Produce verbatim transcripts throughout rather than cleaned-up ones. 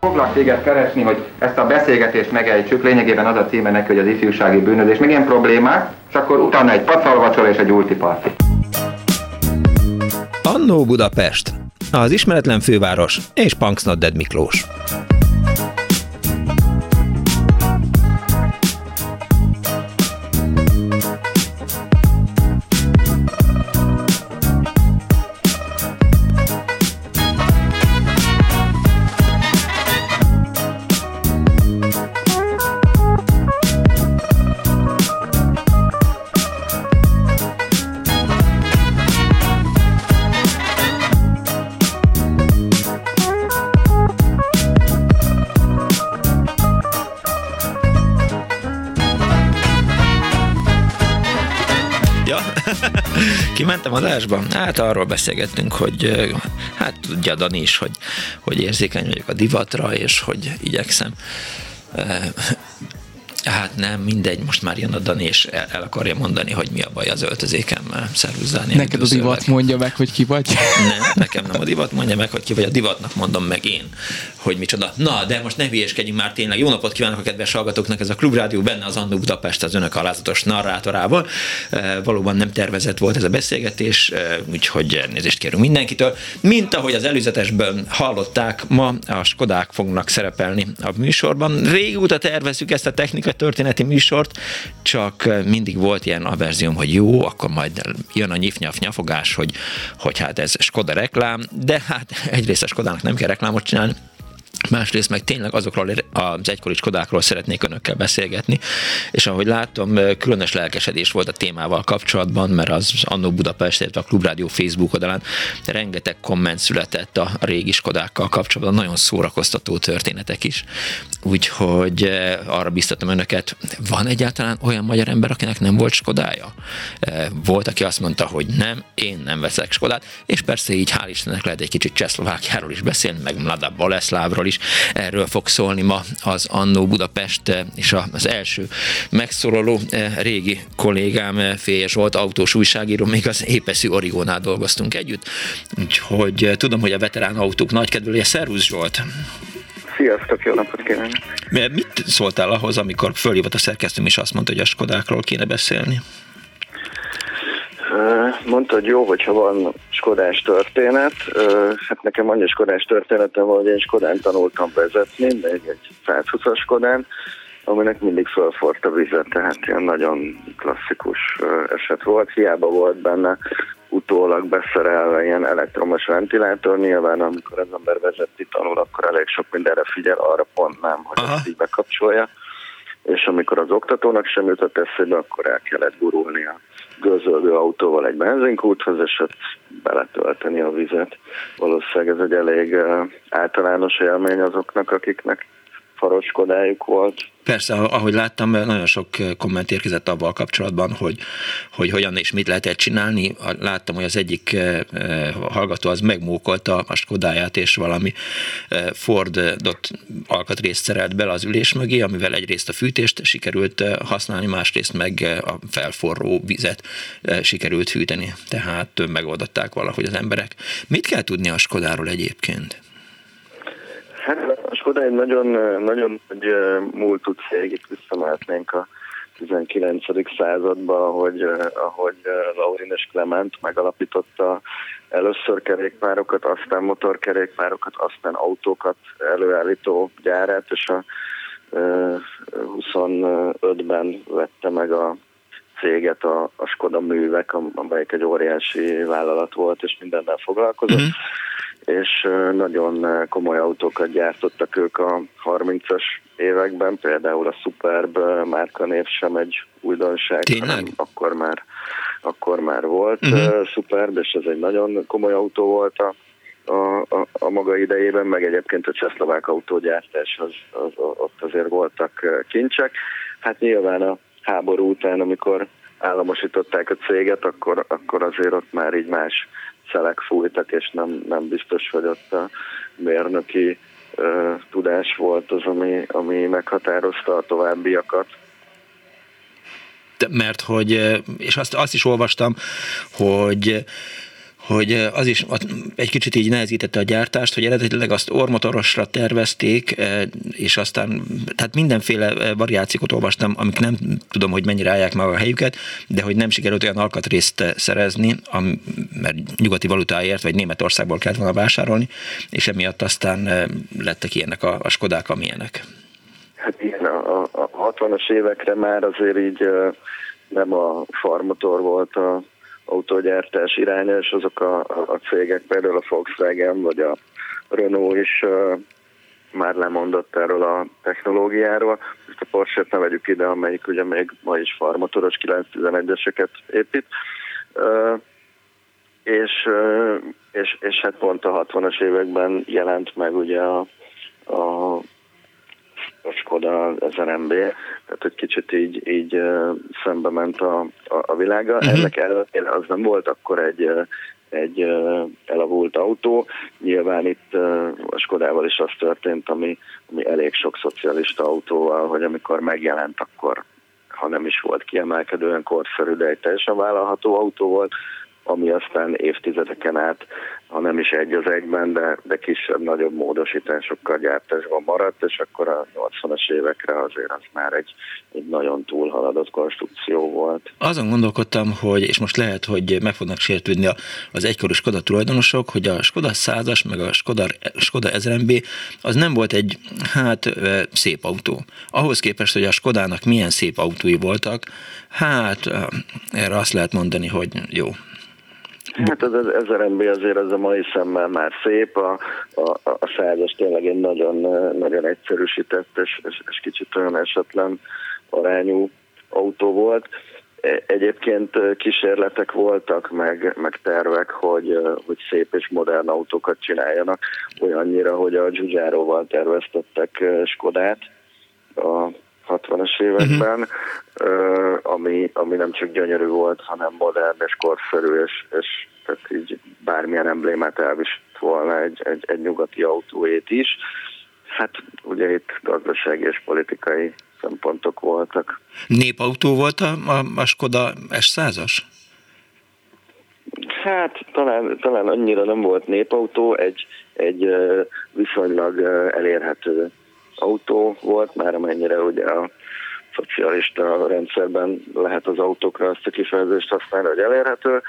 Foglak téged keresni, hogy ezt a beszélgetést megejtsük, lényegében az a címe neki, hogy az ifjúsági bűnözés, még ilyen problémák, és akkor utána egy pacalvacsora és egy ultiparti. Annó Budapest, az ismeretlen főváros és Punks Not Dead Miklós. Kimentem adásba? Hát arról beszélgettünk, hogy hát tudja Dani is, hogy, hogy érzékeny vagyok a divatra, és hogy igyekszem. Hát nem, mindegy, most már jön a Dani, és el, el akarja mondani, hogy mi a baj az öltözékemmel. Szervusz, Dániel. Neked a divat mondja meg, hogy ki vagy? Nem, nekem nem a divat mondja meg, hogy ki vagy. A divatnak mondom meg én, hogy micsoda. Na, de most ne hülyéskedjünk már tényleg. Jó napot kívánok a kedves hallgatóknak, ez a Klubrádió, benne az Annó Budapest az önök alázatos narrátorával. E, valóban nem tervezett volt ez a beszélgetés, e, úgyhogy elnézést kérünk mindenkitől. Mint ahogy az előzetesből hallották, ma a Skodák fognak szerepelni a műsorban. Régóta tervezzük ezt a technikai történeti műsort, csak mindig volt ilyen averzióm, hogy jó, akkor majd jön a nyif-nyaf nyafogás, hogy, hogy hát ez Skoda reklám, de hát egyrészt a Skodának nem kell reklámot csinálni, másrészt meg tényleg azokról az egykori Skodákról szeretnék önökkel beszélgetni, és ahogy látom, különös lelkesedés volt a témával kapcsolatban, mert az Annó Budapest, illetve a Klubrádió Facebook oldalán rengeteg komment született a régi Skodákkal kapcsolatban, nagyon szórakoztató történetek is, úgyhogy arra biztatom önöket, van egyáltalán olyan magyar ember, akinek nem volt Skodája? Volt, aki azt mondta, hogy nem, én nem veszek Skodát, és persze így hál' Istennek lehet egy kicsit Csehszlovákiáról is beszélni, meg Mlada Boleszlávról is. Erről fog szólni ma az Annó Budapest, és az első megszólaló régi kollégám, Féje Zsolt, autós újságíró, még az Épeszű Origónál dolgoztunk együtt, úgyhogy tudom, hogy a veterán autók nagy kedvelője. Szervusz Zsolt! Sziasztok, jó napot kívánok! Mit szóltál ahhoz, amikor fölhívott a szerkesztőm, és azt mondta, hogy a Skodákról kéne beszélni? Mondta, hogy jó, hogyha van skodás történet. Hát nekem annyi skodás történetem van, hogy én Skodán tanultam vezetni, még egy százhúszas Skodán, aminek mindig fölforrt a vizet, tehát ilyen nagyon klasszikus eset volt. Hiába volt benne utólag beszerelve ilyen elektromos ventilátor, nyilván amikor az ember vezetni tanul, akkor elég sok mindenre figyel, arra pont nem, hogy Aha. ezt így bekapcsolja. És amikor az oktatónak sem jutott eszébe, akkor el kellett gurulni a gőzölgő autóval egy benzinkúthoz, és ott beletölteni a vizet. Valószínűleg ez egy elég általános élmény azoknak, akiknek faros Skodájuk volt. Persze, ahogy láttam, nagyon sok komment érkezett avval kapcsolatban, hogy, hogy hogyan és mit lehetett csinálni. Láttam, hogy az egyik hallgató az megmókolta a Skodáját, és valami Fordot alkatrészt szerelt bele az ülés mögé, amivel egyrészt a fűtést sikerült használni, másrészt meg a felforró vizet sikerült hűteni. Tehát megoldották valahogy az emberek. Mit kell tudni a Skodáról egyébként? Hát a Skoda egy nagyon, nagyon nagy múltú cég, itt visszamehetnénk a tizenkilencedik századba, ahogy, ahogy Laurin és Clement megalapította először kerékpárokat, aztán motorkerékpárokat, aztán autókat előállító gyárát, és a huszonötben vette meg a céget a, a Skoda Művek, amelyik egy óriási vállalat volt, és mindennel foglalkozott. Mm-hmm. És nagyon komoly autókat gyártottak ők a harmincas években, például a Superb márkanév sem egy újdonság, hanem akkor már, akkor már volt uh-huh. Superb, és ez egy nagyon komoly autó volt a, a, a, a maga idejében, meg egyébként a csehszlovák autógyártás, az, az, ott azért voltak kincsek. Hát nyilván a háború után, amikor államosították a céget, akkor, akkor azért ott már így más szelek fújtak, és nem, nem biztos, hogy ott a mérnöki uh, tudás volt az, ami, ami meghatározta a továbbiakat. De mert hogy, és azt, azt is olvastam, hogy hogy az is egy kicsit így nehezítette a gyártást, hogy eredetileg azt ormotorosra tervezték, és aztán tehát mindenféle variációkat olvastam, amik nem tudom, hogy mennyire állják meg a helyüket, de hogy nem sikerült olyan alkatrészt szerezni, mert nyugati valutáért, vagy Németországból kellett volna vásárolni, és emiatt aztán lettek ilyenek a, a Skodák, amilyenek. Hát igen, a, a hatvanas évekre már azért így nem a farmotor volt a autógyártás iránya, és azok a, a cégek, például a Volkswagen vagy a Renault is már lemondott erről a technológiáról. Most a Porsche-t ne vegyük ide, amelyik ugye még ma is farmotoros kilencszáztizenegyeseket épít. Uh, és, uh, és, és hát pont a hatvanas években jelent meg ugye a, a, a Skoda ezer em bé, tehát hogy kicsit így, így uh, szembe ment a, a, a világa. Uh-huh. Ennek ellenére az nem volt akkor egy egy uh, elavult autó. Nyilván itt uh, a Skodával is az történt, ami, ami elég sok szocialista autóval, hogy amikor megjelent, akkor ha nem is volt kiemelkedően korszerű, de egy teljesen vállalható autó volt, ami aztán évtizedeken át, ha nem is egy az egyben, de, de kisebb-nagyobb módosításokkal gyártásban maradt, és akkor a nyolcvanas évekre azért az már egy, egy nagyon túlhaladott konstrukció volt. Azon gondolkodtam, hogy, és most lehet, hogy meg fognak sértődni az egykori Skoda tulajdonosok, hogy a Skoda százas, meg a Skoda, Skoda ezer em bé az nem volt egy, hát, szép autó. Ahhoz képest, hogy a Skodának milyen szép autói voltak, hát erre azt lehet mondani, hogy jó. Hát az ezer em bé azért az a mai szemmel már szép, a, a, a százas tényleg egy nagyon, nagyon egyszerűsített és, és, és kicsit olyan esetlen arányú autó volt. Egyébként kísérletek voltak, meg, meg tervek, hogy, hogy szép és modern autókat csináljanak, olyannyira, hogy a Giugiaroval terveztettek Skodát a hatvanas években, uh-huh. ami, ami nem csak gyönyörű volt, hanem modern és korszerű, és, és tehát így bármilyen emblémát elviselt volna egy, egy, egy nyugati autóét is. Hát ugye itt gazdasági és politikai szempontok voltak. Népautó volt a, a, a Skoda es százas? Hát talán, talán annyira nem volt népautó, egy, egy viszonylag elérhető autó volt, már amennyire ugye a szocialista rendszerben lehet az autókra azt a kifejezést használni, hogy elérhető.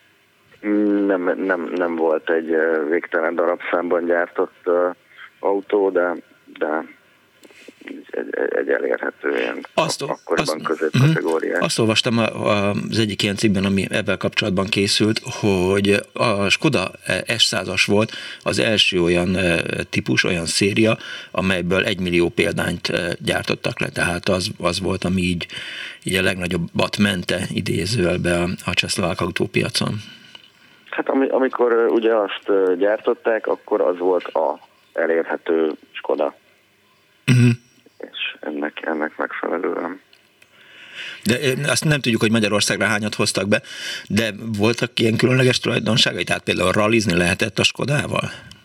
Nem, nem, nem volt egy végtelen darabszámban gyártott autó, de, de egy, egy elérhető ilyen azt, akkoriban középkategóriás. Azt olvastam az egyik ilyen cikkben, ami ebben kapcsolatban készült, hogy a Skoda es százas volt az első olyan típus, olyan széria, amelyből egymillió példányt gyártottak le. Tehát az, az volt, ami így, így a legnagyobbat mente idézőjelbe a, a csehszlovák autópiacon. Hát amikor ugye azt gyártották, akkor az volt a elérhető Skoda. Uh-huh. És ennek, ennek megfelelően. De azt nem tudjuk, hogy Magyarországra hányat hoztak be, de voltak ilyen különleges tulajdonságai? Tehát például rallizni lehetett a Skodával?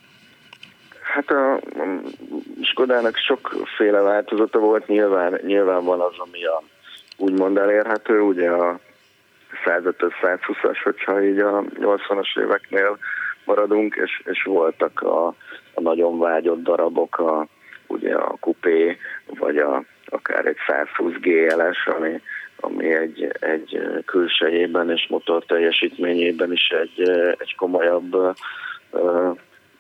Hát a Skodának sokféle változata volt, nyilván, nyilván van az, ami a úgymond elérhető, ugye a százötös százhúszas, hogyha így a nyolcvanas éveknél maradunk, és, és voltak a, a nagyon vágyott darabok, a, ugye a kupé, vagy a, akár egy százhúsz gé el es, ami, ami egy, egy külsejében és motor teljesítményében is egy, egy komolyabb uh,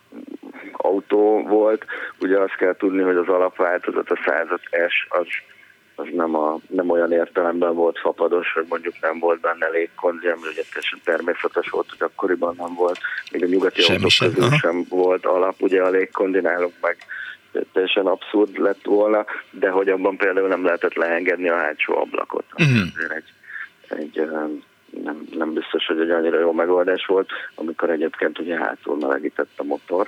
autó volt. Ugye azt kell tudni, hogy az alapváltozat, a százöt es, az az nem, a, nem olyan értelemben volt fapados, hogy mondjuk nem volt benne légkondi, ami ugye teljesen természetes volt, hogy akkoriban nem volt, még a nyugati Semmi autók sem, közül aha. sem volt alap, ugye a légkondi nálunk meg teljesen abszurd lett volna, de hogy abban például nem lehetett leengedni a hátsó ablakot. Uh-huh. Egy, egy, nem, nem biztos, hogy egy annyira jó megoldás volt, amikor egyébként ugye hátul melegített a motor.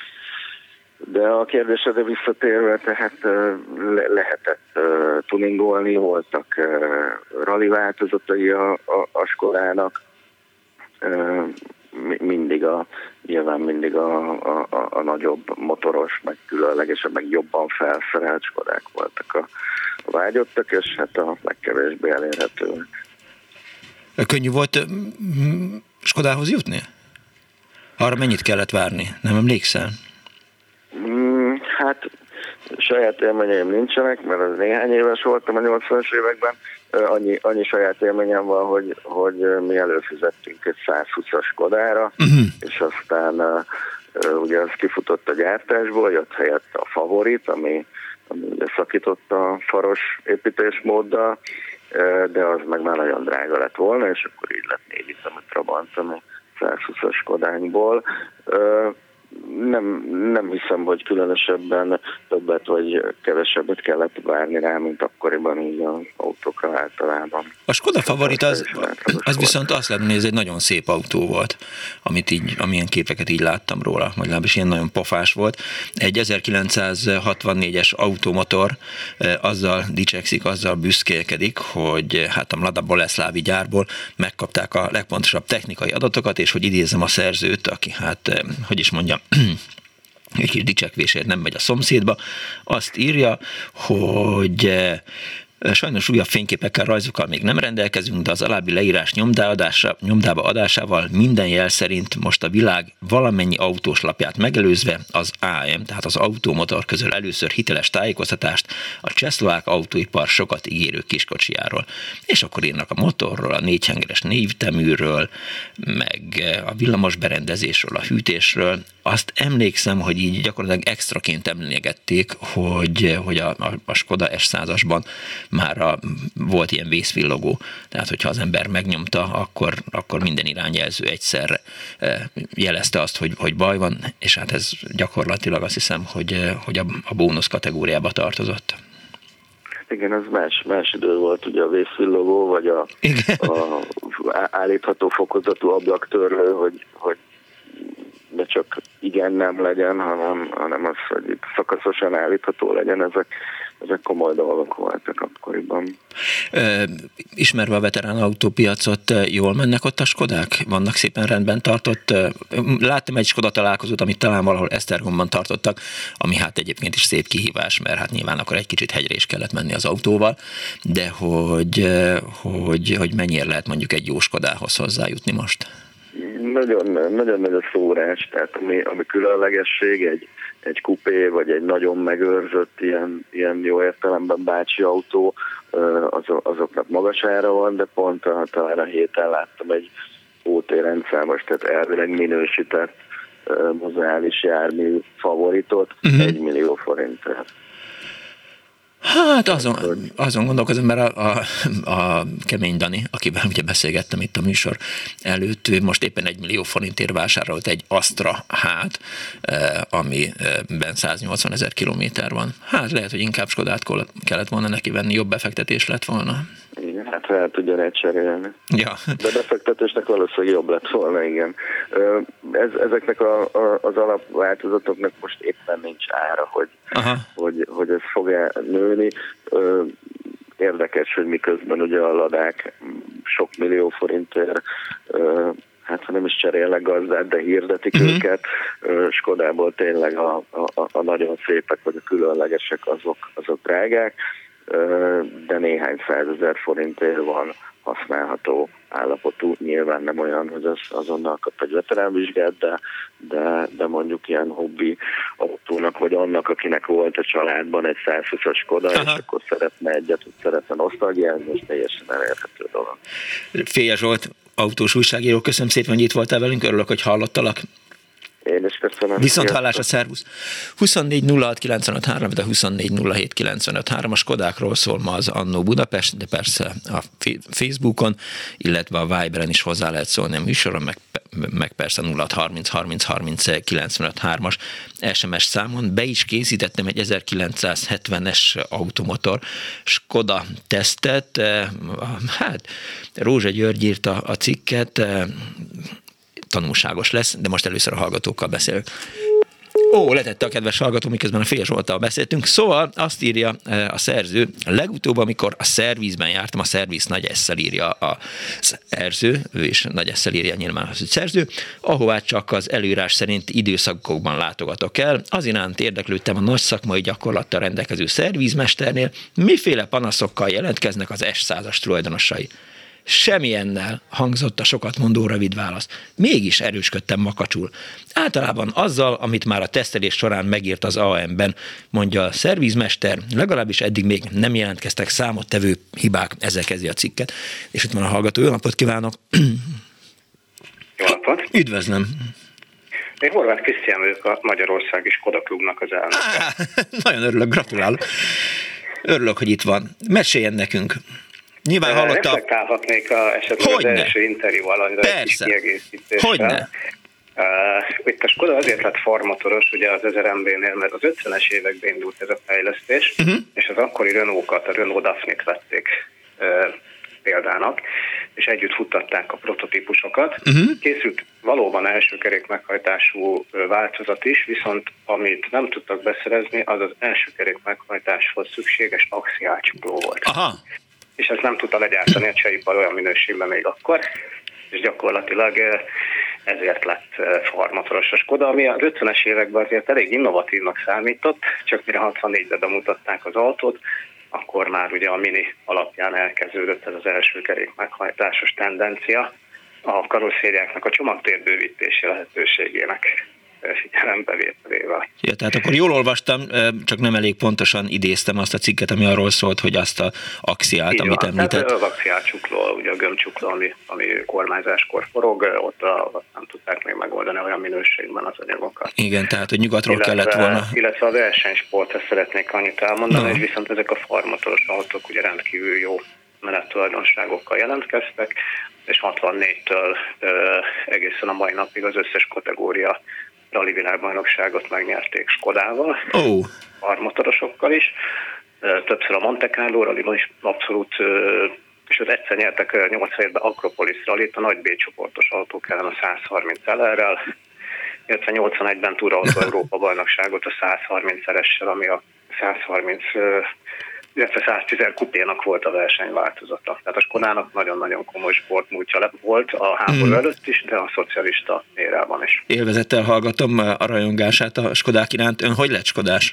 De a kérdésedre visszatérve, tehát le- lehetett uh, tuningolni, voltak uh, rally változatai a, a, a Skodának, uh, mi- mindig a, nyilván mindig a, a, a, a nagyobb motoros, meg különlegesebb, meg jobban felszerelt Skodák voltak a, a vágyottak, és hát a legkevésbé elérhetőek. Könnyű volt Skodához jutni? Arra mennyit kellett várni? Nem emlékszel? Mm, hát saját élményeim nincsenek, mert az néhány éves voltam a nyolcvanas években. Annyi, annyi saját élményem van, hogy, hogy mi előfizettünk egy százhúszas Skodára, uh-huh. és aztán uh, ugye az kifutott a gyártásból, jött helyett a Favorit, ami, ami ugye szakított a faros építésmóddal, uh, de az meg már nagyon drága lett volna, és akkor így lett négy üzemű Trabant, ami százhúszas Skodányból. Uh, Nem, nem hiszem, hogy különösebben többet vagy kevesebbet kellett várni rá, mint akkoriban így az autókra általában. A Skoda Favorit az, az viszont azt lehet, hogy ez egy nagyon szép autó volt, amit így, amilyen képeket így láttam róla, vagy legalábbis ilyen nagyon pofás volt. Egy ezerkilencszázhatvannégyes automotor azzal dicsekszik, azzal büszkélkedik, hogy hát a Mlada Boleszlávi gyárból megkapták a legpontosabb technikai adatokat, és hogy idézem a szerzőt, aki hát, hogy is mondjam, egy kis dicsekvésért nem megy a szomszédba, azt írja, hogy sajnos újabb fényképekkel, rajzokkal még nem rendelkezünk, de az alábbi leírás nyomdáadása, nyomdába adásával minden jel szerint most a világ valamennyi autós lapját megelőzve az á em, tehát az Automotor közöl először hiteles tájékoztatást a csehszlovák autóipar sokat ígérő kiskocsijáról. És akkor írnak a motorról, a négyhengeres névteműről, meg a villamos berendezésről, a hűtésről. Azt emlékszem, hogy így gyakorlatilag extraként emlégették, hogy, hogy a, a, a Skoda es százasban már a, volt ilyen vészvillogó, tehát hogyha az ember megnyomta, akkor, akkor minden irányjelző egyszerre jelezte azt, hogy, hogy baj van, és hát ez gyakorlatilag azt hiszem, hogy, hogy a, a bónusz kategóriába tartozott. Igen, ez más, más idő volt, ugye a vészvillogó, vagy a, a állítható fokozatú ablaktörlő, hogy, hogy de csak igen nem legyen, hanem, hanem az, hogy itt szakaszosan állítható legyen, ezek, ezek komoly dolgok voltak akkoriban. Ö, ismerve a veterán autópiacot, jól mennek ott a Skodák? Vannak szépen rendben tartott? Láttam egy Skoda találkozót, amit talán valahol Esztergomban tartottak, ami hát egyébként is szép kihívás, mert hát nyilván akkor egy kicsit hegyre is kellett menni az autóval, de hogy, hogy, hogy mennyire lehet mondjuk egy jó Skodához hozzájutni most? Nagyon, nagyon nagy a szórás, tehát ami, ami különlegesség, egy, egy kupé, vagy egy nagyon megőrzött, ilyen, ilyen jó értelemben bácsi autó, az, azoknak magas ára van, de pont a, talán a héten láttam egy ó té rendszámos, tehát elvileg minősített mozális jármű Favoritot, uh-huh. egy millió forintért. Hát azon, azon gondolkozom, mert a, a, a Kemény Dani, akivel ugye beszélgettem itt a műsor előtt, ő most éppen egy millió forintért vásárolt egy Astra hát, amiben száznyolcvan ezer kilométer van. Hát lehet, hogy inkább Skodát kellett volna neki venni, jobb befektetés lett volna. Igen, hát fel tudja cserélni. Ja. De befektetésnek valószínűleg jobb lett volna, igen. Ez, ezeknek a, a, az alapváltozatoknak most éppen nincs ára, hogy, hogy, hogy ez fog-e nőni. Érdekes, hogy miközben ugye a ladák sok millió forintért, hát ha nem is cserélnek gazdát, de hirdetik uh-huh. őket. Skodából tényleg a, a, a nagyon szépek, vagy a különlegesek azok, azok drágák, de néhány százezer forintért van használható állapotú. Nyilván nem olyan, hogy az azonnal kap egy veteránvizsgát, de, de, de mondjuk ilyen hobbi autónak, vagy annak, akinek volt a családban egy százhúszas Skoda, és akkor szeretne egyet, hogy szeretne nosztalgiázni, és teljesen elérhető dolog. Féje Zsolt, autós újságíró, köszönöm szépen, hogy itt voltál velünk, örülök, hogy hallottalak. Én is köszönöm. Viszont hallásra, szervusz! huszonnégy nulla hat kilencvenöt három, de huszonnégy nulla hét kilencvenöt három, a Skodákról szól ma az Annó Budapest, de persze a Facebookon, illetve a Viberen is hozzá lehet szólni a műsoron, meg, meg persze nulla hat harminc harminc harminc kilencvenöt hármas es em es számon. Be is készítettem egy ezerkilencszázhetvenes automotor Skoda tesztet, hát Rózsa György írta a cikket, tanulságos lesz, de most először a hallgatókkal beszélek. Ó, letette a kedves hallgató, miközben a Fél Zsolttal beszéltünk. Szóval azt írja a szerző, legutóbb, amikor a szervizben jártam, a szerviz nagy esszel írja a szerző, ő is nagy esszel írja nyilván az szerző, ahová csak az előírás szerint időszakokban látogatok el. Az iránt érdeklődtem a nagy szakmai gyakorlattal rendelkező szervizmesternél, miféle panaszokkal jelentkeznek az es százas tulajdonosai. Semmilyennel hangzott a sokat mondó rövid válasz. Mégis erősködtem makacsul. Általában azzal, amit már a tesztelés során megírt az á em-ben, mondja a szervizmester, legalábbis eddig még nem jelentkeztek számottevő hibák, ezzel kezdi a cikket. És itt van a hallgató. Jó napot kívánok! Jó napot! Üdvözlöm! Én Horváth Krisztián vagyok, a Magyarországi Skoda Klubnak az elnöke. Á, nagyon örülök, gratulálok. Örülök, hogy itt van. Meséljen nekünk. Nyilván hallotta... Reflektálhatnék a, esetleg Hogyne. az első interjú alanyra egy kis kiegészítéssel. Hogyne. Uh, itt a Skoda azért lett farmotoros, ugye az ezer em bé-nél, mert az ötvenes években indult ez a fejlesztés, uh-huh. és az akkori Renault-kat, a Renault Daphne-t vették uh, példának, és együtt futtatták a prototípusokat. Uh-huh. Készült valóban első kerék meghajtású változat is, viszont amit nem tudtak beszerezni, az az első kerék meghajtáshoz szükséges axiálcsukló volt. Aha. És ezt nem tudta legyártani a csehipar olyan minőségben még akkor, és gyakorlatilag ezért lett farmotoros a Skoda, ami az ötvenes években azért elég innovatívnak számított, csak mire hatvannégybe bemutatták az autót, akkor már ugye a Mini alapján elkezdődött ez az első kerék meghajtásos tendencia a karosszériáknak a csomagtérbővítési lehetőségének figyelembevételével. Ja, tehát akkor jól olvastam, csak nem elég pontosan idéztem azt a cikket, ami arról szólt, hogy azt a axiált, így amit van. említett. Tehát az axiálcsukló, ugye a gömbcsukló, ami, ami kormányzáskor forog, ott a, nem tudták még megoldani olyan minőségben az anyagokat. Igen, tehát hogy nyugatról illetve, kellett volna. Illetve a versenysportra szeretnék annyit elmondani, no. hogy viszont ezek a farmotoros autók ugye rendkívül jó menettulajdonságokkal jelentkeztek, és hatvannégytől ö, egészen a mai napig az összes kategória rally világbajnokságot megnyerték Skodával, oh. farmotorosokkal is. Többször a Monte Carlo rallyban is abszolút, és az egyszer nyertek nyolcvanhétben Akropolis rallyt, a nagy B csoportos autók ellen a százharminc el errel, illetve nyolcvanegyben Túrautó Európa bajnokságot a százharmincszeressel, ami a százharminc, illetve száztíz kupénak volt a versenyváltozata. Tehát a Skodának nagyon-nagyon komoly sportmúltja volt a háború mm. előtt is, de a szocialista érában is. Élvezettel hallgatom a rajongását a Skodák iránt. Ön hogy lett skodás?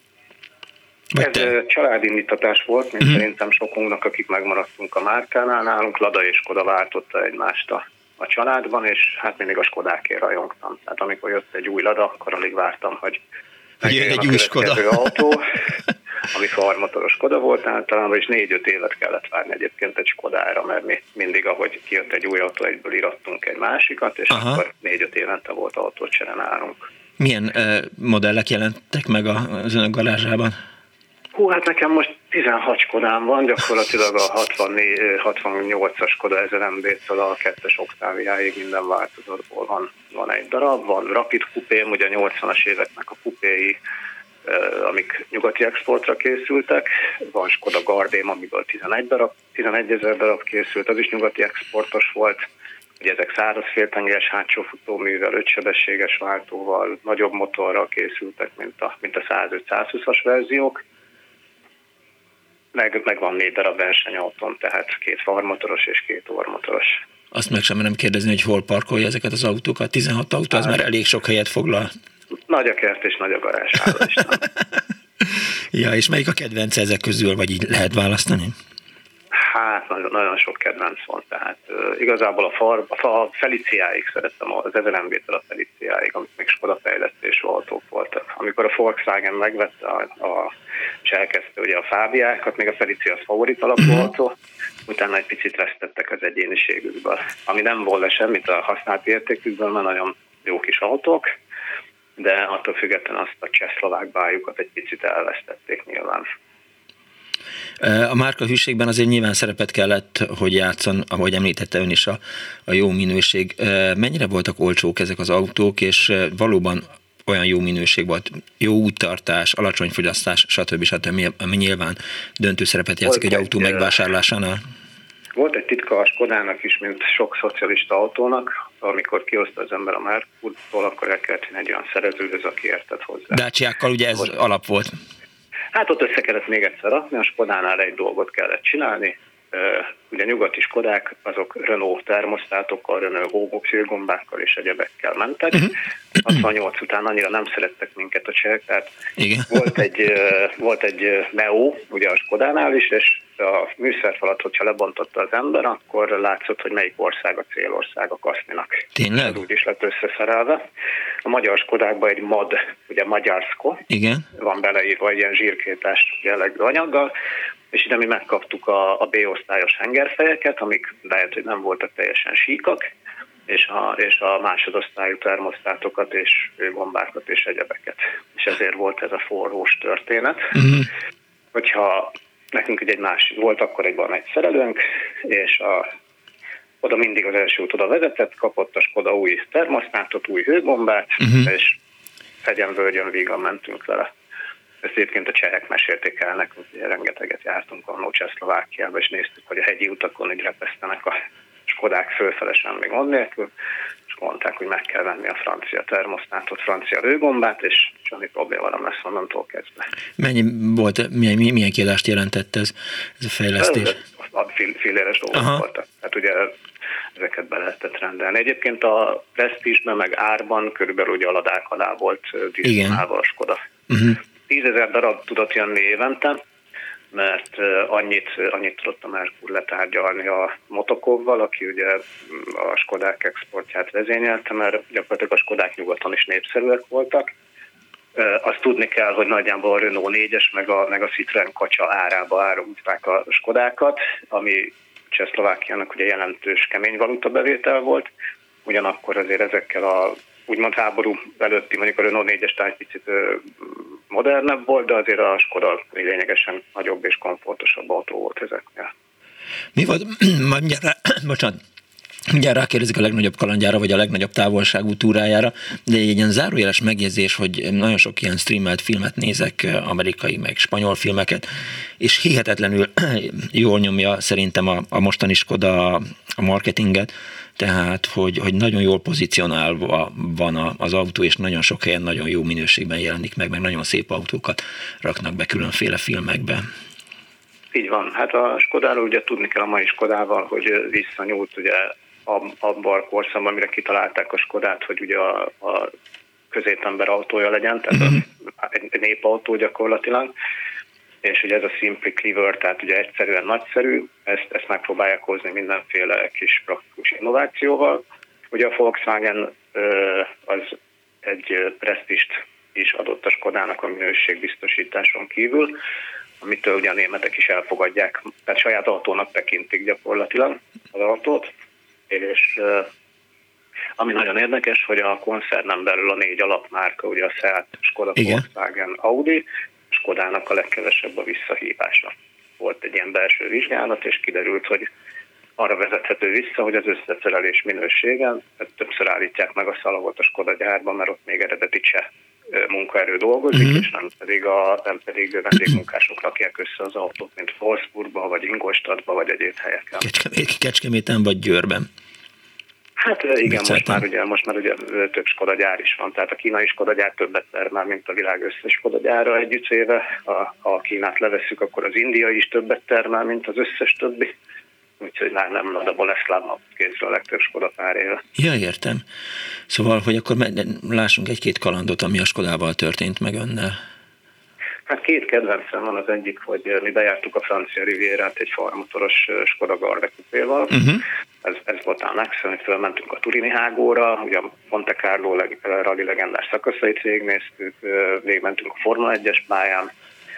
Vagy Ez te? Családindítatás volt, mint mm. szerintem sokunknak, akik megmaradtunk a márkánál. Nálunk Lada és Skoda váltotta egymást a, a családban, és hát mindig a Skodákért rajongtam. Tehát amikor jött egy új Lada, akkor alig vártam, hogy jön egy új Skoda autó, ami farmotoros Skoda volt általában, és négy-öt évet kellett várni egyébként egy Skodára, mert mi mindig, ahogy kijött egy új autó, egyből irattunk egy másikat, és Aha. akkor négy-öt évente volt autócsere nálunk. Milyen uh, modellek jelentek meg az önök garázsában? Hú, hát nekem most tizenhat Skodám van, gyakorlatilag a hatvannégy, hatvannyolcas Skoda ezer em bé-től a kettes Octaviáig minden változatból van, van egy darab, van Rapid kupém, ugye a nyolcvanas éveknek a kupéi, amik nyugati exportra készültek, van Skoda Gardém, amiből tizenegy ezer darab készült, az is nyugati exportos volt, ugye ezek száraz féltengeres hátsó futóművel, ötsebességes váltóval, nagyobb motorral készültek, mint a, mint a százöt-százhúszas verziók, meg, meg van négy darab versenyautón, tehát két farmotoros és két ormotoros. Azt meg sem nem kérdezni, hogy hol parkolja ezeket az autókat, tizenhat autó, az már elég sok helyet foglal. Nagy a kert és nagy a garázs, hála Isten. Ja, és melyik a kedvenc ezek közül, vagy így lehet választani? Hát nagyon, nagyon sok kedvenc van, tehát uh, igazából a, far, a Feliciáig szerettem, az ezer em bé-től a Feliciáig, amik még Skoda fejlesztésű autók voltak. Amikor a Volkswagen megvette a, a, és elkezdte ugye a Fábiákat, még a Felicia az favorit alapú autó, utána egy picit vesztettek az egyéniségükből. Ami nem volt le semmit a használt értékükből, mert nagyon jó kis autók, de attól függetlenül azt a csehszlovák bájukat egy picit elvesztették nyilván. A márka hűségben azért nyilván szerepet kellett, hogy játszon, ahogy említette ön is, a, a jó minőség. Mennyire voltak olcsók ezek az autók, és valóban olyan jó minőség volt, jó úttartás, alacsony fogyasztás, stb. stb., ami nyilván döntő szerepet játszik egy, egy autó megvásárlásánál? Volt egy titka a Skodának is, mint sok szocialista autónak, amikor kihozta az ember a Merkurtól, akkor el kellett egy olyan szerezőhöz, aki értett hozzá. Daciákkal ugye ez alap volt. Hát ott össze kellett még egyszer rakni, a Skodánál egy dolgot kellett csinálni, ugye nyugati Skodák, azok Renault termosztátokkal, Renault hógok, szélgombákkal és egyebekkel mentek. Uh-huh. hatvannyolc után annyira nem szerettek minket a csehek, tehát igen. volt egy, volt egy Neo, ugye a Skodánál is, és a műszerfalat, hogyha lebontotta az ember, akkor látszott, hogy melyik ország a célország a kaszninak. Tényleg? Ez úgy is lett összeszerelve. A magyar Skodákban egy MAD, ugye Magyarsko, igen. van beleírva egy ilyen zsírkétás jellegű anyaggal, és ide mi megkaptuk a, a B-osztályos hengerfejeket, amik lehet, hogy nem voltak teljesen síkak, és a, és a másodosztályú termosztátokat és gombákat és egyebeket. És ezért volt ez a forrós történet. Uh-huh. Hogyha nekünk egy másik volt, akkor egy van egy szerelőnk, és a, oda mindig az első út oda vezetett, kapott a Skoda új termosztátot, új hőgombát, uh-huh. és fegyen-völgyön vígan mentünk vele. Ezt egyébként a csehek mesélték el nekünk, hogy rengeteget jártunk annó Csehszlovákiába, és néztük, hogy a hegyi utakon így repesztenek a Skodák fölfelesen még gond nélkül, és mondták, hogy meg kell venni a francia termosztátot, francia hőgombát, és semmi probléma nem lesz onnantól kezdve. Mennyi volt, milyen, milyen kiadást jelentett ez, ez a fejlesztés? A filléres dolgok voltak. Hát ugye ezeket be lehetett rendelni. Egyébként a Prestige-ben meg árban körülbelül ugye a ladák alá volt diszponálva a Skoda. Uh-huh. tízezer darab tudott jönni évente, mert annyit, annyit tudott a Merkur letárgyalni a Motokovval, aki ugye a Skodák exportját vezényelte, mert gyakorlatilag a Skodák nyugaton is népszerűek voltak. Azt tudni kell, hogy nagyjából a Renault négyes meg a, meg a Citroën kacsa árába árulták a Skodákat, ami Csehszlovákiának ugye jelentős kemény valutabevétel volt, ugyanakkor azért ezekkel a úgymond háború előtti, mondjuk a Renault négyes egy picit modernebb volt, de azért a Skoda lényegesen nagyobb és komfortosabb autó volt ezeknél. Mi volt, bocsánat, mindjárt rákérdezik a legnagyobb kalandjára, vagy a legnagyobb távolságú túrájára, de egy ilyen zárójeles megjegyzés, hogy nagyon sok ilyen streamelt filmet nézek, amerikai, meg spanyol filmeket, és hihetetlenül jól nyomja szerintem a, a mostani Skoda a marketinget, tehát, hogy, hogy nagyon jól pozícionálva van az autó, és nagyon sok helyen nagyon jó minőségben jelenik meg, meg nagyon szép autókat raknak be különféle filmekbe. Így van. Hát a Skodáról ugye tudni kell a mai Skodával, hogy visszanyúlt ugye abban a korszakban, amire kitalálták a Skodát, hogy ugye a, a középember autója legyen, tehát uh-huh. egy népautó gyakorlatilag, és ugye ez a Simply Clever, tehát ugye egyszerűen nagyszerű, ezt, ezt megpróbálják hozni mindenféle kis praktikus innovációval. Ugye a Volkswagen az egy presztist is adott a Skodának a minőségbiztosításon kívül, amitől ugye a németek is elfogadják, tehát saját autónak tekintik gyakorlatilag az autót, és ami nagyon érdekes, hogy a koncernen belül a négy alapmárka, ugye a Seat, Skoda, Volkswagen, Audi, Skodának a legkevesebb a visszahívása. Volt egy ilyen belső vizsgálat, és kiderült, hogy arra vezethető vissza, hogy az összeszerelés minőségen, többször állítják meg a szalagot a Skoda gyárban, mert ott még eredeti cseh munkaerő dolgozik, uh-huh. és nem pedig, a, nem pedig vendégmunkások rakják össze az autót, mint Wolfsburgban, vagy Ingolstadtban, vagy egyéb helyeken. Kecskemét, Kecskeméten vagy Győrben? Hát igen, most már, ugye, most már ugye több Skoda gyár is van, tehát a kínai Skoda gyár többet termel, mint a világ összes Skoda gyára együttvéve. Ha a Kínát levesszük, akkor az indiai is többet termel, mint az összes többi. Úgyhogy már nem nagyjából ezt látnak kézre a legtöbb Skoda pár éve. Ja, értem. Szóval, hogy akkor lássunk egy-két kalandot, ami a Skodával történt meg önnel. Hát két kedvencem van, az egyik, hogy mi bejártuk a francia Rivierát egy farmotoros Skoda Garde kupéval. Uh-huh. Ez, ez volt a megszönni, fölmentünk a Turini hágóra, ugye a Monte Carlo leg, rally legendás szakaszait végignéztük, végigmentünk a Formula egyes pályán,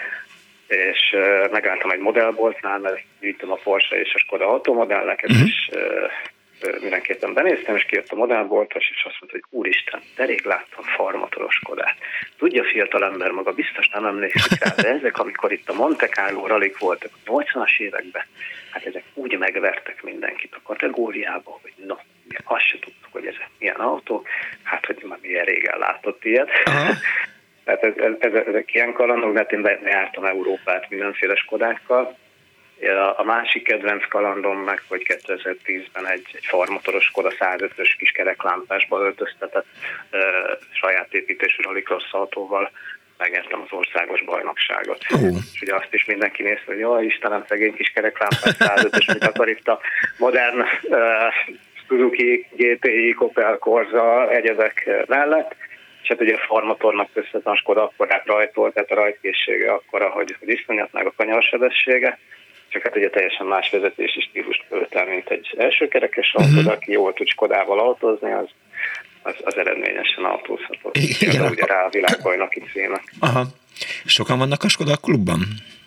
és megálltam egy modellboltnál, mert gyűjtöm a Porsche és a Skoda automodelleket, uh-huh. és mindenképpen benéztem, és kijött a modellboltos, és azt mondta, hogy úristen, de rég láttam farmotoros Skodát. Tudja, fiatal ember maga biztos nem emlékszik rá, de ezek, amikor itt a Monte Carlo rallyk voltak a nyolcvanas években, hát ezek úgy megvertek mindenkit a kategóriába, hogy no, mi azt se tudtuk, hogy ezek milyen autók, hát hogy már milyen régen látott ilyet. Uh-huh. Tehát ez, ez, ez, ezek ilyen kalandok, mert én bejártam Európát mindenféle Skodákkal. A másik kedvenc kalandom meg, hogy kétezer-tízben egy, egy farmotoros Skoda százötös kis kereklámpásba öltöztetett e, saját építésű rallycross autóval megnyertem az országos bajnokságot. Uh. És ugye azt is mindenki nézte, hogy jaj, Istenem, szegény kis kereklámpás százötös, mit akar itt a modern uh, Suzuki, gé té i, Opel Corsa egyedek mellett. És hát ugye a Farmatornak összetlen a Skoda akkorát rajtolt, tehát a rajtkészsége akkora, hogy, hogy iszonyat, meg a kanyarsebessége. Csak hát ugye teljesen más vezetési stílust követel, mint egy elsőkerekes autó, uh-huh. aki jól tud Skodával autózni, az, az, az eredményesen autózható. Igen, ugye rá a világbajnoki címek. Aha. Sokan vannak a Skoda klubban?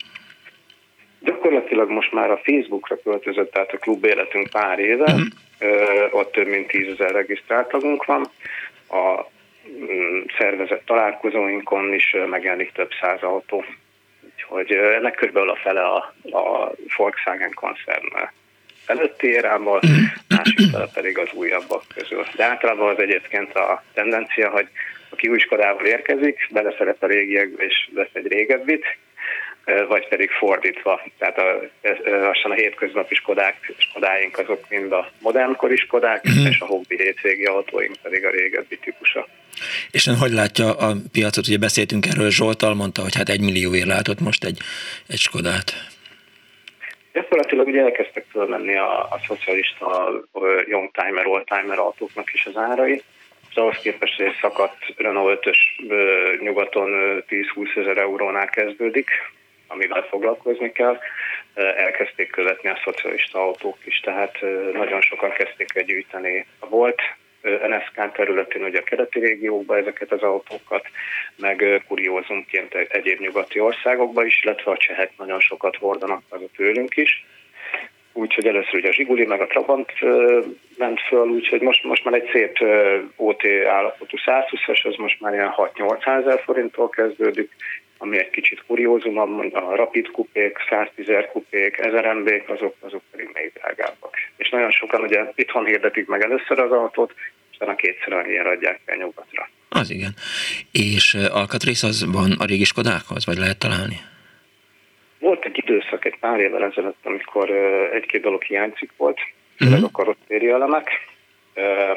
Gyakorlatilag most már a Facebookra költözött, tehát a klub életünk pár éve, uh-huh. Ö, ott több mint tízezer regisztrált tagunk van. A mm, szervezett találkozóinkon is megjelenik több száz autó. Úgyhogy ennek körülbelül a fele a, a Volkswagen koncern előtti érában, másik fele pedig az újabbak közül. De általában az egyébként a tendencia, hogy aki új Skodával érkezik, beleszeret a régiekbe és vesz egy régebbit, vagy pedig fordítva. Tehát a, lassan a hétköznapi Skodák, Skodáink azok mind a modernkori Skodák, uh-huh. és a hobbi hétvégi autóink pedig a régebbi típusa. És ön hogy látja a piacot? Ugye beszéltünk erről, Zsoltal mondta, hogy hát egy millióért látott most egy, egy Skodát. Gyakorlatilag ugye elkezdtek fölmenni a, a szocialista youngtimer, oldtimer autóknak is az árai. És ahhoz képest, hogy egy szakadt Renault ötös nyugaton tíz-húsz ezer eurónál kezdődik, amivel foglalkozni kell, elkezdték követni a szocialista autók is, tehát nagyon sokan kezdték el gyűjteni a Volt en es ká területén, ugye a keleti régiókban ezeket az autókat, meg kuriózumként egyéb nyugati országokban is, illetve a csehek nagyon sokat hordanak azok tőlünk is. Úgyhogy először ugye a Zsiguli meg a Trabant uh, ment föl, úgyhogy most, most már egy szép uh, ó té állapotú százhúszas, az most már ilyen hat-nyolcszázezer forinttól kezdődik, ami egy kicsit kuriózum, a Rapid kupék, száztíz kupék, ezer em bék, azok, azok pedig még drágábbak. És nagyon sokan ugye itthon hirdetik meg először az autót, és utána kétszer annyira adják el nyugatra. Az igen. És uh, alkatrész az van a régi Skodákhoz, vagy lehet találni? Volt egy időszak egy pár évvel ezelőtt, amikor uh, egy-két dolog hiányzik volt, főleg uh-huh. a karosszéri elemek, uh,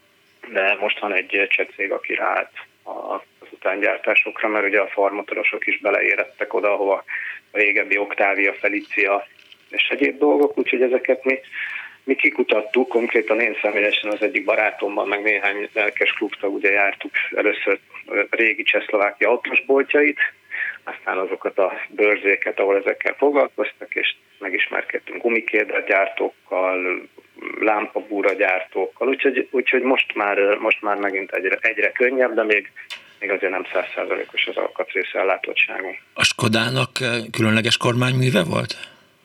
de most van egy cseh cég, aki ráállt az utángyártásokra, mert ugye a farmatorosok is beleérettek oda, ahova a régebbi Octavia, Felicia és egyéb dolgok, úgyhogy ezeket mi, mi kikutattuk, konkrétan én személyesen az egyik barátommal, meg néhány lelkes klubtag ugye jártuk először a régi Csehszlovákia autós boltjait, aztán azokat a bőrzéket, ahol ezekkel foglalkoztak, és megismerkedtünk gumikérdegyártókkal, lámpabúragyártókkal, úgyhogy, úgyhogy most, már, most már megint egyre, egyre könnyebb, de még, még azért nem száz százalékos az alkatrész ellátottságunk. A Skodának különleges kormányműve volt?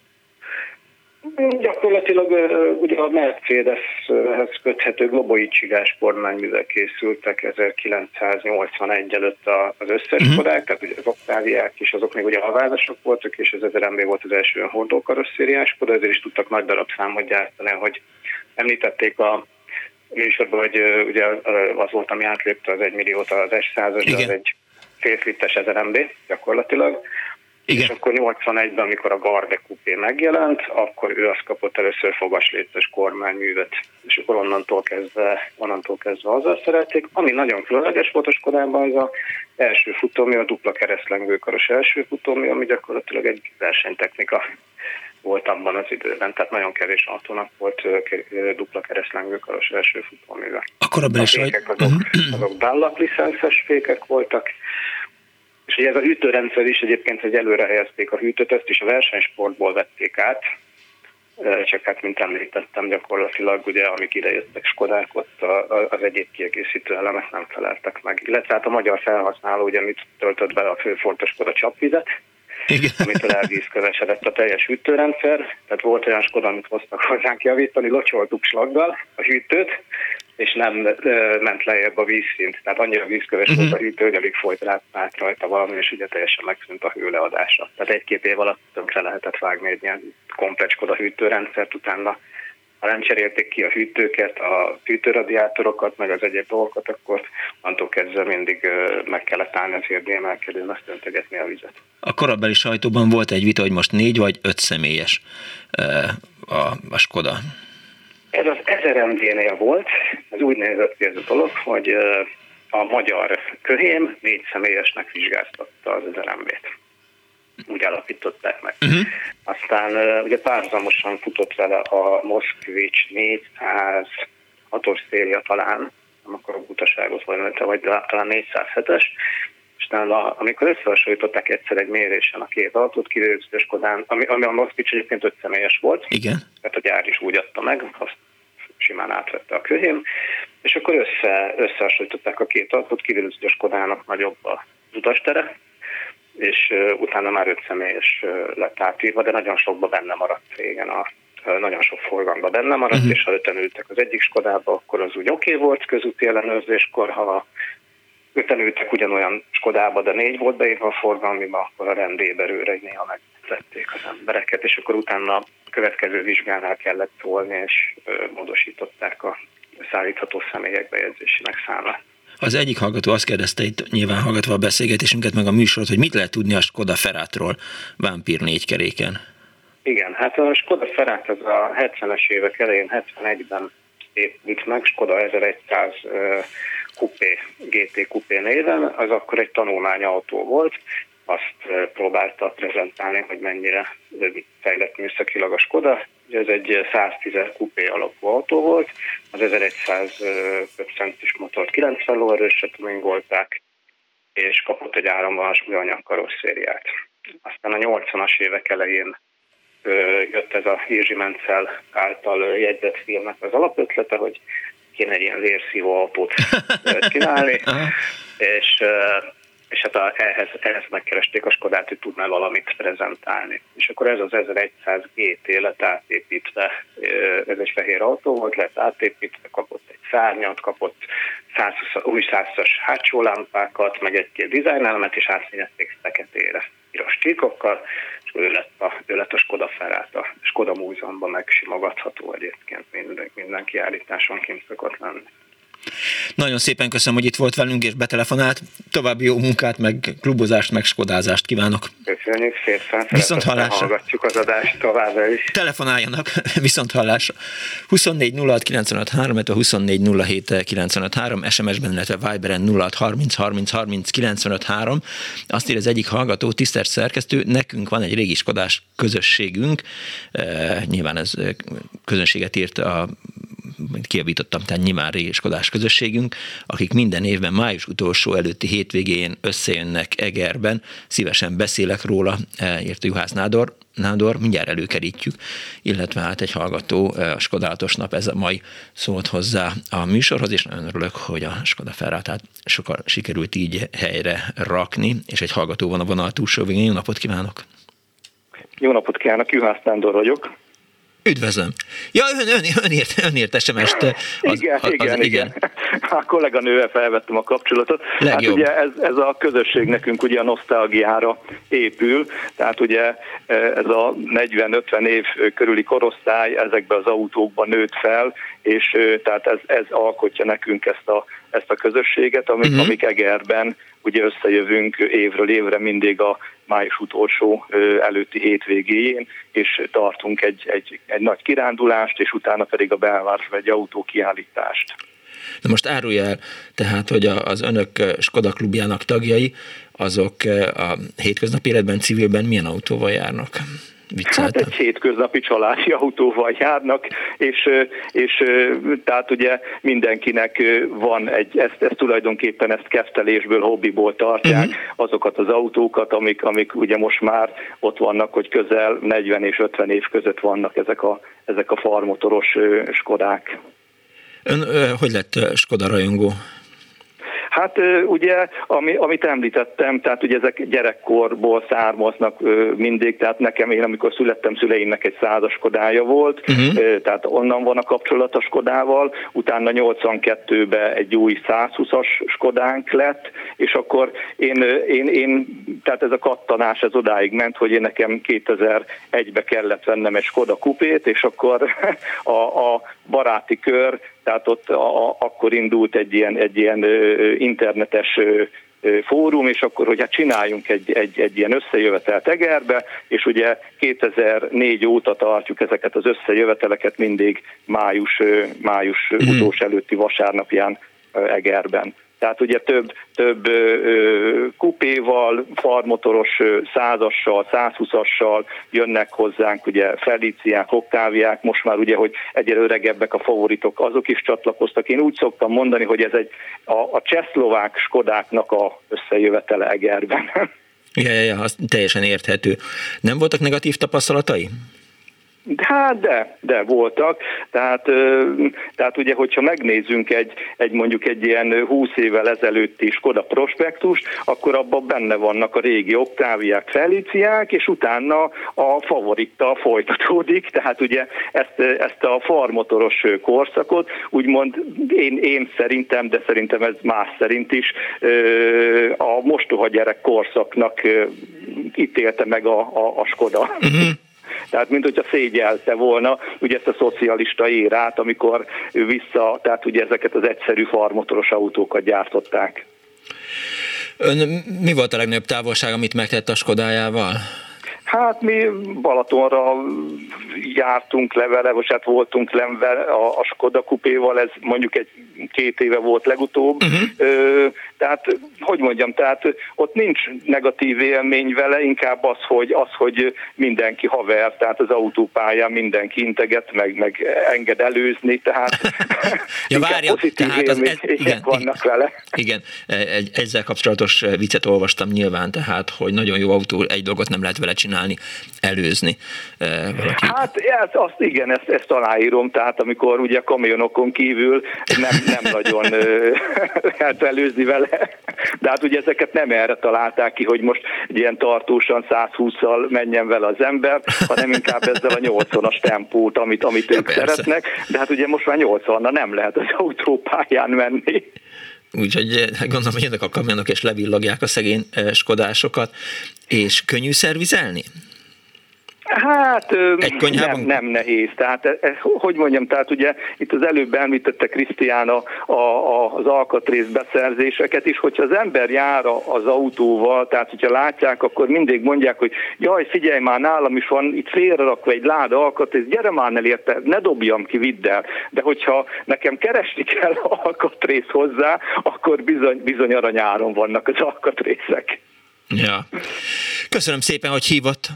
Gyakorlatilag ugye a Mercedeshez köthető Globoid-csigás kormányművek készültek ezerkilencszáznyolcvanegy előtt az összes uh-huh. Skodák, tehát ugye az Octaviák is, azok még ugye alvázasok voltak, és az ezer em bé volt az első hordókarosszériás Skoda, ezért is tudtak nagy darabszámot gyártani, hogy említették a műsorban, hogy ugye az volt, ami átlépte az egy milliót az es százas, de az egy facelift-es ezer em bé gyakorlatilag. Igen. És akkor nyolcvanegyben, amikor a Garde Coupé megjelent, akkor ő azt kapott először fogasléces kormányművet, és akkor onnantól kezdve, onnantól kezdve azzal szerették. Ami nagyon különleges volt a Skodában, az az első futómű, a dupla keresztlengőkaros első futómű, ami gyakorlatilag egy versenytechnika volt abban az időben, tehát nagyon kevés autónak volt dupla keresztlengőkaros első futóműve. Akkor a, a fékek azok, azok Dallac licenszes fékek voltak, és ugye ez a hűtőrendszer is egyébként, hogy előre helyezték a hűtőt, ezt is a versenysportból vették át, csak hát, mint említettem, gyakorlatilag ugye, amik idejöttek Skodák, ott az egyéb kiegészítő elemek nem feleltek meg. Illetve hát a magyar felhasználó, ugye mit töltött be a főfort a Skoda csapvizet, igen. Amitől elvízkövesedett a teljes hűtőrendszer, tehát volt olyan Skoda, amit hoztak hozzánk javítani, locsoltuk slaggal a hűtőt, és nem ö, ment lejjebb a vízszint. Tehát annyira vízköves uh-huh. volt a hűtő, hogy alig folyt át rajta valami, és ugye teljesen megszűnt a hőleadása. Tehát egy-két év alatt tönkre lehetett vágni egy ilyen komplet Skoda hűtőrendszert, utána ha nem cserélték ki a hűtőket, a hűtőradiátorokat, meg az egyéb dolgokat, akkor antól kezdve mindig ö, meg kellett állni az érdémelkedőn, azt öntegetni a vizet. A korabeli sajtóban volt egy vita, hogy most négy vagy öt személyes a, a Skoda. Ez az ezer em bé-nél volt, ez úgy nézett ki ez a dolog, hogy a magyar köhém négy személyesnek vizsgáztatta az ezer em bét. Úgy állapították meg. Uh-huh. Aztán ugye párhuzamosan futott vele a Moszkvics négyszázhatos széria talán, nem akarok butaságot vagy, vagy talán négyszázhetes, és talán amikor összehasonlították egyszer egy mérésen a két autót, kiderült, hogy a Skodán, ami, ami a Moszkvics egyébként öt személyes volt, igen. Tehát a gyár is úgy adta meg, azt simán átvette a köhém, és akkor össze, összehasonlították a két autót, kiderült, hogy a Skodának nagyobb az utastere, és uh, utána már öt személyes uh, lett átírva, de nagyon sokba benne maradt régen, a, uh, nagyon sok forgalomban benne maradt, uh-huh. és ha öten ültek az egyik Skodába, akkor az úgy oké okay volt közúti ellenőrzéskor, ha öten ültek ugyanolyan Skodába, de négy volt beírva a forgalmiba, akkor a rendéberőre néha megtették az embereket, és akkor utána a következő vizsgánál kellett szólni, és uh, módosították a szállítható személyek bejegyzésének számát. Az egyik hallgató azt kérdezte itt, nyilván hallgatva a beszélgetésünket, meg a műsorot, hogy mit lehet tudni a Skoda Ferratról Vámpír négykeréken. Igen, hát a Skoda Ferrat az a hetvenes évek elején, hetvenegyben épült meg, Skoda ezerszáz Coupé, gé té Coupé néven, az akkor egy tanulmányautó volt, azt próbálta prezentálni, hogy mennyire fejlett műszakilag a Skoda. Ez egy száztíz kupé alapú autó volt, az ezerszáz centis motort kilencven lóerősre tuningolták, és kapott egy áramvonalas műanyag karosszériát. Aztán a nyolcvanas évek elején jött ez a Jiří Mencel által jegyzett filmnek az alapötlete, hogy kéne egy ilyen vérszívó autót csinálni, és és hát a, ehhez, ehhez megkeresték a Skodát, hogy tudná valamit prezentálni. És akkor ez az ezerszáz gé té lett átépítve, ez egy fehér autó volt, lett átépítve, kapott egy szárnyat, kapott százhúsz, új százas hátsó lámpákat, meg egy-két dizájnelemet, és átszínezték feketére, piros csíkokkal, és ő lett a, ő lett a Skoda Ferrat, a Skoda múzeumban megsimogatható egyébként, minden, minden kiállításon kint szokott lenni. Nagyon szépen köszönöm, hogy itt volt velünk és betelefonált. További jó munkát, meg klubozást, meg skodázást kívánok. Köszönjük szépen. Viszont hallásra. Hallgatjuk az adást továbbra is. Telefonáljanak, viszont hallásra. huszonnégy nulla hat kilencvenöt három, illetve huszonnégy nulla hét kilencvenöt három, es em es-ben, illetve Viberen nulla hat harminc harminc harminc kilencvenöt három. Azt ír az egyik hallgató, tisztelt szerkesztő, nekünk van egy régi skodás közösségünk, e, nyilván ez közönséget írt a kijavítottam, tehát nyilván régi skodás közösségünk, akik minden évben május utolsó előtti hétvégén összejönnek Egerben. Szívesen beszélek róla, írta Juhász Nádor, Nádor, mindjárt előkerítjük, illetve hát egy hallgató, a Skodálatos nap, ez a mai szólt hozzá a műsorhoz, és nagyon örülök, hogy a Skoda Ferratát sokkal sikerült így helyre rakni, és egy hallgató van a vonal túlsó végén. Jó napot kívánok! Jó napot kívánok, Juhász Nándor vagyok. Üdvözlöm. Ja, ön, ön, ön, írt, ön írt es em est. Az, igen, az, igen, az, igen. A kolléganővel felvettem a kapcsolatot. Legjobb. Hát ugye ez, ez a közösség nekünk ugye a nosztalgiára épül, tehát ugye ez a negyven-ötven év körüli korosztály ezekben az autókban nőtt fel, és tehát ez, ez alkotja nekünk ezt a, ezt a közösséget, amik, uh-huh. amik Egerben ugye összejövünk évről évre mindig a május utolsó előtti hétvégéjén, és tartunk egy, egy, egy nagy kirándulást, és utána pedig a belvárosban egy autókiállítást. Na most árulj el, tehát, hogy az önök Skoda klubjának tagjai, azok a hétköznapi életben, civilben milyen autóval járnak? Hát egy hétköznapi családi autóval járnak, és, és tehát ugye mindenkinek van egy, ezt, ezt tulajdonképpen ezt keftelésből, hobbiból tartják, uh-huh. azokat az autókat, amik, amik ugye most már ott vannak, hogy közel negyven és ötven év között vannak ezek a, ezek a farmotoros Skodák. Ön hogy lett Skoda rajongó? Hát ugye, ami, amit említettem, tehát ugye ezek gyerekkorból származnak mindig, tehát nekem, én amikor születtem, szüleimnek egy százas Skodája volt, uh-huh. tehát onnan van a kapcsolat a Skodával, utána nyolcvankettőben egy új százhúszas Skodánk lett, és akkor én, én, én tehát ez a kattanás ez odáig ment, hogy én nekem kétezer-egyben kellett vennem egy Skoda kupét, és akkor a, a baráti kör, tehát ott a, akkor indult egy ilyen, egy ilyen ö, internetes ö, ö, fórum, és akkor, hogy hát csináljunk egy, egy, egy ilyen összejövetelt Egerbe, és ugye kétezer-négy óta tartjuk ezeket az összejöveteleket mindig május, ö, május mm. utolsó előtti vasárnapján ö, Egerben. Tehát ugye több, több ö, kupéval, farmotoros százassal, százhúszassal jönnek hozzánk, ugye Feliciák, Oktáviák, most már ugye, hogy egyre öregebbek a favoritok, azok is csatlakoztak. Én úgy szoktam mondani, hogy ez egy a, a csehszlovák Skodáknak a összejövetele Egerben. Ja, ja, ja, az teljesen érthető. Nem voltak negatív tapasztalatai? Hát de, de voltak, tehát, tehát ugye, hogyha megnézzünk egy, egy mondjuk egy ilyen húsz évvel ezelőtti Skoda prospektust, akkor abban benne vannak a régi Oktáviák, Feliciák, és utána a favorittal folytatódik, tehát ugye ezt, ezt a farmotoros korszakot, úgymond én, én szerintem, de szerintem ez más szerint is a mostoha gyerek korszaknak ítélte meg a, a, a Skoda. Uh-huh. Tehát, mint hogyha szégyelte volna ugye ezt a szocialista érát, amikor vissza, tehát ugye ezeket az egyszerű farmotoros autókat gyártották. Ön mi volt a legnagyobb távolság, amit megtett a Skodájával? Hát mi Balatonra jártunk le vele, vagy hát voltunk le a, a Skoda kupéval, ez mondjuk egy két éve volt legutóbb. Uh-huh. Ö, tehát, hogy mondjam, tehát ott nincs negatív élmény vele, inkább az, hogy, az, hogy mindenki haver, tehát az autópályán mindenki integet, meg, meg enged előzni, tehát ja, várja, pozitív tehát az, ez, igen, vannak igen, vele. Igen, egy, ezzel kapcsolatos viccet olvastam nyilván, tehát, hogy nagyon jó autó, egy dolgot nem lehet vele csinálni, előzni. Valaki. Hát ez, azt igen, ezt, ezt aláírom, tehát amikor ugye kamionokon kívül nem, nem nagyon lehet előzni vele, de hát ugye ezeket nem erre találták ki, hogy most ilyen tartósan százhússzal menjen vele az ember, hanem inkább ezzel a nyolcvanas tempót, amit, amit ők persze szeretnek, de hát ugye most már nyolcvannal nem lehet az autópályán menni. Úgyhogy gondolom, hogy jönnek a kamionok és levillogják a szegény skodásokat, és könnyű szervizelni? Hát Egy nem, nem nehéz. Tehát, hogy mondjam, tehát ugye itt az előbb említette Krisztián a, a, az alkatrész beszerzéseket is, hogyha az ember jár az autóval, tehát hogyha látják, akkor mindig mondják, hogy jaj, figyelj már, nálam is van itt félrerakva egy láda alkatrész, gyere már el érte, ne dobjam ki, vidd el. De hogyha nekem keresni kell alkatrész hozzá, akkor bizony, bizony aranyáron vannak az alkatrészek. Ja. Köszönöm szépen, hogy hívott.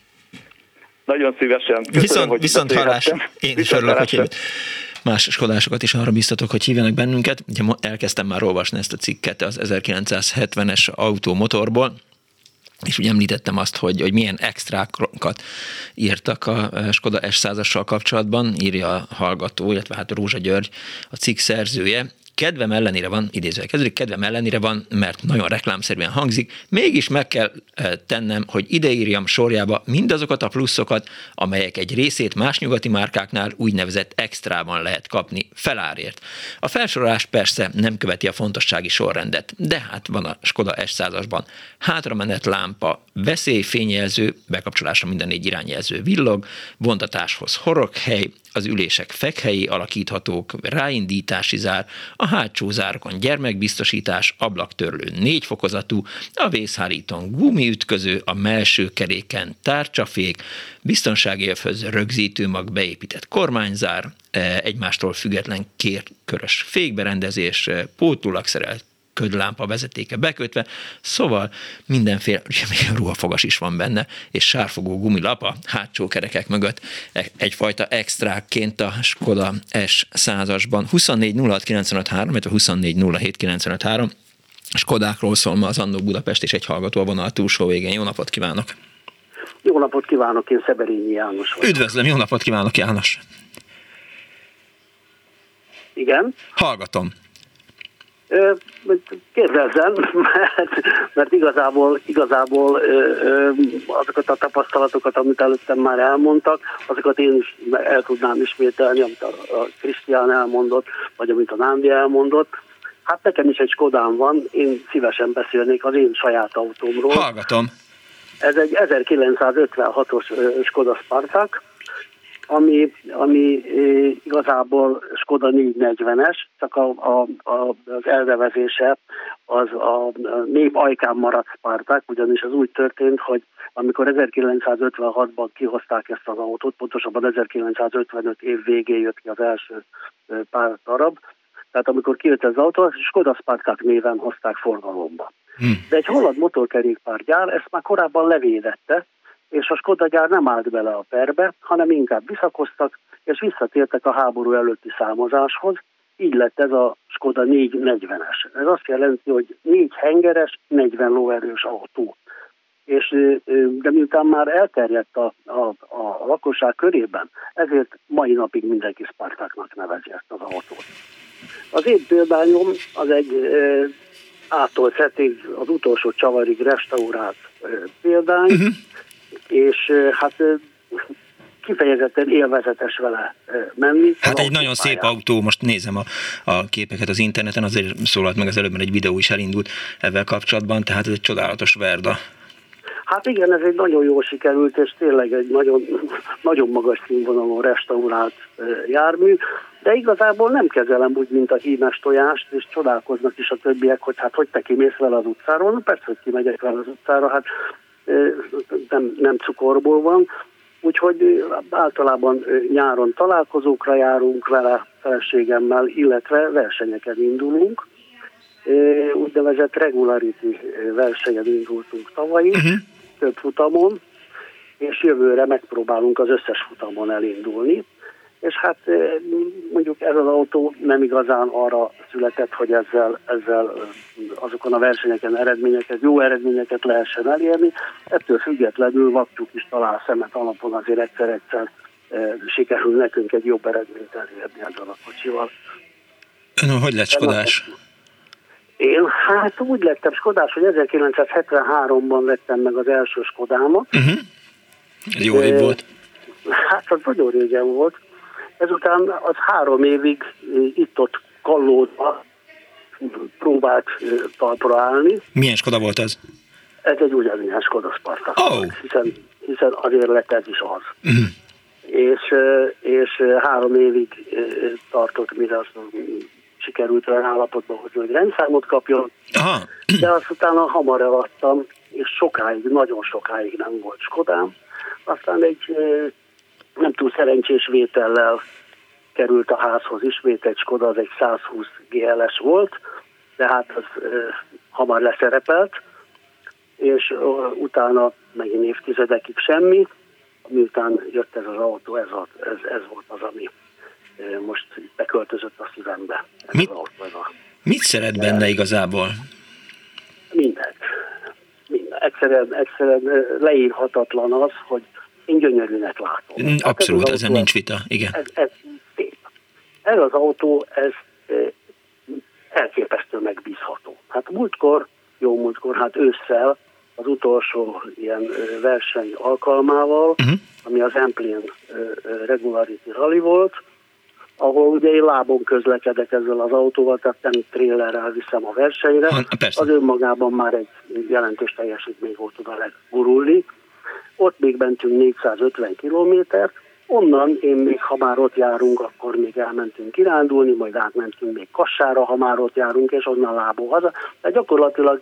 Nagyon szívesen. Köszönöm, viszont hogy viszont hallásra. Én is örülök, hogy hívott. Más skodásokat is arra biztatok, hogy hívjanak bennünket. Ugye elkezdtem már olvasni ezt a cikket az ezerkilencszázhetvenes automotorból, és ugye említettem azt, hogy, hogy milyen extrákat írtak a Skoda es százassal kapcsolatban, írja a hallgató, illetve hát Rózsa György, a cikk szerzője. Kedvem ellenére van, idézővel kezdődik, kedvem ellenére van, mert nagyon reklámszerűen hangzik, mégis meg kell tennem, hogy ideírjam sorjába mindazokat a pluszokat, amelyek egy részét más nyugati márkáknál úgynevezett extrában lehet kapni felárért. A felsorolás persze nem követi a fontossági sorrendet, de hát van a Skoda es százasban hátramenet lámpa, veszélyfényjelző, bekapcsolásra minden négy irányjelző villog, vontatáshoz horoghely, az ülések fekhelyi alakíthatók, ráindítási zár, a hátsó zárokon gyermekbiztosítás, ablaktörlő négy fokozatú, a vészhárítón gumiütköző, a mellső keréken tárcsafék, biztonsági övhöz rögzítőmag beépített kormányzár, egymástól független kérkörös fékberendezés, pótulag szerelt ködlámpa vezetéke bekötve, szóval mindenféle, ugye még ruhafogas is van benne, és sárfogó gumilap a hátsó kerekek mögött egyfajta extrákként a Skoda es százasban. huszonnégy nulla hat kilencvenöt három, illetve huszonnégy nulla hét kilencvenöt három. Skodákról szól ma az Annó Budapest, és egy hallgató a vonal túlsó végén. Jó napot kívánok! Jó napot kívánok, én Szeberényi János vagyok. Üdvözlöm, jó napot kívánok, János! Igen? Hallgatom. Kérdezzem, mert, mert igazából, igazából azokat a tapasztalatokat, amit előttem már elmondtak, azokat én is el tudnám ismételni, amit a Krisztián elmondott, vagy amit a Nándi elmondott. Hát nekem is egy Skodám van, én szívesen beszélnék az én saját autómról. Hallgatom. Ez egy ezerkilencszázötvenhatos Skoda Spartak, ami, ami igazából Skoda négyszáznegyvenes, csak a, a, a, az elnevezése az a név ajkán maradt Spartak, ugyanis az úgy történt, hogy amikor ezerkilencszázötvenhatban kihozták ezt az autót, pontosabban ezerkilencszázötvenöt év végén jött ki az első pár darab, Tehát amikor kijött ez az autó, Skoda Spartak néven hozták forgalomba. Hmm. De egy holland motorkerékpárgyár ezt már korábban levédette, és a Skoda gyár nem állt bele a perbe, hanem inkább visszakoztak, és visszatértek a háború előtti számozáshoz. Így lett ez a Skoda négyszáznegyvenes. Ez azt jelenti, hogy négy hengeres, negyven lóerős autó. És, de miután már elterjedt a, a, a lakosság körében, ezért mai napig mindenki Spartaknak nevezi ezt az autót. Az én példányom az egy e, A-tól Z-ig az utolsó csavarig restaurált e, példány, uh-huh. és e, hát e, kifejezetten élvezetes vele e, menni. Hát egy nagyon szép autó, most nézem a, a képeket az interneten, azért szólalt meg az előbb, mert egy videó is elindult ebben kapcsolatban, tehát ez egy csodálatos Verda. Hát igen, ez egy nagyon jól sikerült, és tényleg egy nagyon, nagyon magas színvonalon restaurált jármű, de igazából nem kezelem úgy, mint a hímes tojást, és csodálkoznak is a többiek, hogy hát hogy te kimész vele az utcáról, na persze, hogy kimegyek vele az utcára, hát nem, nem cukorból van, úgyhogy általában nyáron találkozókra járunk vele feleségemmel, illetve versenyeken indulunk. Úgynevezett regularity versenyen indultunk tavaly, uh-huh. több futamon, és jövőre megpróbálunk az összes futamon elindulni. És hát mondjuk ez az autó nem igazán arra született, hogy ezzel, ezzel azokon a versenyeken eredményeket, jó eredményeket lehessen elérni. Ettől függetlenül vakjuk is talál szemet alapon, azért egyszer-egyszer sikerül nekünk egy jobb eredményt elérni ezzel a kocsival. Ön hogy lett Skodás? Én hát úgy lettem Skodás, hogy ezerkilencszázhetvenháromban vettem meg az első Skodámat. Uh-huh. Ez jó év volt. Hát az nagyon régen volt. Ezután az három évig itt-ott kallódva próbált talpra állni. Milyen Skoda volt az? Ez egy ugyanilyen Skoda Spartak. Oh. Hiszen, hiszen azért lett ez is az. Uh-huh. És, és három évig tartott, mire azt sikerült olyan állapotban hozni, hogy rendszámot kapjon. Aha. De azt utána hamar eladtam, és sokáig, nagyon sokáig nem volt Skodám. Aztán egy nem túl szerencsés vétellel került a házhoz ismét egy Skoda, az egy százhúsz gé el es volt, de hát az e, hamar leszerepelt, és uh, utána megint évtizedekig semmi, miután jött ez az autó, ez, a, ez, ez volt az, ami e, most beköltözött a szívembe. Ez mit, az autó, ez a, mit szeret de, benne igazából? Mindent. Minden. Egyszerűen, egyszerűen leírhatatlan az, hogy én gyönyörűnek látom. Abszolút, hát ez ezen nincs vita, igen. Ez, ez szép. Ez az autó, ez elképesztő megbízható. Hát múltkor, jó múltkor, hát ősszel az utolsó ilyen verseny alkalmával, uh-huh. ami az Emplén Regularity Rally volt, ahol ugye én lábon közlekedek ezzel az autóval, tehát nem trélerrel viszem a versenyre. Ha, az önmagában már egy jelentős teljesítmény volt oda legurulni. Ott még mentünk négyszázötven kilométert, onnan én még, ha már ott járunk, akkor még elmentünk kirándulni, majd átmentünk még Kassára, ha már ott járunk, és onnan lából haza. Tehát gyakorlatilag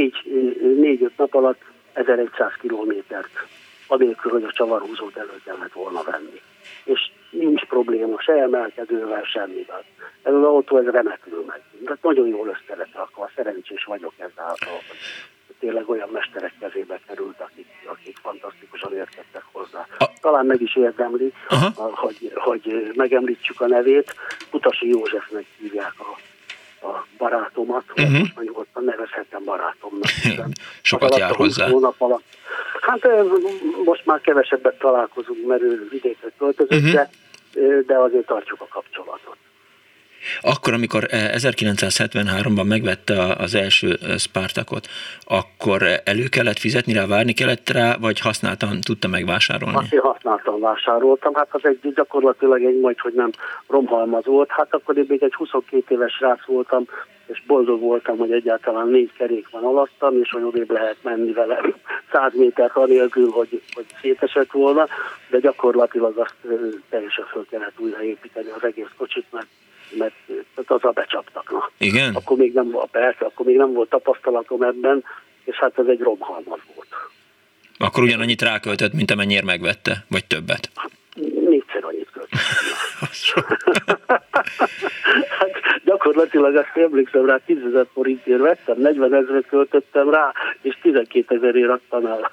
négy-öt nap alatt ezerszáz kilométert, anélkül, hogy a csavarhúzót elő kellett volna venni. És nincs probléma se emelkedővel, semmivel. Ez az autó, ez remekül megy. De nagyon jól összerakva, szerencsés vagyok ezáltal, hogy tényleg olyan mesterek kezébe került, akik, akik fantasztikusan értettek hozzá. Talán meg is érdemli, a, hogy, hogy megemlítsük a nevét. Kutasi Józsefnek hívják a, a barátomat, uh-huh. most már nyugodtan nevezhetem barátomnak. Sokat jár hozzá. Alatt. Hát most már kevesebbet találkozunk, mert ő vidékre költözött, uh-huh. de, de azért tartjuk a kapcsolatot. Akkor, amikor ezerkilencszázhetvenháromban megvette az első Spartakot, akkor elő kellett fizetni rá, várni kellett rá, vagy használtan tudta megvásárolni? Azt én használtan vásároltam, hát az egy gyakorlatilag egy majd, hogy nem romhalmaz volt, hát akkor én még egy huszonkét éves srác voltam, és boldog voltam, hogy egyáltalán négy kerék van alattam, és hogy odébb lehet menni vele száz métert anélkül, hogy, hogy szétesett volna, de gyakorlatilag azt teljesen föl kellett újraépíteni az egész kocsit, mert mert azzal becsaptak. Na. Igen? Akkor még nem volt, persze, akkor még nem volt tapasztalatom ebben, és hát ez egy romhalmaz volt. Akkor ugyanannyit ráköltött, mint amennyire megvette, vagy többet? Négyszer annyit költött. Hát gyakorlatilag gyakorlatilag azt emlékszem rá, tízezer forintért vettem, negyven ezret költöttem rá, és tizenkétezerért adtam el.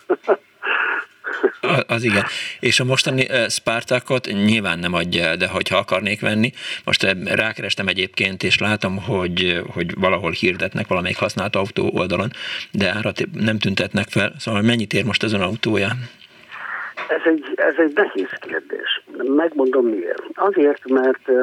Az igen. És a mostani Spartakot nyilván nem adja el, de hogyha akarnék venni, most rákerestem egyébként, és látom, hogy, hogy valahol hirdetnek valamelyik használt autó oldalon, de árat nem tüntetnek fel. Szóval mennyit ér most ez az autója? Ez egy, ez egy nehéz kérdés. Megmondom miért. Azért, mert ö,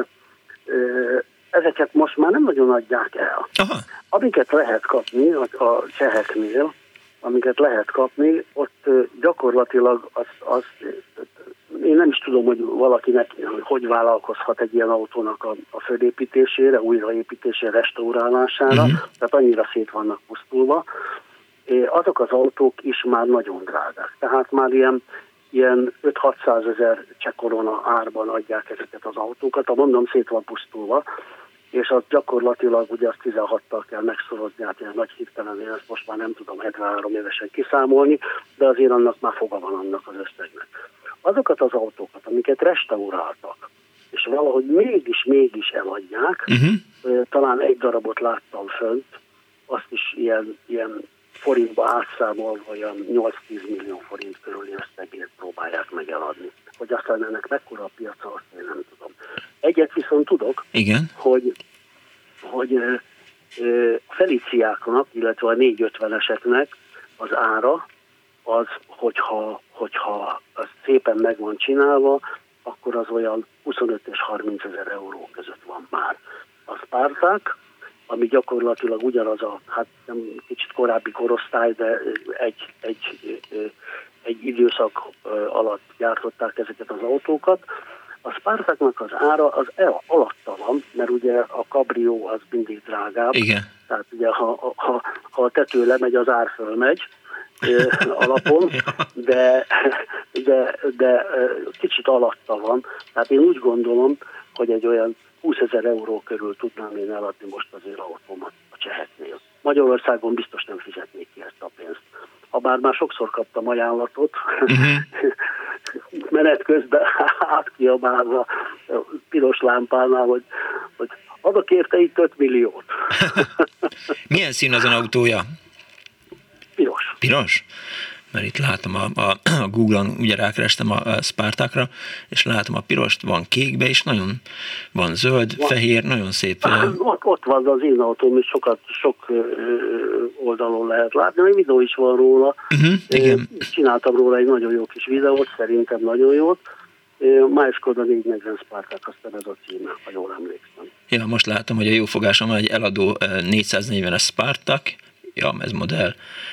ezeket most már nem nagyon adják el. Aha. Amiket lehet kapni a, a cseheknél, amiket lehet kapni, ott gyakorlatilag az, az, én nem is tudom, hogy valakinek hogy, hogy vállalkozhat egy ilyen autónak a, a fölépítésére, újraépítésére, restaurálására, uh-huh. tehát annyira szét vannak pusztulva. Azok az autók is már nagyon drágák. Tehát már ilyen, ilyen öt-hatszázezer cseh korona árban adják ezeket az autókat, a mondom szét van pusztulva, és az gyakorlatilag ugye azt tizenhattal kell megszorozni, hát ilyen nagy hirtelen, én ezt most már nem tudom hetvenhárom évesen kiszámolni, de azért annak már foga van annak az összegnek. Azokat az autókat, amiket restauráltak, és valahogy mégis-mégis eladják, uh-huh. talán egy darabot láttam fönt, azt is ilyen, ilyen forintba átszámolva olyan nyolc-tíz millió forint körüli összegért próbálják meg eladni. Hogy aztán ennek mekkora a piaca, azt én nem tudom. Egyet viszont tudok, Igen. hogy, hogy a Feliciáknak, illetve a négyszázötveneseknek az ára, az, hogyha, hogyha az szépen meg van csinálva, akkor az olyan huszonöt és harminc ezer euró között van már. A Spartak, ami gyakorlatilag ugyanaz a, hát nem kicsit korábbi korosztály, de egy, egy, egy időszak alatt gyártották ezeket az autókat. A Spartaknak az ára az el, alatta van, mert ugye a Cabrio az mindig drágább. Igen. Tehát ugye ha, ha, ha a tető lemegy, az ár fölmegy alapon, de, de, de kicsit alatta van. Tehát én úgy gondolom, hogy egy olyan húszezer euró körül tudnám én eladni most azért autómat a cseheknél. Magyarországon biztos nem fizetnék ki ezt a pénzt. Habár már sokszor kaptam ajánlatot, uh-huh. menet közben átkiabálva piros lámpánál, hogy, hogy adok érte itt öt milliót. Milyen szín az autója? Piros. Piros? Mert itt látom a, a, a Google-on, ugye rákerestem a, a Spartakra, és látom a pirost, van kékbe, és nagyon van zöld, van. Fehér, nagyon szép. Ott, ott van az én autóm, és sokat, sok oldalon lehet látni, egy videó is van róla. Uh-huh, igen. Csináltam róla egy nagyon jó kis videót, szerintem nagyon jót. Májskoda négyszáznegyven Spartak, aztán ez a címe, ha jól emlékszem. Ja, most látom, hogy a jófogásom egy eladó négyszáznegyvenes Spartak, ja, ez modell,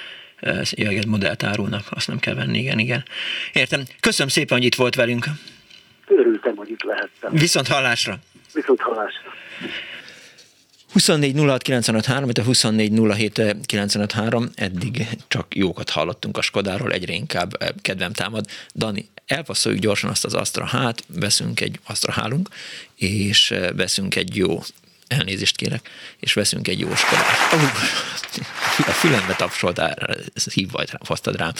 jöjjön modellt árulnak, azt nem kell venni, igen, igen. Értem. Köszönöm szépen, hogy itt volt velünk. Örültem, hogy itt lehettem. Viszont hallásra. Viszont hallásra. huszonnégy nulla hat kilencvenöt három, itt a huszonnégy nulla hét kilencvenöt három, eddig csak jókat hallottunk a Skodáról, egyre inkább kedvem támad. Dani, elpasszoljuk gyorsan azt az Astra hát, veszünk egy Astra hálunk, és veszünk egy jó, elnézést kérek, és veszünk egy jó Skodát. Uh, a fülembe tapsoltál, hívvaj fasztad rám.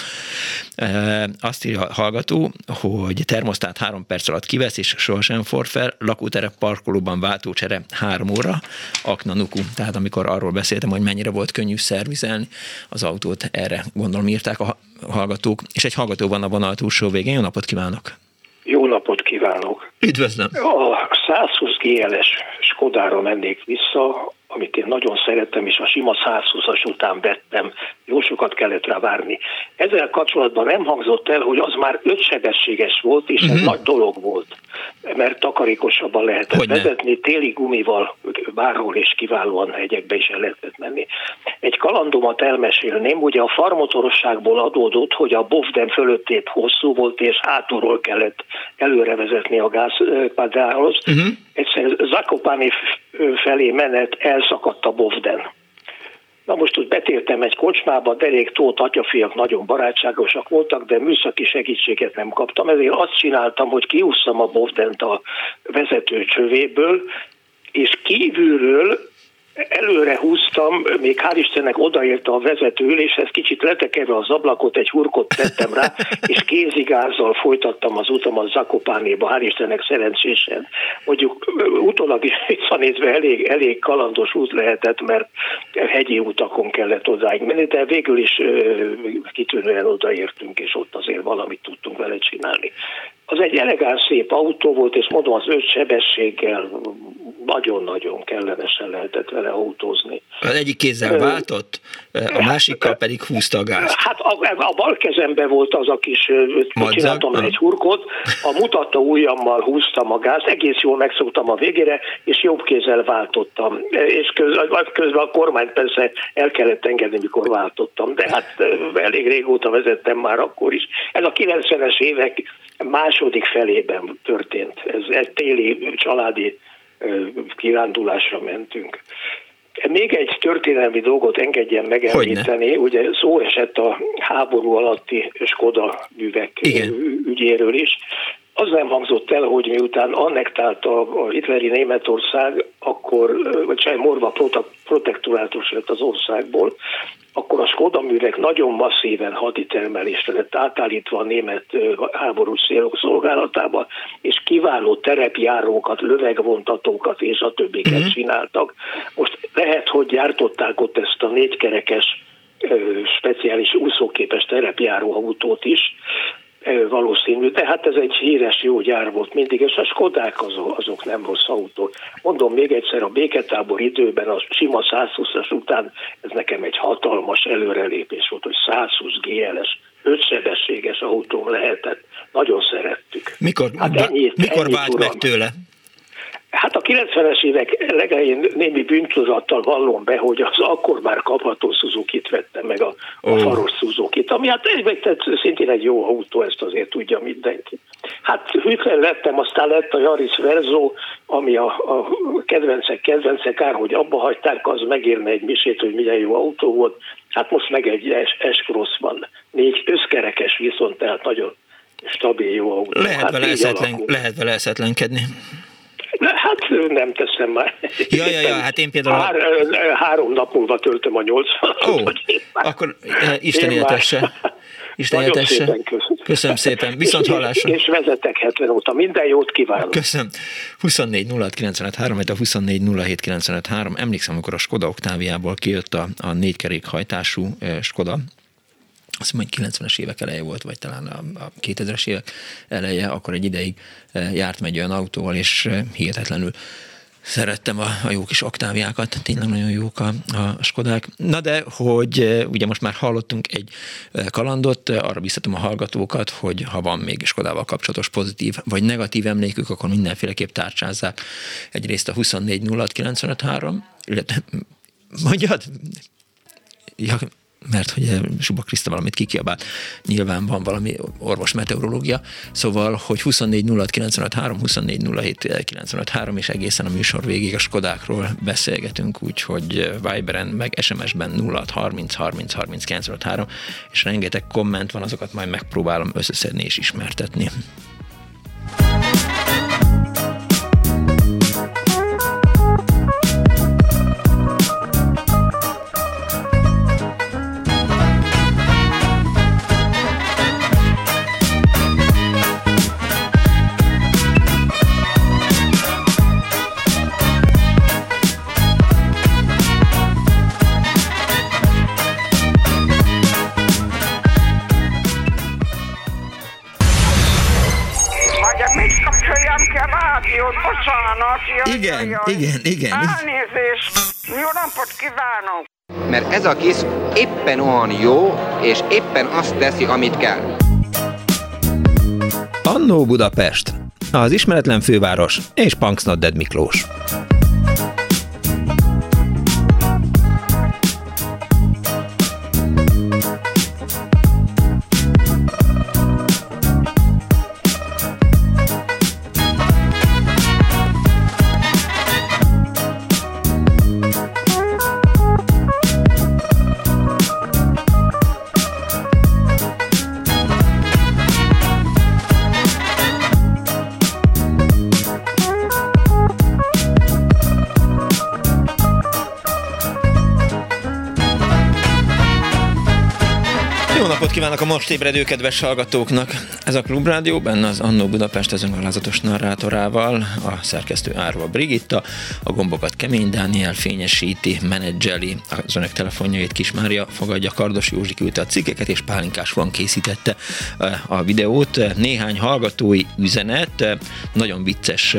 E, azt írja a hallgató, hogy termosztát három perc alatt kivesz, és sohasem for fel, lakóterep parkolóban váltócsere három óra, akna nuku. Tehát amikor arról beszéltem, hogy mennyire volt könnyű szervizelni az autót, erre gondolom írták a hallgatók, és egy hallgató van a vonal túlsó végén. Jó napot kívánok! Jó napot kívánok! Üdvözlöm! A százhúsz gé el-es Skodára mennék vissza, amit én nagyon szerettem, és a sima százhúszas után vettem, jó sokat kellett rá várni. Ezzel kapcsolatban nem hangzott el, hogy az már ötsebességes volt, és ez uh-huh. nagy dolog volt, mert takarékosabban lehetett Hogyne. vezetni, téli gumival bárhol és kiválóan hegyekbe is el lehetett menni. Egy kalandomat elmesélném, ugye a farmotorosságból adódott, hogy a Bovden fölöttép hosszú volt, és hátulról kellett előrevezetni a gázpedához. Uh-huh. Egyszer Zakopane felé menet elszakadt a Bovden. Na most úgy betértem egy kocsmába, derék tót atyafiak nagyon barátságosak voltak, de műszaki segítséget nem kaptam, ezért azt csináltam, hogy kiúsztam a Bovdent a vezető csövéből, és kívülről előre húztam, még hál' Istennek odaérte a vezetőüléshez, kicsit letekerve az ablakot, egy hurkot tettem rá, és kézigázzal folytattam az utamat Zakopánéba, hál' Istennek szerencsésen. Mondjuk utólag is visszanézve elég, elég kalandos út lehetett, mert hegyi utakon kellett odáig menni, de végül is kitűnően odaértünk, és ott azért valamit tudtunk vele csinálni. Az egy elegáns, szép autó volt, és mondom, az öt sebességgel nagyon-nagyon kellemesen lehetett vele autózni. Az egyik kézzel váltott, a másikkal pedig húzta a gázt. Hát a, a bal kezemben volt az a kis, csináltam egy hurkot, a mutató ujjammal húztam a gázt, egész jól megszoktam a végére, és jobb kézzel váltottam. És közben, közben a kormányt persze el kellett engedni, mikor váltottam, de hát elég régóta vezettem már akkor is. Ez a kilencvenes évek második felében történt. Ez egy téli családi kirándulásra mentünk. Még egy történelmi dolgot engedjen megemlíteni, Hogyne. Ugye szó esett a háború alatti Skoda művek Igen. ügyéről is. Az nem hangzott el, hogy miután annektálta a hitleri Németország, akkor, vagy saját Morva protektorátus lett az országból, akkor a Skoda művek nagyon masszíven haditermelésre lett átállítva a német háborús célok szolgálatába, és kiváló terepjárókat, lövegvontatókat és a többiket uh-huh. csináltak. Most lehet, hogy gyártották ott ezt a négykerekes speciális úszóképes terepjáró autót is, valószínű, de hát ez egy híres jó gyár volt mindig, és a Skodák azok, azok nem rossz autók. Mondom még egyszer, a béketábor időben a sima százhúszas után ez nekem egy hatalmas előrelépés volt, hogy százhúsz gé el-es, ötsebességes autóm lehetett. Nagyon szerettük. Mikor, hát ennyit, mikor ennyit, vált meg tőle? Hát a kilencvenes évek legelején némi bűntudattal vallom be, hogy az akkor már kapható Suzukit vettem meg, a, a oh. faros Suzukit, ami hát egy, szintén egy jó autó, ezt azért tudja mindenki. Hát hűtlen lettem, aztán lett a Yaris Verzo, ami a, a kedvencek kedvence, kár, hogy abba hagyták, az megérne egy misét, hogy milyen jó autó volt. Hát most meg egy S-Cross van, négy összkerekes viszont, tehát nagyon stabil jó autó. Lehet hát vele eszetlen, lehet vele eszetlenkedni. Hát nem teszem már. Ja, ja, ja, hát én például... Hár, három nap múlva töltöm a nyolcvanat. Ó, akkor Isten éltesse. Isten éltesse. Köszönöm. köszönöm szépen. Viszont hallásra. És, és vezetek hetven óta. Minden jót kívánok. Köszönöm. huszonnégy nulla hat kilencvenöt három, vagy a huszonnégy nulla hét kilencvenöt három. Emlékszem, amikor a Skoda Octaviából kijött a, a négykerékhajtású eh, Skoda, azt mondom, hogy kilencvenes évek eleje volt, vagy talán a, a kétezres évek eleje, akkor egy ideig járt megy olyan autóval, és hihetetlenül szerettem a, a jó kis Octaviákat, tényleg nagyon jók a, a Skodák. Na de, hogy ugye most már hallottunk egy kalandot, arra biztatom a hallgatókat, hogy ha van még Skodával kapcsolatos pozitív vagy negatív emlékük, akkor mindenféleképp tárcsázzák egyrészt a huszonnégy nulla hat kilencvenöt három, illetve mondjad? Ja, mert hogy Suba Kriszta valamit kikiabált, nyilván van valami orvos meteorológia, szóval, hogy huszonnégy nulla hat kilencvenöt három, huszonnégy nulla hét kilencvenöt három, és egészen a műsor végig a Skodákról beszélgetünk, úgyhogy Viberen, meg es em es-ben nulla hat harminc harminc harminc kilencvenöt három, és rengeteg komment van, azokat majd megpróbálom összeszedni és ismertetni. Bocsánat, igen, jaj, igen, igen. Elnézést, jó napot kívánok! Mert ez a kis éppen olyan jó, és éppen azt teszi, amit kell. Annó Budapest, az ismeretlen főváros és Punksnodded Miklós. kívánok a most ébredő kedves hallgatóknak! Ez a Klubrádió, benne az Annó Budapest az önalázatos narrátorával, a szerkesztő Árva Brigitta, a gombokat Kemény Dániel fényesíti, menedzseli, az önök telefonjait Kis Mária fogadja, Kardos Józsi küldte a cikkeket, és Pálinkás van készítette a videót. Néhány hallgatói üzenet, nagyon vicces,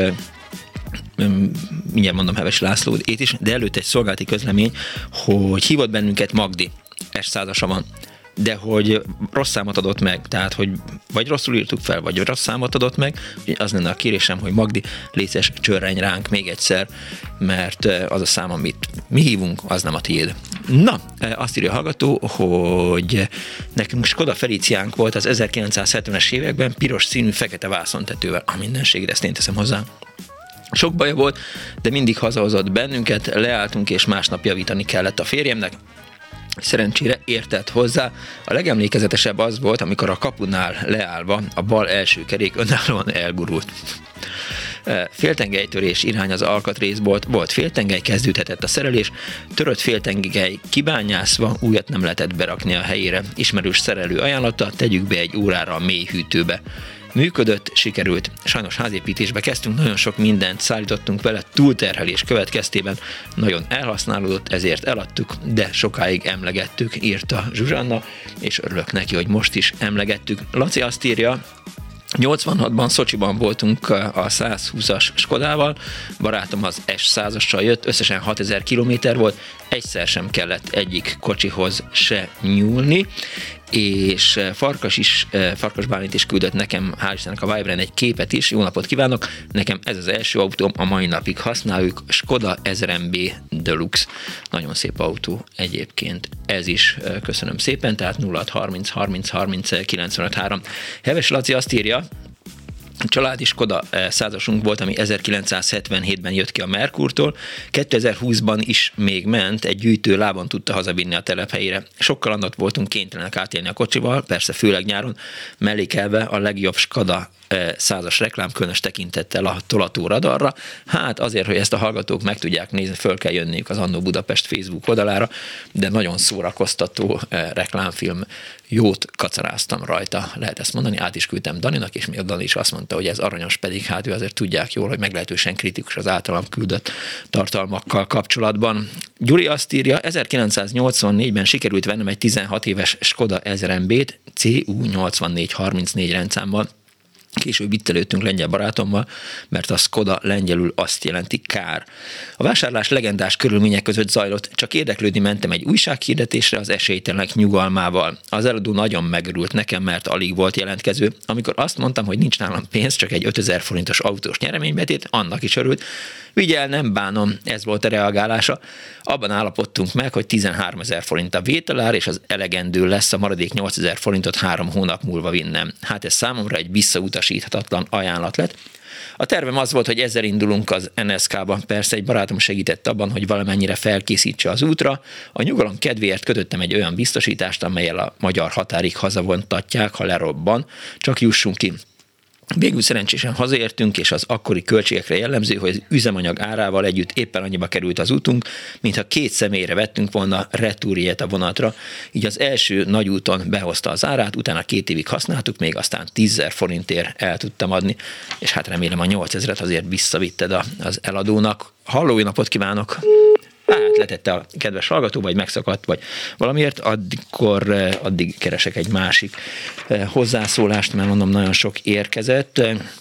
mindjárt mondom Heves Lászlóét is, de előtt egy szolgálati közlemény, hogy hívott bennünket Magdi, es százasa van, de hogy rossz számot adott meg, tehát hogy vagy rosszul írtuk fel, vagy rossz számot adott meg, az lenne a kérésem, hogy Magdi, létszes csörrenj ránk még egyszer, mert az a szám, amit mi hívunk, az nem a tiéd. Na, azt írja a hallgató, hogy nekünk Skoda Feliciánk volt az ezerkilencszázhetvenes években piros színű fekete vászontetővel. A mindenségre, ezt én teszem hozzá. Sok baja volt, de mindig hazahozott bennünket, leálltunk, és másnap javítani kellett a férjemnek. Szerencsére értett hozzá. A legemlékezetesebb az volt, amikor a kapunál leállva a bal első kerék önállóan elgurult. Féltengelytörés irány az alkatrészbolt, volt féltengely, kezdődhetett a szerelés, törött féltengely kibányászva, újat nem lehetett berakni a helyére. Ismerős szerelő ajánlata, tegyük be egy órára a mély hűtőbe. Működött, sikerült. Sajnos házépítésbe kezdtünk, nagyon sok mindent szállítottunk vele, túlterhelés következtében nagyon elhasználódott, ezért eladtuk, de sokáig emlegettük, írta Zsuzsanna, és örülök neki, hogy most is emlegettük. Laci azt írja, nyolcvanhatban Szocsiban voltunk a százhúszas Skodával, barátom az es százassal jött, összesen hatezer kilométer volt, egyszer sem kellett egyik kocsihoz se nyúlni, és Farkas is, Farkas Bálint is küldött nekem, hál' Istennek a Viberen egy képet is, jó napot kívánok, nekem ez az első autóm, a mai napig használjuk, Skoda ezer em bé Deluxe, nagyon szép autó egyébként ez is, köszönöm szépen, tehát nulla hat harminc harminc harminc kilencvenöt három. Heves Laci azt írja, családi Skoda százasunk volt, ami ezerkilencszázhetvenhétben jött ki a Merkurtól, kétezer-húszban is még ment, egy gyűjtő lábon tudta hazavinni a telephelyére. Sokkal annat voltunk kénytelenek átélni a kocsival, persze főleg nyáron, mellékelve a legjobb Skoda százas reklám, különös tekintettel a tolató radarra. Hát azért, hogy ezt a hallgatók meg tudják nézni, föl kell jönniük az Annó Budapest Facebook oldalára, de nagyon szórakoztató reklámfilm, jót kacaráztam rajta, lehet ezt mondani, át is küldtem Daninak, és még a Dani is azt mondta, hogy ez aranyos, pedig hát ő azért tudják jól, hogy meglehetősen kritikus az általam küldött tartalmakkal kapcsolatban. Gyuri azt írja, ezerkilencszáznyolcvannégyben sikerült vennem egy tizenhat éves Skoda ezer em bé-t cé u nyolcvannégy harmincnégy rendszámmal. Később itt előttünk lengyel barátommal, mert a Skoda lengyelül azt jelenti kár. A vásárlás legendás körülmények között zajlott, csak érdeklődni mentem egy újsághirdetésre az esélytelenek nyugalmával. Az eladó nagyon megörült nekem, mert alig volt jelentkező. Amikor azt mondtam, hogy nincs nálam pénz, csak egy ötezer forintos autós nyereménybetét, annak is örült. Vigyel, nem bánom, ez volt a reagálása. Abban állapodtunk meg, hogy tizenháromezer forint a vételár, és az elegendő lesz, a maradék nyolcezer forintot három hónap múlva vinnem. Hát ez számomra egy visszautasíthatatlan ajánlat lett. A tervem az volt, hogy ezzel indulunk az en es ká-ba. Persze egy barátom segített abban, hogy valamennyire felkészítse az útra. A nyugalom kedvéért kötöttem egy olyan biztosítást, amellyel a magyar határig hazavontatják, ha lerobban. Csak jussunk ki. Végül szerencsésen hazaértünk, és az akkori költségekre jellemző, hogy az üzemanyag árával együtt éppen annyiba került az útunk, mintha két személyre vettünk volna retúrjét a vonatra. Így az első nagyúton behozta az árát, utána két évig használtuk, még aztán tízezer forintért el tudtam adni, és hát remélem a nyolcezret azért visszavitted az eladónak. Halló, napot kívánok! Hát letette a kedves hallgató, vagy megszakadt, vagy valamiért, addigkor, addig keresek egy másik hozzászólást, mert mondom, nagyon sok érkezett.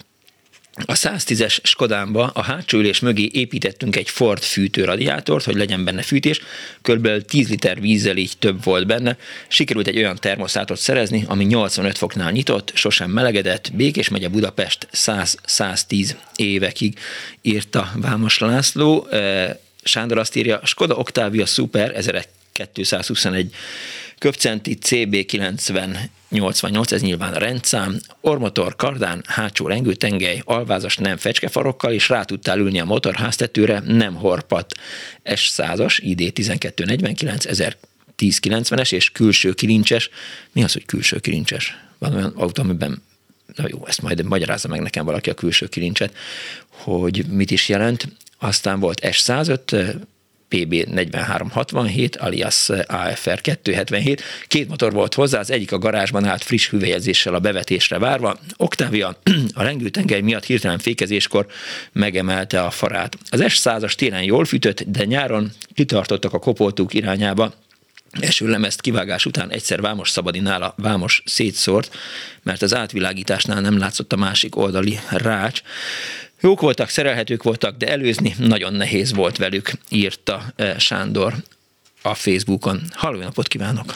A száztízes Skodámba a hátsó ülés mögé építettünk egy Ford fűtőradiátort, hogy legyen benne fűtés, körülbelül tíz liter vízzel így több volt benne. Sikerült egy olyan termoszátot szerezni, ami nyolcvanöt foknál nyitott, sosem melegedett, Békés megye Budapest száz-száztíz évekig, írta Vámos László. Sándor azt írja, Skoda Octavia Super ezerkétszázhuszonegy köbcenti cé bé kilencven nyolcvannyolc, ez nyilván a rendszám, ormotor, kardán, hátsó rengőtengely, alvázas, nem fecskefarokkal, és rá tudtál ülni a motorháztetőre, nem horpat. es százas, i dé tizenkettő negyvenkilenc, ezertíz kilencvenes, és külső kilincses. Mi az, hogy külső kilincses? Van olyan autó, amiben, na jó, ezt majd magyarázza meg nekem valaki a külső kilincset, hogy mit is jelent. Aztán volt es százöt, pé bé negyvenhárom hatvanhét, alias á ef er kétszázhetvenhét. Két motor volt hozzá, az egyik a garázsban állt friss hüvelyezéssel a bevetésre várva. Octavia a lengőtengely miatt hirtelen fékezéskor megemelte a farát. Az S százas télen jól fűtött, de nyáron kitartottak a kopoltók irányába. Eső lemezt kivágás után egyszer Vámos Szabadinál a Vámos szétszórt, mert az átvilágításnál nem látszott a másik oldali rács. Jók voltak, szerelhetők voltak, de előzni nagyon nehéz volt velük, írta Sándor a Facebookon. Halló, napot kívánok!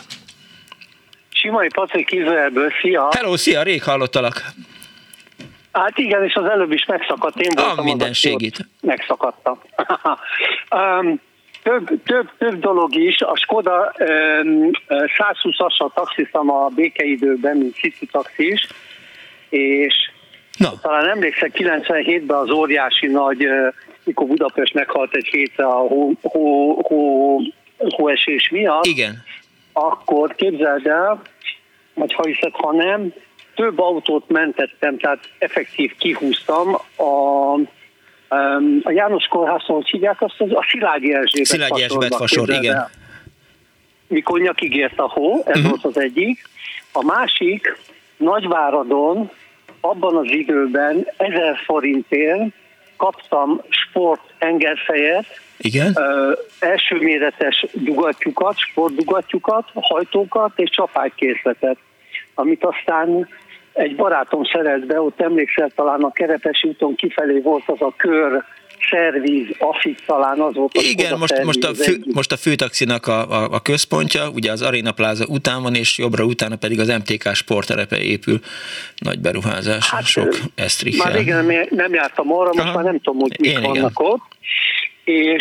Simai Patrik Izraelből, szia! Hello, szia, rég hallottalak! Hát igen, és az előbb is megszakadt, én voltam. Ah, minden segít. Megszakadtam. um, több, több, több dolog is, a Skoda um, százhúszasra taxiztam a békeidőben, mint City taxis, és no. talán emlékszek, kilencvenhétben az óriási nagy, mikor Budapest meghalt egy hétre a hó, hó, hó, hóesés miatt. Igen. Akkor képzeld el, vagy ha hiszed, ha nem, több autót mentettem, tehát effektív kihúztam a, a János Kórházon, hogy hívják azt, a Szilágyi Erzsébet Szilágyi Erzsébet fasor, igen. Mikor nyakig ért a hó, ez uh-huh. volt az egyik. A másik, Nagyváradon, abban az időben ezer forintért kaptam sport engerfejet, igen. Ö, első méretes dugattyukat, sportdugattyukat, hajtókat és csapágykészletet, amit aztán egy barátom szerelt be, ott emlékszel, talán a Kerepesi úton kifelé volt az a kör, szervíz, afik, talán az volt. Igen, most, most, a fő, most a főtaxinak a, a, a központja, ugye az Arena Plaza után van, és jobbra utána pedig az em té ká sportterepe épül, nagy beruházás, hát, sok esztrichel. Már régen nem, nem jártam arra, most Aha. már nem tudom, hogy mik vannak ott, és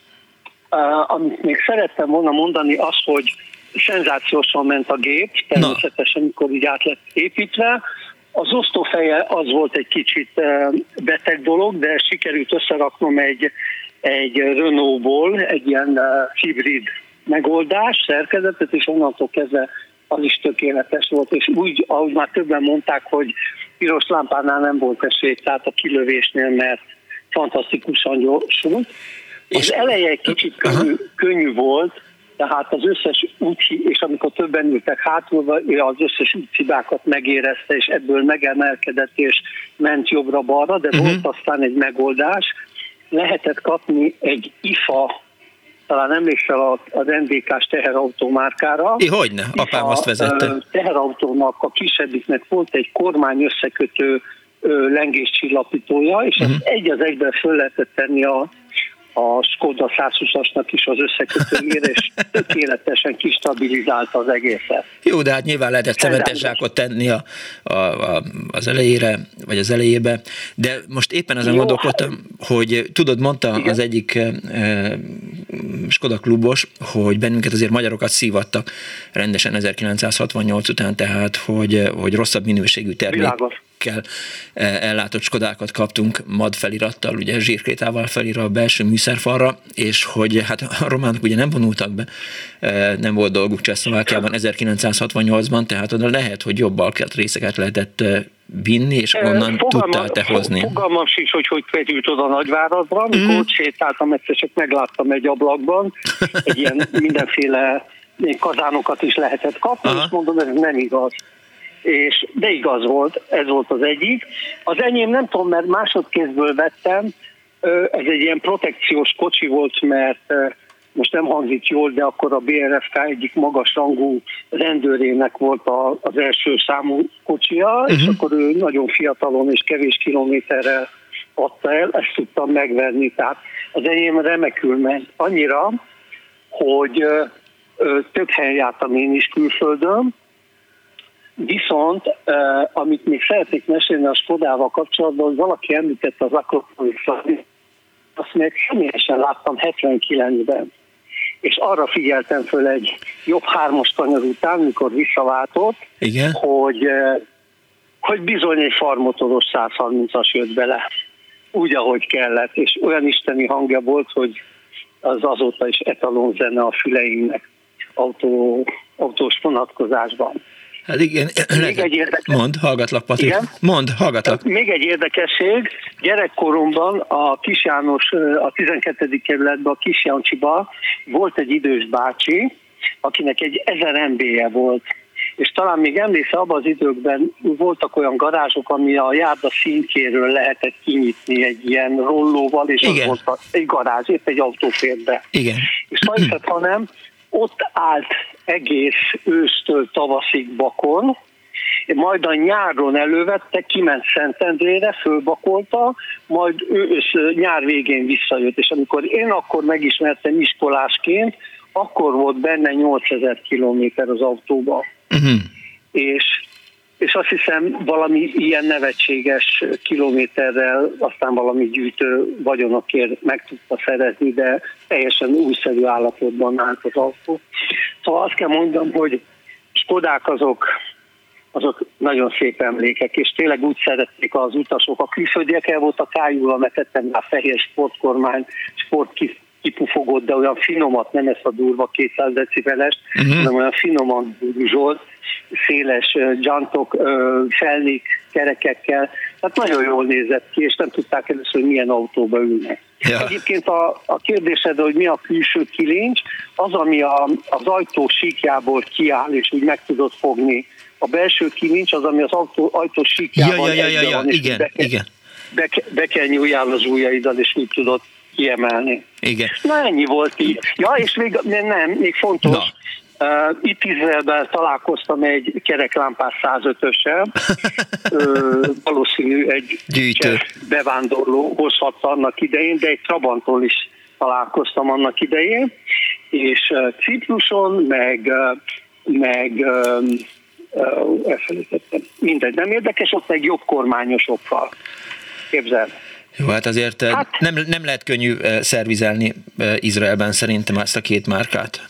uh, amit még szerettem volna mondani, az, hogy szenzációsan ment a gép, természetesen, amikor így át lett építve. Az osztófeje az volt egy kicsit beteg dolog, de sikerült összeraknom egy, egy Renault-ból egy ilyen hibrid megoldás, szerkezetet, és onnantól kezdve az is tökéletes volt, és úgy, ahogy már többen mondták, hogy piros lámpánál nem volt esély, tehát a kilövésnél, mert fantasztikusan gyorsult. Az eleje egy kicsit könnyű, könnyű volt, tehát az összes úti, és amikor többen ültek hátulva, ő az összes útszibákat megérezte, és ebből megemelkedett, és ment jobbra-balra, de uh-huh. volt aztán egy megoldás. Lehetett kapni egy i ef á, talán emlékszel az en dé ká-s teherautó márkára. I, hogyne, apám azt vezette. Teherautónak a kisebbiknek volt egy kormány összekötő lengéscsillapítója, és uh-huh. ezt egy az egyben föl lehetett tenni a a Skoda százhúszasnak is az összekötőjére, és tökéletesen kistabilizálta az egészet. Jó, de hát nyilván lehetett cementes zsákot tenni a, a, a, az elejére, vagy az elejébe, de most éppen ezen gondolkodtam, hogy tudod, mondta igen. az egyik e, Skoda klubos, hogy bennünket azért magyarokat szívattak rendesen ezerkilencszázhatvannyolc után, tehát, hogy, hogy rosszabb minőségű termékkel ellátott Skodákat kaptunk MAD felirattal, ugye zsírkrétával felírva a belső műszerfalra, és hogy hát a románok ugye nem vonultak be, nem volt dolguk Csehszlovákiában ezerkilencszázhatvannyolcban, tehát oda lehet, hogy jobb alkatrészeket lehetett vinni, és onnan Fogalma, tudtál te hozni. Fogalmam sincs, hogy hogy került oda Nagyváradra, amikor mm. ott sétáltam, egyszer csak megláttam egy ablakban, egy ilyen mindenféle kazánokat is lehetett kapni, Aha. és mondom, ez nem igaz. És, de igaz volt, ez volt az egyik. Az enyém nem tudom, mert másodkézből vettem, ez egy ilyen protekciós kocsi volt, mert most nem hangzik jól, de akkor a bé er ef ká egyik magasrangú rendőrének volt az első számú kocsia, uh-huh. és akkor ő nagyon fiatalon és kevés kilométerrel adta el, ezt tudtam megvenni. Tehát az enyém remekül ment annyira, hogy több helyen jártam én is külföldön, viszont, uh, amit még szeretnék mesélni a Skodával kapcsolatban, hogy valaki említette az Akropolis-at, azt még személyesen láttam hetvenkilencben, és arra figyeltem föl egy jobb hármas kanyar után, mikor visszaváltott, Igen? hogy, uh, hogy bizony egy farmotoros százharmincas jött bele, úgy, ahogy kellett, és olyan isteni hangja volt, hogy az azóta is etalon zene a füleimnek autó, autós vonatkozásban. Hát igen, még egy érdekes... Mond, hallgatlak, Patrik. Igen? Mond, hallgatlak. Még egy érdekesség, gyerekkoromban a Kis János, a tizenkettedik kerületben, a Kis Jancsiban volt egy idős bácsi, akinek egy ezer em bé-je volt. És talán még emlékszel, abban az időkben voltak olyan garázsok, ami a járda szintjéről lehetett kinyitni egy ilyen rollóval, és igen. az volt egy garázs, épp egy autó fért be. Igen. És majd, hanem ott állt egész ősztől tavaszig bakon, majd a nyáron elővette, kiment Szentendrére, fölbakolta, majd ő nyár végén visszajött, és amikor én akkor megismertem iskolásként, akkor volt benne nyolcezer kilométer az autóban. Uh-huh. És, és azt hiszem valami ilyen nevetséges kilométerrel, aztán valami gyűjtő vagyonokért meg tudta szerezni, de teljesen újszerű állapotban állt az autó. Szóval azt kell mondom, hogy Skodák azok, azok nagyon szép emlékek, és tényleg úgy szerették az utasok. A külföldiek el voltak ájulva, mert tettem rá fehér sportkormány, sportkif kipufogott, de olyan finomat, nem ezt a durva kétszáz decibeles, uh-huh. hanem olyan finoman zsolt, széles dzsantok, felnék kerekekkel. Tehát nagyon jól nézett ki, és nem tudták először, hogy milyen autóba ülnek. Ja. Egyébként a, a kérdésed, hogy mi a külső kilincs, az, ami a, az ajtó síkjából kiáll, és úgy meg tudod fogni. A belső kilincs az, ami az autó, ajtó síkjában ja, ja, ja, ja, ja. van, és igen, be, kell, igen. Be, be kell nyúljál az ujjaiddal, és úgy tudod kiemelni. Igen. Na ennyi volt így. Ja, és még nem, még fontos, uh, itt Izraelben találkoztam egy kereklámpás százötössel, uh, valószínű egy gyűjtő bevándorló hozhatta annak idején, de egy Trabantól is találkoztam annak idején, és uh, Cipruson, meg, uh, meg uh, uh, elfelejtettem, mindegy, nem érdekes, ott meg jobb kormányosokkal. Képzeld. Jó, hát azért hát, nem, nem lehet könnyű szervizelni Izraelben szerintem ezt a két márkát.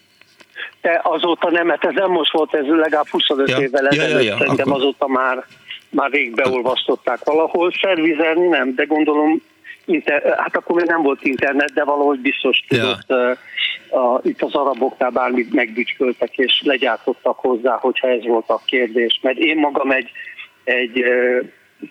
De azóta nem, mert ez nem most volt, ez legalább huszonöt ja. évvel ezelőtt, ja, ja, ja, szerintem akkor... azóta már, már rég beolvasztották valahol. Szervizelni nem, de gondolom, inter, hát akkor még nem volt internet, de valahogy biztos tudott, ja. uh, a, itt az araboknál bármit megbücsköltek, és legyártottak hozzá, hogyha ez volt a kérdés. Mert én magam egy, egy uh,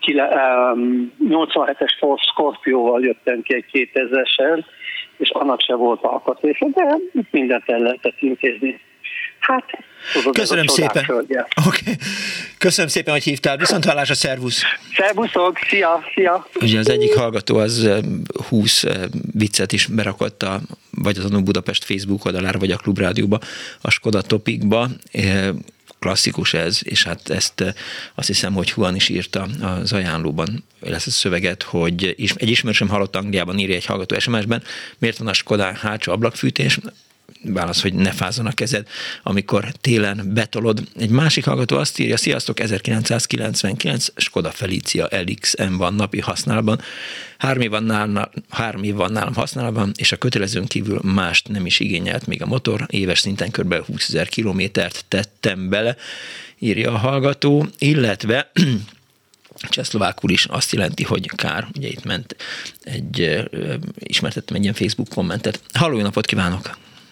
nyolcvanhetes Ford Scorpióval jöttem ki egy kétezresen, és annak se volt alkatrésze, de mindent el lehetett intézni. Hát, tudod, köszönöm szépen. Okay. Köszönöm szépen, hogy hívtál. Viszonthallásra, szervusz! Szervuszok, szia, szia! Ugye az egyik hallgató az húsz viccet is berakott a, vagy az Annó Budapest Facebook oldalára, vagy a Klubrádióba, a Skoda Topikba. Klasszikus ez, és hát ezt azt hiszem, hogy Juan is írta az ajánlóban, lesz a szöveget, hogy egy ismerősöm halott Angliában, írja egy hallgató es em es-ben, miért van a Skodán hátsó ablakfűtés? Válasz, hogy ne fázzon a kezed, amikor télen betolod. Egy másik hallgató azt írja, sziasztok, ezerkilencszázkilencvenkilenc Skoda Felicia el iksz em van napi használatban, három év van nálam, három év van nálam használatban, és a kötelezőn kívül mást nem is igényelt még a motor, éves szinten kb. húszezer kilométert tettem bele, írja a hallgató, illetve csehszlovákul is azt jelenti, hogy kár, ugye itt ment egy, ismertettem egy ilyen Facebook kommentet. Halló, jó napot kívánok!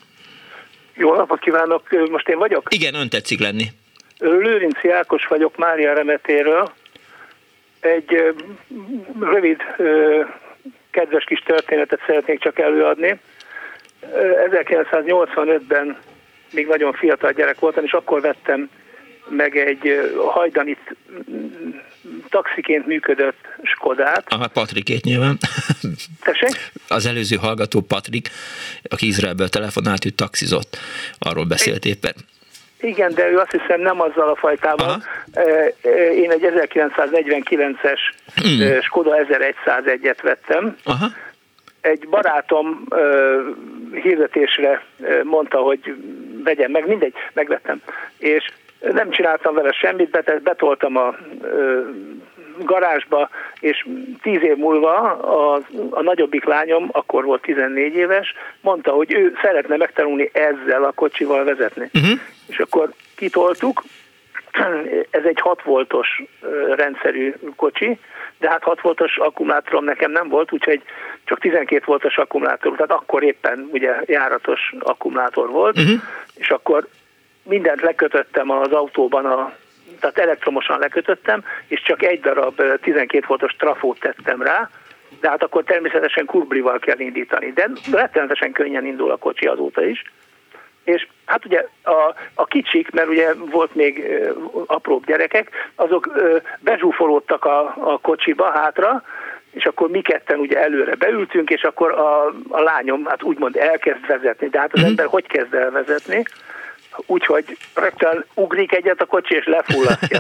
Jó napot kívánok, most én vagyok? Igen, ön tetszik lenni. Lőrinci Ákos vagyok Mária Remetéről. Egy rövid, kedves kis történetet szeretnék csak előadni. ezerkilencszáznyolcvanötben még nagyon fiatal gyerek voltam, és akkor vettem meg egy hajdanit taxiként működött Skodát. Aha, Patrikét nyilván. Tessék? Az előző hallgató Patrik, aki Izraelből telefonált, ő taxizott. Arról beszélt éppen. Igen, de ő azt hiszem nem azzal a fajtával. Aha. Én egy ezerkilencszáznegyvenkilences hmm. Skoda ezeregyszázegyet vettem. Aha. Egy barátom hirdetésre mondta, hogy vegyem meg, mindegy, megvettem. És nem csináltam vele semmit, betoltam a garázsba, és tíz év múlva a, a nagyobbik lányom, akkor volt tizennégy éves, mondta, hogy ő szeretne megtanulni ezzel a kocsival vezetni. Uh-huh. És akkor kitoltuk, ez egy hat voltos rendszerű kocsi, de hát hat voltos akkumulátorom nekem nem volt, úgyhogy csak tizenkét voltos akkumulátor, tehát akkor éppen ugye járatos akkumulátor volt, uh-huh. és akkor mindent lekötöttem az autóban, a, tehát elektromosan lekötöttem, és csak egy darab tizenkét voltos trafót tettem rá, de hát akkor természetesen kurblival kell indítani. De rettenetesen könnyen indul a kocsi azóta is. És hát ugye a, a kicsik, mert ugye volt még ö, apróbb gyerekek, azok ö, bezsúfolódtak a, a kocsiba hátra, és akkor mi ketten ugye előre beültünk, és akkor a, a lányom hát úgymond elkezd vezetni, de hát az ember hogy kezd el vezetni? Úgyhogy rögtön ugrik egyet a kocsi, és lefullasztja.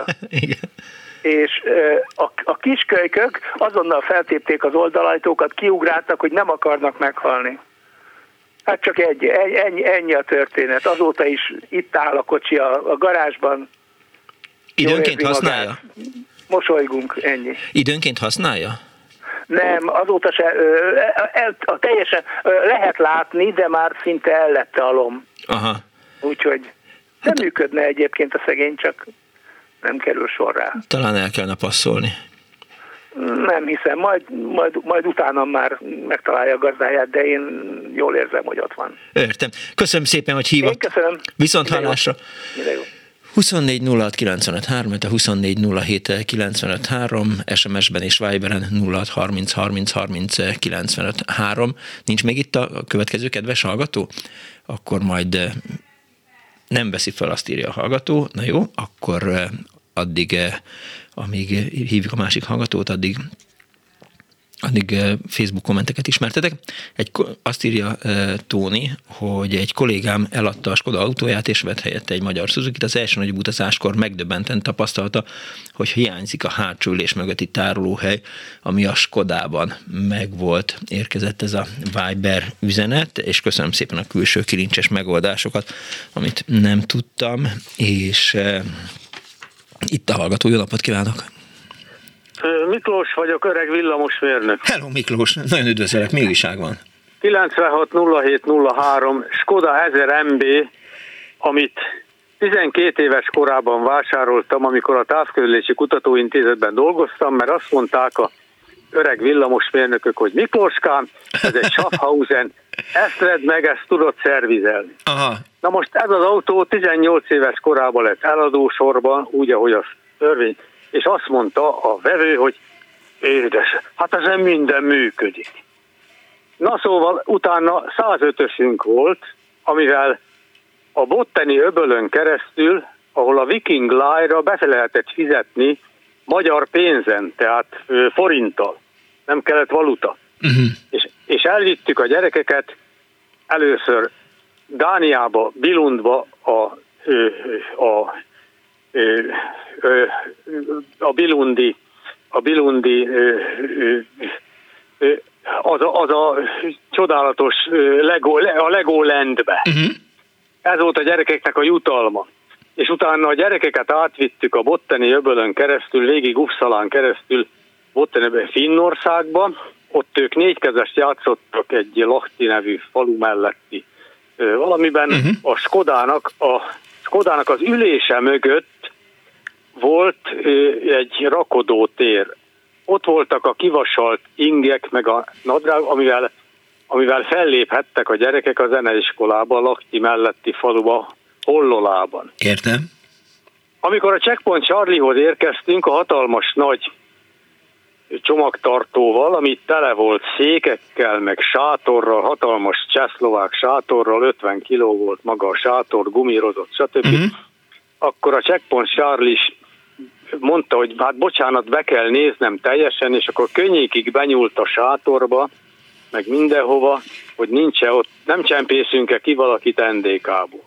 És a, a kiskölykök azonnal feltépték az oldalajtókat, kiugráltak, hogy nem akarnak meghalni. Hát csak egy, ennyi, ennyi a történet. Azóta is itt áll a kocsi a, a garázsban. Időnként használja? Magát. Mosolygunk, ennyi. Időnként használja? Nem, azóta se, el, a teljesen lehet látni, de már szinte ellette a lom. Aha. Úgyhogy nem hát, működne egyébként a szegény, csak nem kerül sor rá. Talán el kellene passzolni. Nem hiszem, majd, majd, majd utána már megtalálja a gazdáját, de én jól érzem, hogy ott van. Értem. Köszönöm szépen, hogy hívott. Én köszönöm. Viszont hallásra. Jó. huszonnégy nulla hat kilencvenöt három, a huszonnégy nulla hét kilencvenöt három, es em es-ben és Viberen nulla hat harminc harminc harminc kilencvenöt három. Nincs még itt a következő kedves hallgató? Akkor majd nem veszi fel, azt írja a hallgató. Na jó, akkor addig, amíg hívjuk a másik hallgatót, addig addig Facebook kommenteket ismertetek. Egy, azt írja uh, Tóni, hogy egy kollégám eladta a Skoda autóját, és vett helyette egy magyar Suzukit. Az első nagyobb utazáskor megdöbbenten tapasztalta, hogy hiányzik a hátsó ülés mögötti tárolóhely, ami a Skodában megvolt. Érkezett ez a Viber üzenet, és köszönöm szépen a külső kilincses megoldásokat, amit nem tudtam, és uh, itt a hallgató. Jó napot kívánok! Miklós vagyok, öreg villamosmérnök. Hello Miklós, nagyon üdvözlök, mi újság van? kilencvenhat nulla hét nulla három Skoda ezer em bé, amit tizenkét éves korában vásároltam, amikor a Távközlési Kutatóintézetben dolgoztam, mert azt mondták a öreg villamosmérnökök, hogy Miklóskám, ez egy Schaffhausen, ezt vedd meg, ezt tudod szervizelni. Aha. Na most ez az autó tizennyolc éves korában lett eladósorban, úgy, ahogy az törvény, és azt mondta a vevő, hogy édes, hát ezen minden működik. Na szóval utána százötösünk volt, amivel a Botteni öbölön keresztül, ahol a Viking Line-ra be lehetett fizetni magyar pénzen, tehát ö, forinttal, nem kellett valuta. Uh-huh. És, és elvittük a gyerekeket először Dániába, Billundba a, ö, a Ö, ö, a Billundi, a Billundi ö, ö, ö, az, a, az a csodálatos Lego, a Legolandbe. Uh-huh. Ez volt a gyerekeknek a jutalma. És utána a gyerekeket átvittük a Botteni öbölön keresztül, végig Uppsalán keresztül Botteni Finnországba. Ott ők négykezest játszottak egy Lahti nevű falu melletti ö, valamiben. Uh-huh. A Skodának, a Skodának az ülése mögött volt egy rakodótér. Ott voltak a kivasalt ingek, meg a nadrág, amivel, amivel felléphettek a gyerekek a zeneiskolába, a Lahti melletti faluba, Hollolában. Értem. Amikor a Checkpoint Charliehoz érkeztünk, a hatalmas nagy csomagtartóval, ami tele volt székekkel, meg sátorral, hatalmas csehszlovák sátorral, ötven kiló volt maga a sátor, gumírozott, stb. Uh-huh. Akkor a Checkpoint Charlie is mondta, hogy hát bocsánat, be kell néznem teljesen, és akkor könnyékig benyúlt a sátorba, meg mindenhova, hogy nincs-e ott, nem csempészünk-e ki valakit en dé ká-ból.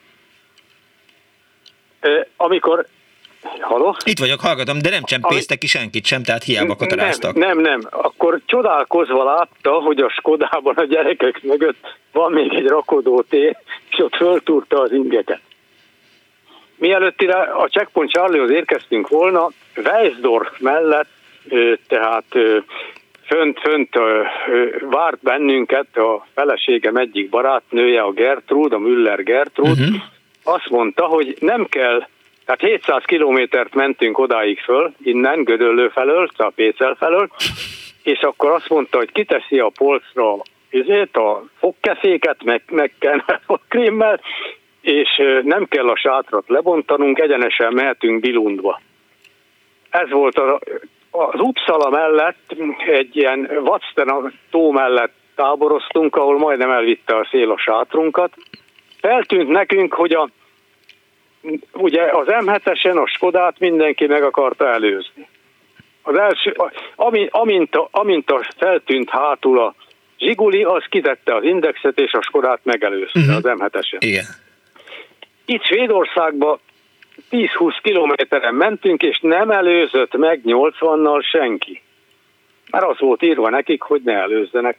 E, amikor Halló? Itt vagyok, hallgatom, de nem csempésztek ki senkit sem, tehát hiába kataráztak. Nem, nem, nem. Akkor csodálkozva látta, hogy a Skodában a gyerekek mögött van még egy rakodótér, és ott föltúrta az ingeket. Mielőtt a Checkpoint Charliehoz érkeztünk volna, Weisdorf mellett, tehát fönt, fönt várt bennünket a feleségem egyik barátnője, a Gertrud, a Müller Gertrud, uh-huh. Azt mondta, hogy nem kell, tehát hétszáz kilométert mentünk odáig föl, innen, Gödöllő felől, tehát Pécel felől, és akkor azt mondta, hogy kiteszi a polcra ezért a fogkeféket, meg, meg a krémmel, és nem kell a sátrat lebontanunk, egyenesen mehetünk Billundba. Ez volt a, az Uppsala mellett, egy ilyen Vadstena tó mellett táboroztunk, ahol majdnem elvitte a szél a sátrunkat. Feltűnt nekünk, hogy a, ugye az em hetesen a Skodát mindenki meg akarta előzni. Az első, ami, amint, a, amint a feltűnt hátul a Zsiguli, az kitette az indexet, és a Skodát megelőzte uh-huh. az em hetesen. Igen. Itt Svédországban tíz-húsz kilométeren mentünk, és nem előzött meg nyolcvannal senki. Mert az volt írva nekik, hogy ne előzzenek.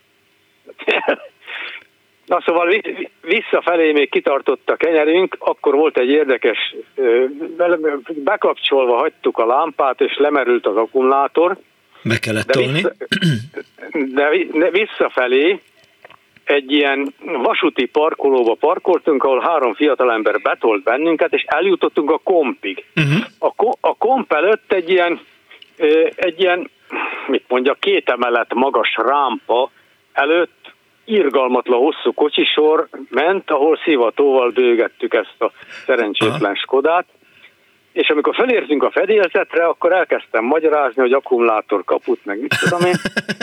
Na szóval visszafelé még kitartott a kenyerünk, akkor volt egy érdekes, bekapcsolva hagytuk a lámpát, és lemerült az akkumulátor. Be kellett de tolni. Vissza, de, de visszafelé egy ilyen vasúti parkolóba parkoltunk, ahol három fiatalember betolt bennünket, és eljutottunk a kompig. Uh-huh. A, ko, a komp előtt egy ilyen, egy ilyen, mit mondja, két emelet magas rámpa előtt irgalmatlan hosszú kocsisor ment, ahol szivatóval bőgettük ezt a szerencsétlen Skodát, és amikor felértünk a fedélzetre, akkor elkezdtem magyarázni, hogy akkumulátor kaput, meg mit tudom én,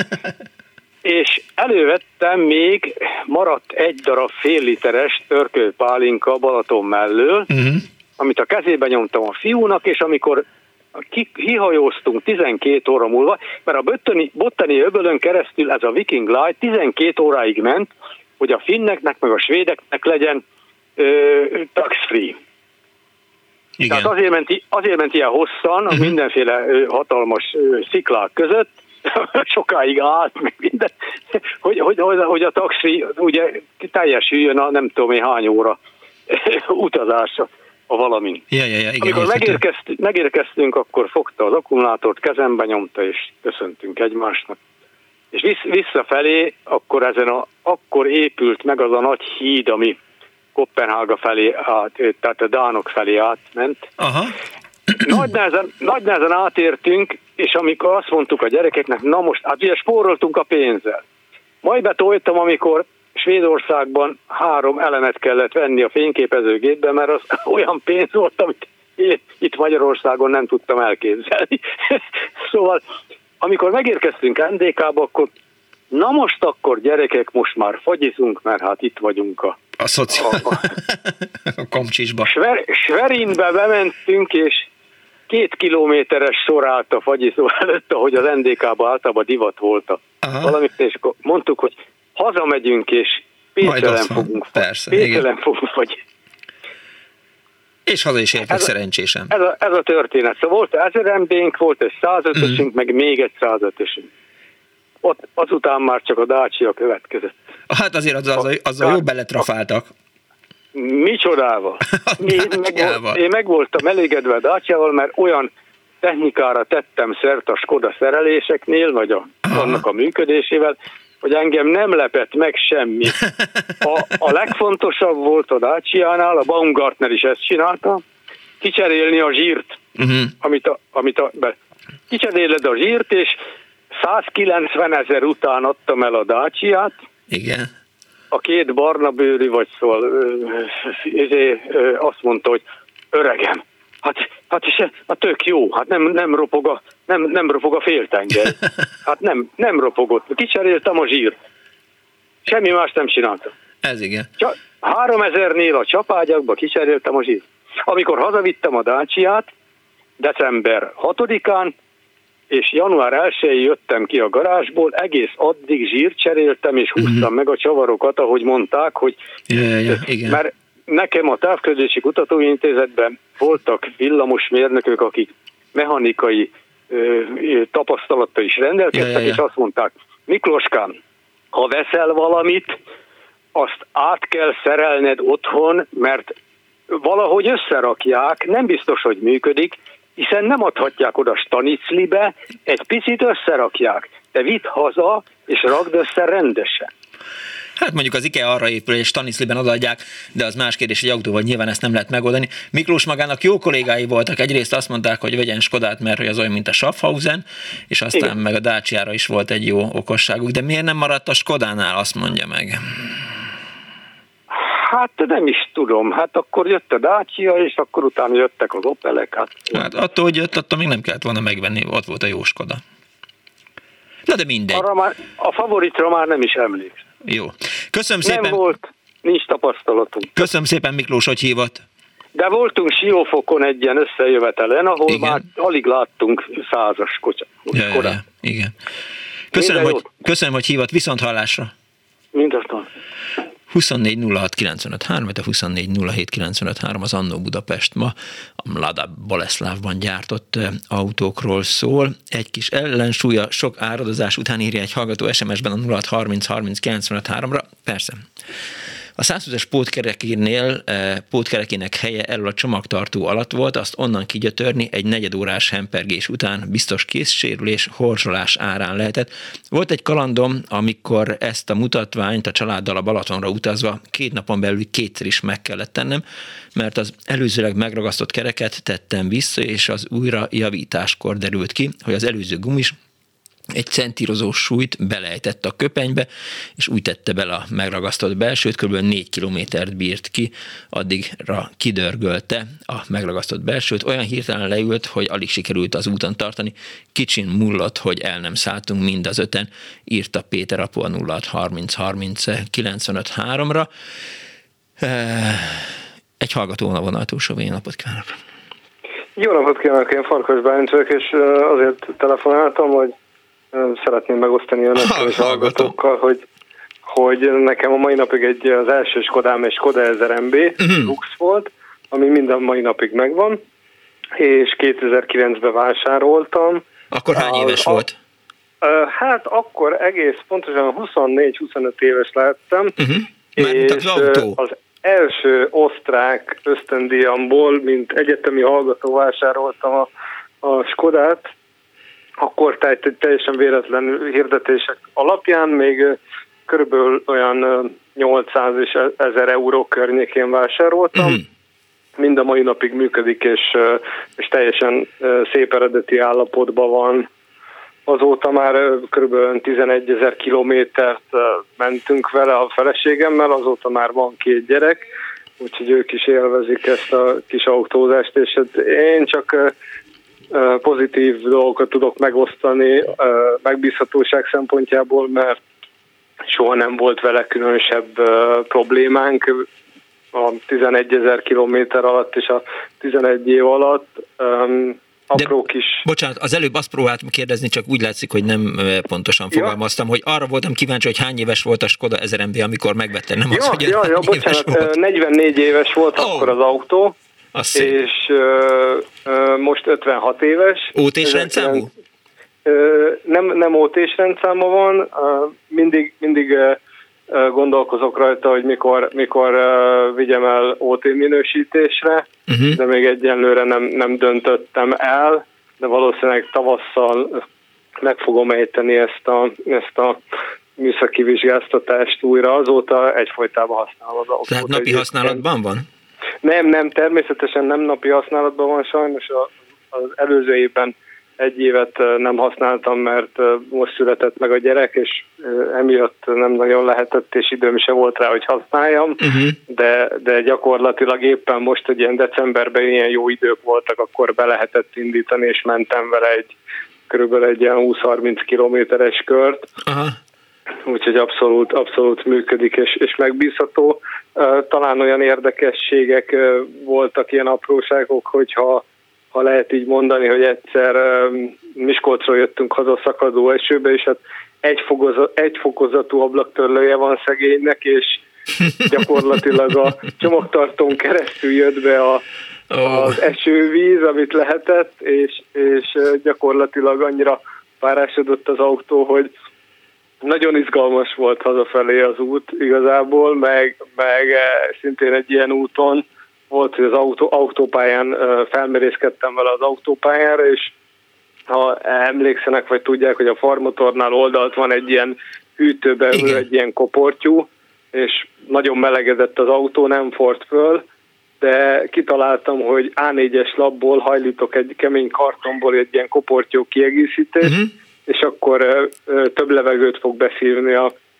és elővettem még, maradt egy darab fél literes törkőpálinka Balaton mellől, uh-huh. amit a kezébe nyomtam a fiúnak, és amikor kihajóztunk tizenkét óra múlva, mert a bottani, bottani öbölön keresztül ez a Viking Light tizenkét óráig ment, hogy a finneknek meg a svédeknek legyen ö, tax-free. Igen. Tehát azért ment, azért ment ilyen hosszan, uh-huh. mindenféle ö, hatalmas ö, sziklák között, sokáig állt, meg minden, hogy, hogy, hogy a taxi ugye teljesüljön a nem tudom én hány óra utazása a valamin. Ja, ja, ja, igen, amikor megérkeztünk, megérkeztünk, akkor fogta az akkumulátort, kezembe nyomta, és köszöntünk egymásnak. És vissz, visszafelé, akkor ezen a, akkor épült meg az a nagy híd, ami Koppenhága felé át, tehát a dánok felé átment. Aha. Nagy nehezen, nagy nehezen átértünk, és amikor azt mondtuk a gyerekeknek, na most, hát ugye spóroltunk a pénzzel. Majd betoltam, amikor Svédországban három elemet kellett venni a fényképezőgépbe, mert az olyan pénz volt, amit én itt Magyarországon nem tudtam elképzelni. Szóval, amikor megérkeztünk en dé ká-ba, akkor na most akkor gyerekek, most már fagyizunk, mert hát itt vagyunk a... A szociál... A, a, a komcsisba. Sver, Sverinbe bementünk, és két kilométeres sor állt a fagyizó előtt, ahogy az en dé ká-ba általában divat volt a valamit, és akkor mondtuk, hogy hazamegyünk, és pénzelen fogunk, pénzelen fogunk fagy. És haza is értek szerencsésen. Ez a, ez a történet. Szóval volt ezer em bé-nk, volt egy százötösünk, mm. meg még egy százötösünk. Ott azután már csak a Dacia következett. Hát azért az, az, az a jó beletrafáltak. Micsodával. Én meg, én meg voltam elégedve a Daciával, mert olyan technikára tettem szert a Skoda szereléseknél, vagy a, annak a működésével, hogy engem nem lepett meg semmi. A, a legfontosabb volt a Daciánál, a Baumgartner is ezt csinálta, kicserélni a zsírt, uh-huh. amit a, amit a, be, kicseréled a zsírt, és százkilencvenezer után adtam el a Daciát. Igen. A két barna bőrű, vagy szóval ezért azt mondta, hogy öregem, hát, hát is a tök jó, hát nem, nem, ropog a, nem, nem ropog a féltengely. Hát nem, nem ropogott. Kicseréltem a zsírt. Semmi más nem csináltam. Ez igen. háromezernél a csapágyakba kicseréltem a zsírt. Amikor hazavittem a Daciát, december hatodikán, és január elsején jöttem ki a garázsból, egész addig zsírt cseréltem, és húztam uh-huh. meg a csavarokat, ahogy mondták, hogy ja, ja, ja, igen. Mert nekem a Távközlési Kutatóintézetben voltak villamosmérnökök, akik mechanikai ö, tapasztalattal is rendelkeztek, ja, ja, ja. és azt mondták, Miklóskám, ha veszel valamit, azt át kell szerelned otthon, mert valahogy összerakják, nem biztos, hogy működik, hiszen nem adhatják oda staniclibe, egy picit összerakják. Te vidd haza, és rakd össze rendesen. Hát mondjuk az IKEA arra épül, és stanicliben odaadják, de az más kérdés, hogy autóval nyilván ezt nem lehet megoldani. Miklós magának jó kollégái voltak, egyrészt azt mondták, hogy vegyen Skodát, mert hogy az olyan, mint a Schaffhausen, és aztán igen. meg a Daciára is volt egy jó okosságuk, de miért nem maradt a Skodánál, azt mondja meg? Hát nem is tudom, hát akkor jött a Dacia, és akkor utána jöttek az Opelek. Hát, hát attól, hogy jött, attól még nem kellett volna megvenni, ott volt a jó Skoda. Na de mindegy. Arra már, a favoritra már nem is emlékszem. Jó. Köszönöm szépen. Nem volt, nincs tapasztalatunk. Köszönöm szépen, Miklós, hogy hívott. De voltunk Siófokon egy ilyen összejövetelen, ahol igen. Már alig láttunk százas kocsát. Ja, ja, ja, igen. Köszönöm, hogy, köszönöm, hogy hívott, viszont hallásra. Mindaztán. huszonnégy nulla hat kilencvenöt három, de huszonnégy nulla hét kilencvenöt három az Annó Budapest ma a Lada Boleszlávban gyártott autókról szól. Egy kis ellensúlya sok áradozás után írja egy hallgató es em es-ben a nulla hat harminc harminc kilencvenöt háromra. Persze. A százhúszas pótkerekénél, pótkerekének helye elől a csomagtartó alatt volt, azt onnan kigyötörni egy negyedórás hempergés után biztos kézsérülés, horzsolás árán lehetett. Volt egy kalandom, amikor ezt a mutatványt a családdal a Balatonra utazva két napon belül kétszer is meg kellett tennem, mert az előzőleg megragasztott kereket tettem vissza, és az újra javításkor derült ki, hogy az előző gumis egy centírozós súlyt belejtett a köpenybe, és úgy tette bele a megragasztott belsőt, kb. négy kilométert bírt ki, addigra kidörgölte a megragasztott belsőt. Olyan hirtelen leült, hogy alig sikerült az úton tartani. Kicsin mullott, hogy el nem szálltunk mind az öten, írta Péter apu a nulla hat harminc harminc kilencvenöt háromra. Egy hallgató a vonal túlsó végén, napot kívánok! Jó napot kívánok, én Farkas Bálint vagyok, és azért telefonáltam, hogy szeretném megosztani önökkel és hallgatókkal, hogy, hogy nekem a mai napig egy, az első Skodám egy Skoda ezer em bé uh-huh. Lux volt, ami minden mai napig megvan, és kétezer-kilencben vásároltam. Akkor hány a, éves a, volt? A, hát akkor egész pontosan huszonnégy-huszonöt éves lettem, uh-huh. és az, autó. az első osztrák ösztöndíjamból, mint egyetemi hallgató vásároltam a, a Skodát, akkor tehát teljesen véletlen hirdetések alapján még körülbelül olyan nyolcszáz és ezer euró környékén vásároltam. Mm. Mind a mai napig működik, és, és teljesen szép eredeti állapotban van. Azóta már körülbelül tizenegyezer kilométert mentünk vele a feleségemmel, azóta már van két gyerek, úgyhogy ők is élvezik ezt a kis autózást, és én csak pozitív dolgokat tudok megosztani megbízhatóság szempontjából, mert soha nem volt vele különösebb problémánk a tizenegyezer kilométer alatt és a tizenegy év alatt. Apró De, kis... Bocsánat, az előbb azt próbáltam kérdezni, csak úgy látszik, hogy nem pontosan fogalmaztam, ja. hogy arra voltam kíváncsi, hogy hány éves volt a Skoda ezer em bé, amikor megvettem, nem ja, az, hogy ja, ja, bocsánat, negyvennégy éves volt oh. akkor az autó, és ö, ö, most ötvenhat éves. ó té-s rendszámú? Ö, nem, nem ó té-s rendszáma van, ö, mindig, mindig ö, gondolkozok rajta, hogy mikor, mikor ö, vigyem el ó té minősítésre, uh-huh. de még egyenlőre nem, nem döntöttem el, de valószínűleg tavasszal meg fogom ejteni ezt a, ezt a műszaki vizsgáztatást újra. Azóta egyfolytában használom az autót. Tehát napi használatban van? Nem, nem, természetesen nem napi használatban van, sajnos az előző évben egy évet nem használtam, mert most született meg a gyerek, és emiatt nem nagyon lehetett, és időm se volt rá, hogy használjam, uh-huh. de, de gyakorlatilag éppen most, hogy ilyen decemberben ilyen jó idők voltak, akkor be lehetett indítani, és mentem vele egy körülbelül egy ilyen húsz-harminc kilométeres kört. Uh-huh. Úgyhogy abszolút, abszolút működik és, és megbízható. Talán olyan érdekességek voltak, ilyen apróságok, hogyha ha lehet így mondani, hogy egyszer Miskolcról jöttünk haza szakadó esőbe, és hát egy, fokozat, egy fokozatú ablaktörlője van szegénynek, és gyakorlatilag a csomagtartón keresztül jött be a, az esővíz, amit lehetett, és, és gyakorlatilag annyira párásodott az autó, hogy nagyon izgalmas volt hazafelé az út igazából, meg, meg szintén egy ilyen úton volt, hogy az autó, autópályán felmerészkedtem vele az autópályára, és ha emlékszenek, vagy tudják, hogy a farmotornál oldalt van egy ilyen hűtőben egy ilyen koportyú, és nagyon melegedett az autó, nem fort föl, de kitaláltam, hogy á négyes lapból hajlítok egy kemény kartonból egy ilyen koportyú kiegészítést, uh-huh. és akkor ö, ö, több levegőt fog beszívni a,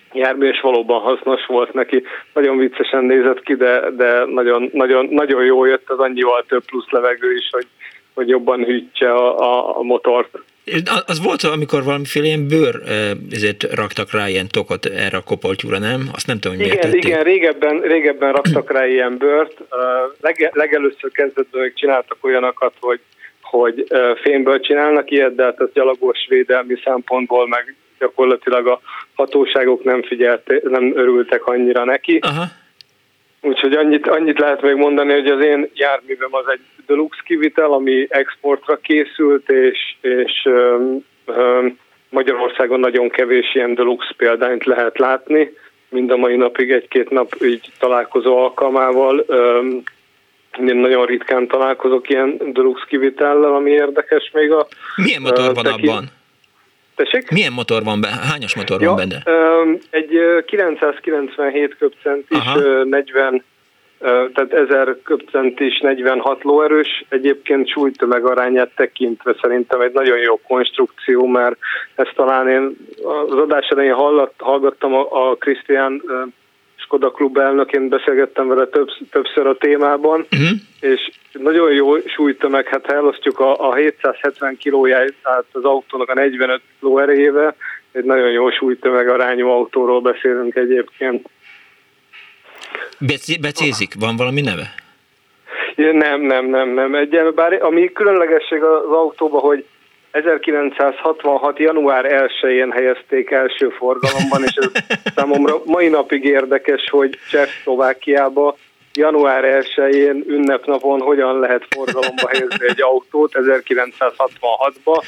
jármű, és valóban hasznos volt neki. Nagyon viccesen nézett ki, de, de nagyon, nagyon, nagyon jó jött, az annyival több plusz levegő is, hogy, hogy jobban hűtse a, a, a motort. Az volt, amikor valamiféle ilyen bőr, ezért raktak rá ilyen tokot erre a kopoltyúra, nem? Azt nem tudom, hogy miért igen, tették. Igen, régebben, régebben raktak rá ilyen bőrt. Leg, legelőször kezdetben még csináltak olyanokat, hogy, hogy fémből csinálnak ilyet, de hát az gyalogos védelmi szempontból meg gyakorlatilag a hatóságok nem figyelték, nem örültek annyira neki. Aha. Úgyhogy annyit, annyit lehet még mondani, hogy az én járművem az egy deluxe kivitel, ami exportra készült, és, és öm, öm, Magyarországon nagyon kevés ilyen deluxe példányt lehet látni. Mind a mai napig egy-két nap így találkozó alkalmával. Öm, én nagyon ritkán találkozok ilyen deluxe kivitellel, ami érdekes még a... Milyen motor van teki... abban? Tessék? Milyen motor van benne? Hányas motor ja, van benne? Egy kilencszázkilencvenhét köbcentis, negyven, tehát ezer köbcentis, negyvenhat lóerős. Egyébként súlytömeg arányát tekintve szerintem egy nagyon jó konstrukció, mert ezt talán én az adás elején hallgattam a Krisztián Skoda Klub elnöként, beszélgettem vele több, többször a témában, uh-huh. és nagyon jó súlytömeg, hát ha elosztjuk a, a hétszázhetven kilóját az autónak a negyvenöt kiló erejével, egy nagyon jó súlytömeg arányú autóról beszélünk egyébként. Becézik? Van valami neve? Nem, nem, nem, nem. Egyen, bár ami különlegesség az autóban, hogy ezerkilencszázhatvanhat. január elsején helyezték első forgalomban, és ez számomra mai napig érdekes, hogy Csehszlovákiába január elsején ünnepnapon hogyan lehet forgalomba helyezni egy autót ezerkilencszázhatvanhatban.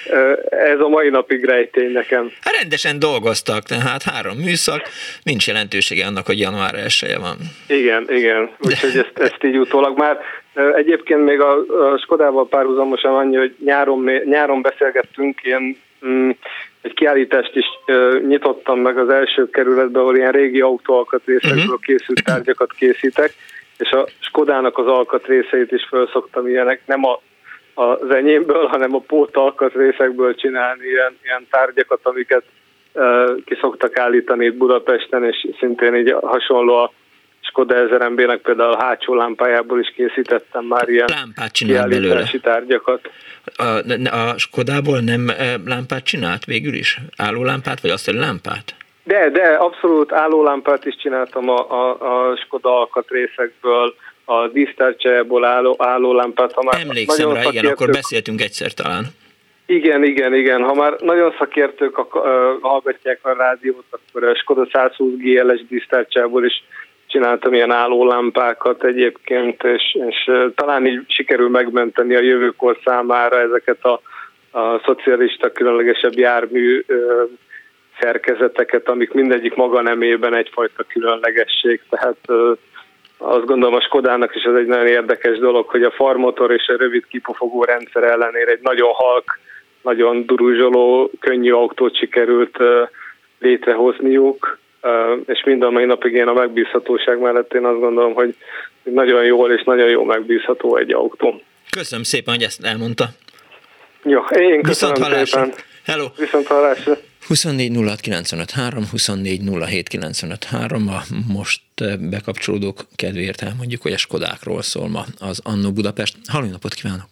Ez a mai napig rejtély nekem. Hát rendesen dolgoztak, tehát három műszak, nincs jelentősége annak, hogy január elseje van. Igen, igen. Úgyhogy ezt, ezt így utólag már. Egyébként még a, a Skodával párhuzamosan annyi, hogy nyáron, nyáron beszélgettünk, én mm, egy kiállítást is uh, nyitottam meg az első kerületben, ahol ilyen régi autóalkatrészekből uh-huh. készült tárgyakat készítek, és a Skodának az alkatrészeit is felszoktam ilyenek, nem a, az enyémből, hanem a pót alkatrészekből csinálni ilyen, ilyen tárgyakat, amiket uh, ki szoktak állítani itt Budapesten, és szintén így hasonló a Skoda ezer em bé-nek például a hátsó lámpájából is készítettem már ilyen kiállítási tárgyakat. A, a Skodából nem lámpát csinált végül is? Állólámpát, vagy azt a lámpát? De, de, abszolút állólámpát is csináltam a, a, a Skoda alkatrészekből, a dísztárcsájából álló, állólámpát. Ha már emlékszem rá, igen, akkor beszéltünk egyszer talán. Igen, igen, igen. Ha már nagyon szakértők uh, hallgatják a rádiót, akkor a Skoda százhúsz gé el es dísztárcsájából is csináltam ilyen állólámpákat egyébként, és, és uh, talán így sikerül megmenteni a jövőkor számára ezeket a, a szocialista különlegesebb jármű uh, szerkezeteket, amik mindegyik maga nemében egyfajta különlegesség. Tehát uh, azt gondolom a Skodának is ez egy nagyon érdekes dolog, hogy a farmotor és a rövid kipufogó rendszer ellenére egy nagyon halk, nagyon duruzsoló, könnyű autót sikerült uh, létrehozniuk, uh, és mind a mai napig én a megbízhatóság mellett én azt gondolom, hogy nagyon jól és nagyon jó megbízható egy autó. Köszönöm szépen, hogy ezt elmondta. Jó, én köszönöm szépen. Hello. Viszont hallásra. huszonnégy nulla hat kilencvenöt három, huszonnégy nulla hét kilencvenöt három, a most bekapcsolódók kedvéért elmondjuk, hogy a Skodákról szól ma az Annó Budapest. Halló, napot kívánok!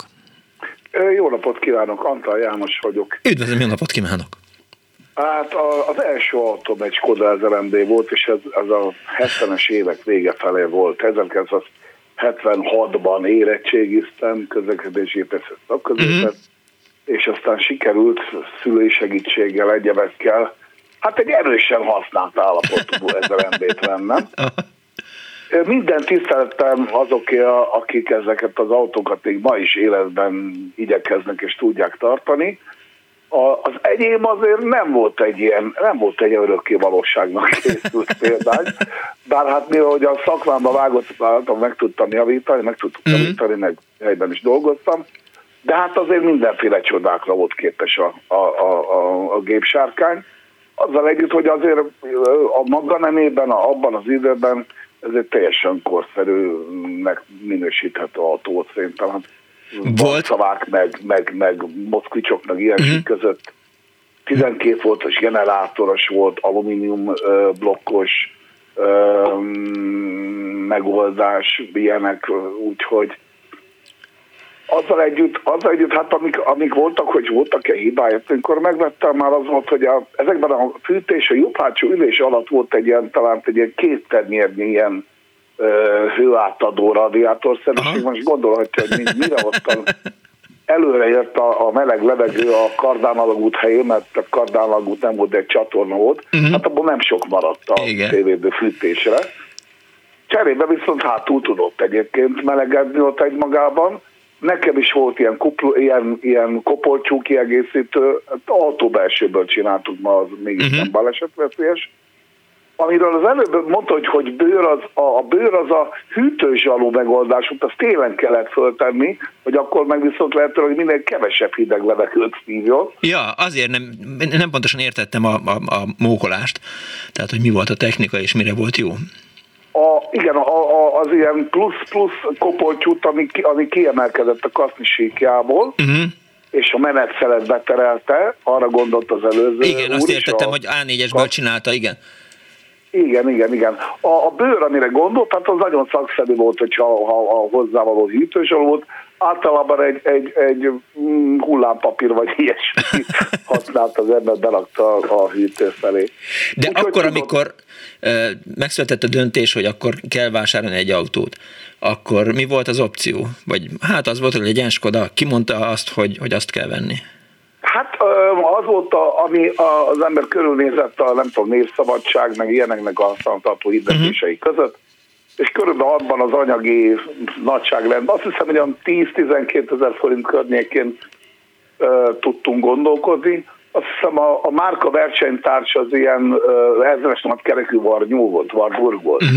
Jó napot kívánok, Antal János vagyok. Üdvözlöm, jó napot kívánok! Hát az első autóm egy Skoda ezer em bé volt, és ez, ez a hetvenes évek vége felé volt. ezerkilencszázhetvenhatban érettségiztem, közlekedésépészet szakközépet, uh-huh. és aztán sikerült szülői segítséggel, egyebekkel, hát egy erősen használt állapotú ezer em bét vennem. Minden tiszteletem azoké, akik ezeket az autókat még ma is életben igyekeznek és tudják tartani. Az enyém azért nem volt egy ilyen, nem volt egy örökké valóságnak készült példány, bár hát mivel hogy a szakmámba vágott, meg tudtam javítani, meg tudtam mm. javítani, meg helyben is dolgoztam, de hát azért mindenféle csodákra volt képes a, a, a, a, a gépsárkány. Azzal együtt, hogy azért a maga nemében, abban az időben ez egy teljesen korszerűnek minősíthető autó volt szerintem. Volt szavák, meg, meg, meg moszkvicsok, meg ilyesmi uh-huh. között tizenkét voltos generátoros volt, alumínium ö, blokkos ö, megoldás, ilyenek, úgyhogy azzal együtt, azzal együtt, hát amik, amik voltak, hogy voltak-e hibája, amikor megvettem, már az volt, hogy a, ezekben a fűtés, a jobb hátsó ülés alatt volt egy ilyen, talán egy ilyen két ternyérnyi ilyen ö, hőátadó radiátorszerűség, most gondolhatja, hogy mire ottan előre jött a, a meleg levegő a Kardán alagút helyén, mert a Kardán alagút nem volt, de egy csatorna volt, uh-huh. hát abban nem sok maradt a tévéből fűtésre. Cserébe viszont hátul tudott egyébként melegedni ott egymagában. Nekem is volt ilyen, kuplu, ilyen, ilyen kopoltyú kiegészítő, autóbelsőből csináltuk, ma az mégis uh-huh. nem balesetveszélyes. Amiről az előbb mondta, hogy, hogy bőr az, a, a bőr az a hűtőzsaló megoldás, azt télen kellett föltenni, hogy akkor meg viszont lehet, hogy minél kevesebb hideg levegőt szívjon. Ja, azért nem, nem pontosan értettem a, a, a mókolást, tehát hogy mi volt a technika és mire volt jó. A, igen, a, a, az ilyen plusz-plusz kopoltyút, ami, ami kiemelkedett a kaszni síkjából, uh-huh. és a menetszelet beterelte, arra gondolt az előző igen, úr azt értettem, a, hogy á négyesből csinálta, igen. Igen, igen, igen. A, a bőr, amire gondolt, hát az nagyon szakszerű volt, hogyha ha, ha hozzávaló hűtőzsaló volt. Általában egy, egy, egy hullámpapír vagy ilyesmi használt az ember, berakta a hűtő felé. De úgy, akkor, tudom, amikor uh, megszületett a döntés, hogy akkor kell vásárolni egy autót, akkor mi volt az opció? Vagy hát az volt, hogy legyen Skoda, ki mondta azt, hogy, hogy azt kell venni? Hát az volt, a, ami az ember körülnézett a nem tudom, névszabadság, meg ilyeneknek a használattartó hirdetései uh-huh. között, és körülbelül abban az anyagi nagyságrendben, azt hiszem, hogy olyan tíz-tizenkét ezer forint környékén uh, tudtunk gondolkodni. Azt hiszem a, a márka versenytárs az ilyen uh, ezres nagy kerekű Varnyó volt, Warburg volt. Uh-huh.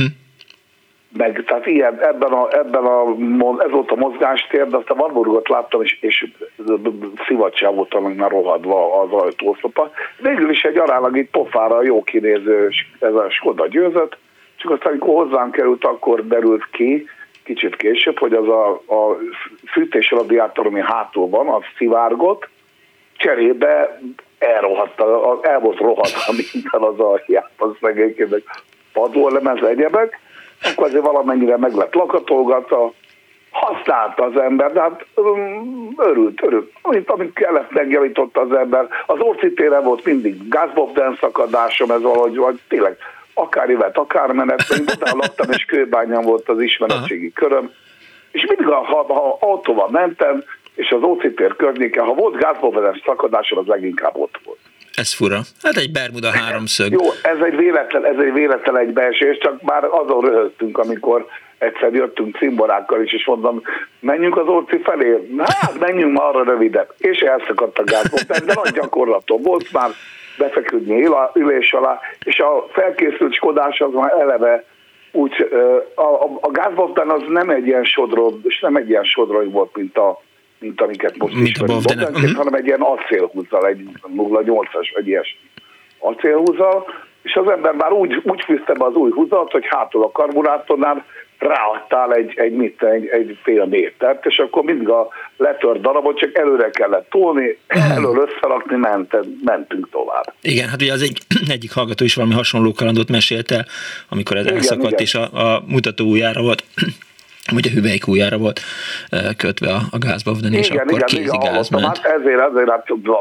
Meg, tehát ilyen, ebben a, ebben a, ez volt a mozgástér, de azt a Warburgot láttam, és, és szivacsá voltam meg már rohadva az ajtószopa. Végül is egy aránylag így pofára jó kinéző ez a Skoda győzött, csak aztán, amikor hozzám került, akkor derült ki, kicsit később, hogy az a, a fűtés radiátor, ami hátul van, az szivárgott, cserébe elrohadt, el volt rohadva minden az alját, az megegyébként padlólemez, egyebek, akkor azért valamennyire meg lett lakatolgatva, használta az ember, de hát um, örült, örült. Amit, amit kellett, megjavította az ember. Az orcitére volt mindig gázbobden szakadásom, ez valahogy, vagy tényleg akár évet, akár menet, én után laktam, és Kőbányán volt az ismeretségi köröm, és mindig, ha, ha autóval mentem, és az ócitér környéken, ha volt gázbobden szakadásom, az leginkább ott volt. Ez fura. Hát egy Bermuda háromszög. Jó, ez egy véletlen, ez egy véletlen egybeesés, csak már azon röhögtünk, amikor egyszer jöttünk cimborákkal is, és mondom, menjünk az orci felé? Hát, menjünk már arra rövidebb. És elszakadt a gázbobden, de nagy gyakorlatom volt már befeküdni ülés alá, és a felkészült Skodás az már eleve úgy, a, a, a gázbobden az nem egy ilyen sodró, és nem egy ilyen sodrói volt, mint a mint amiket most mint ismerünk bobdenként, uh-huh. hanem egy ilyen acélhúzzal, egy nulla nyolcas vagy ilyesmi acélhúzzal, és az ember már úgy, úgy fűzte be az új húzat, hogy hátul a karburátornál ráadtál egy, egy, mit, egy, egy fél métert, és akkor mindig a letört darabot csak előre kellett tolni, elől összerakni, ment, mentünk tovább. Igen, hát ugye az egy, egyik hallgató is valami hasonló kalandot mesélt el, amikor ez igen, elszakadt, igen. és a, a mutatójára volt vagy a hüvelykújára volt kötve a, a gázbobden, és igen, akkor kézigáz ment. Hát ezért, ezért hát tudom.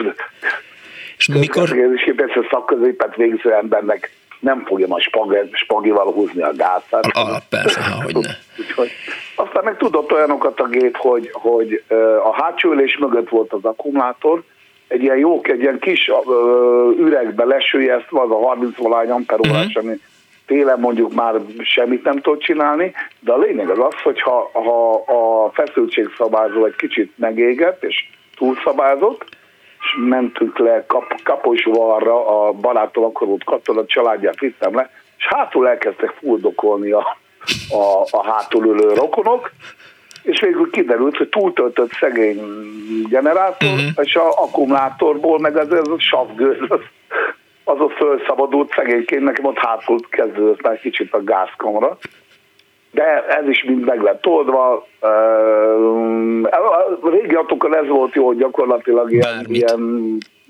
És mikor? Ez a szakközépet végző embernek nem fogja a spag, spagival húzni a gázt. Alap, persze, hogyne. Úgyhogy aztán meg tudott olyanokat a gép, hogy, hogy a hátsó ülés mögött volt az akkumulátor, egy ilyen jó, egy ilyen kis üregbe lesülyeztve, az a harminc-valahány amperórás, uh-huh. ami télen mondjuk már semmit nem tud csinálni, de a lényeg az az, hogy ha, ha a feszültségszabályzó egy kicsit megégett és túlszabályzott, és mentünk le Kap- Kaposvarra, a barátom akkor volt katona, családját vittem le, és hátul elkezdtek fuldokolni a, a, a hátul ülő rokonok, és végül kiderült, hogy túltöltött szegény generátor, uh-huh. és az akkumulátorból meg ez, ez a savgőz, az, az ott felszabadult szegényként, nekem ott hátul kezdődött már kicsit a gázkamra. De ez is mind meg lett oldva. A régi autókkal ez volt jó, hogy gyakorlatilag ilyen, ilyen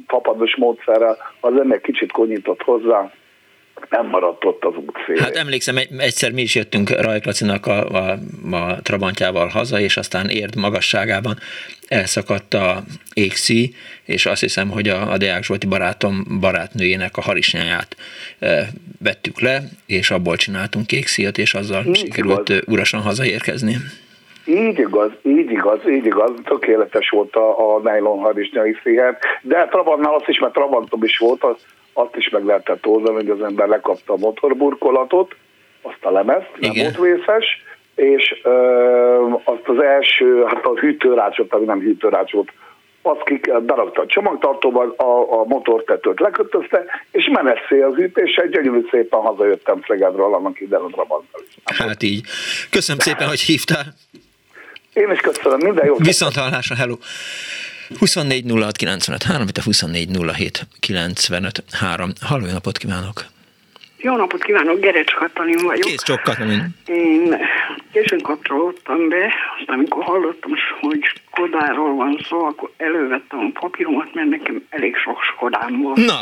fapados módszerrel, az ennek kicsit konyított hozzá, nem maradt ott az útszélén. Hát emlékszem, egyszer mi is jöttünk Rajk Lacinak a, a, a Trabantjával haza, és aztán Érd magasságában elszakadt a égszíj, és azt hiszem, hogy a, a Deák Zsolti barátom barátnőjének a harisnyáját e, vettük le, és abból csináltunk égszíjat, és azzal így sikerült igaz. Urasan hazaérkezni. Így igaz, így igaz, így igaz, tökéletes volt a, a nylon harisnyai szíjat, de Trabantnál azt is, mert Trabantom is volt, az azt is meg lehetett oldani, hogy az ember lekapta a motorburkolatot, azt a lemezt, nem volt vészes, és ö, azt az első, hát a hűtőrácsot, ami nem hűtőrács volt, azt kik, berakta a csomagtartóba, a, a motortetőt lekötözte, és menesszé az hűtéssel, gyönyörű szépen hazajöttem Szegedről, annak ide a Trabanttal is. Hát így. Köszönöm szépen, hogy hívtál. Én is köszönöm, minden jót. Viszont hallásra, hello. huszonnégy nulla hat kilencvenöt három, itt a huszonnégy nulla hét kilencvenöt három. Halló, jó napot kívánok! Jó napot kívánok, Gerecs Katalin vagyok. Kész csak Katalin. Én későn kapcsolódtam be, aztán amikor hallottam, hogy Skodáról van szó, akkor elővettem a papíromat, mert nekem elég sok Skodám volt. Na!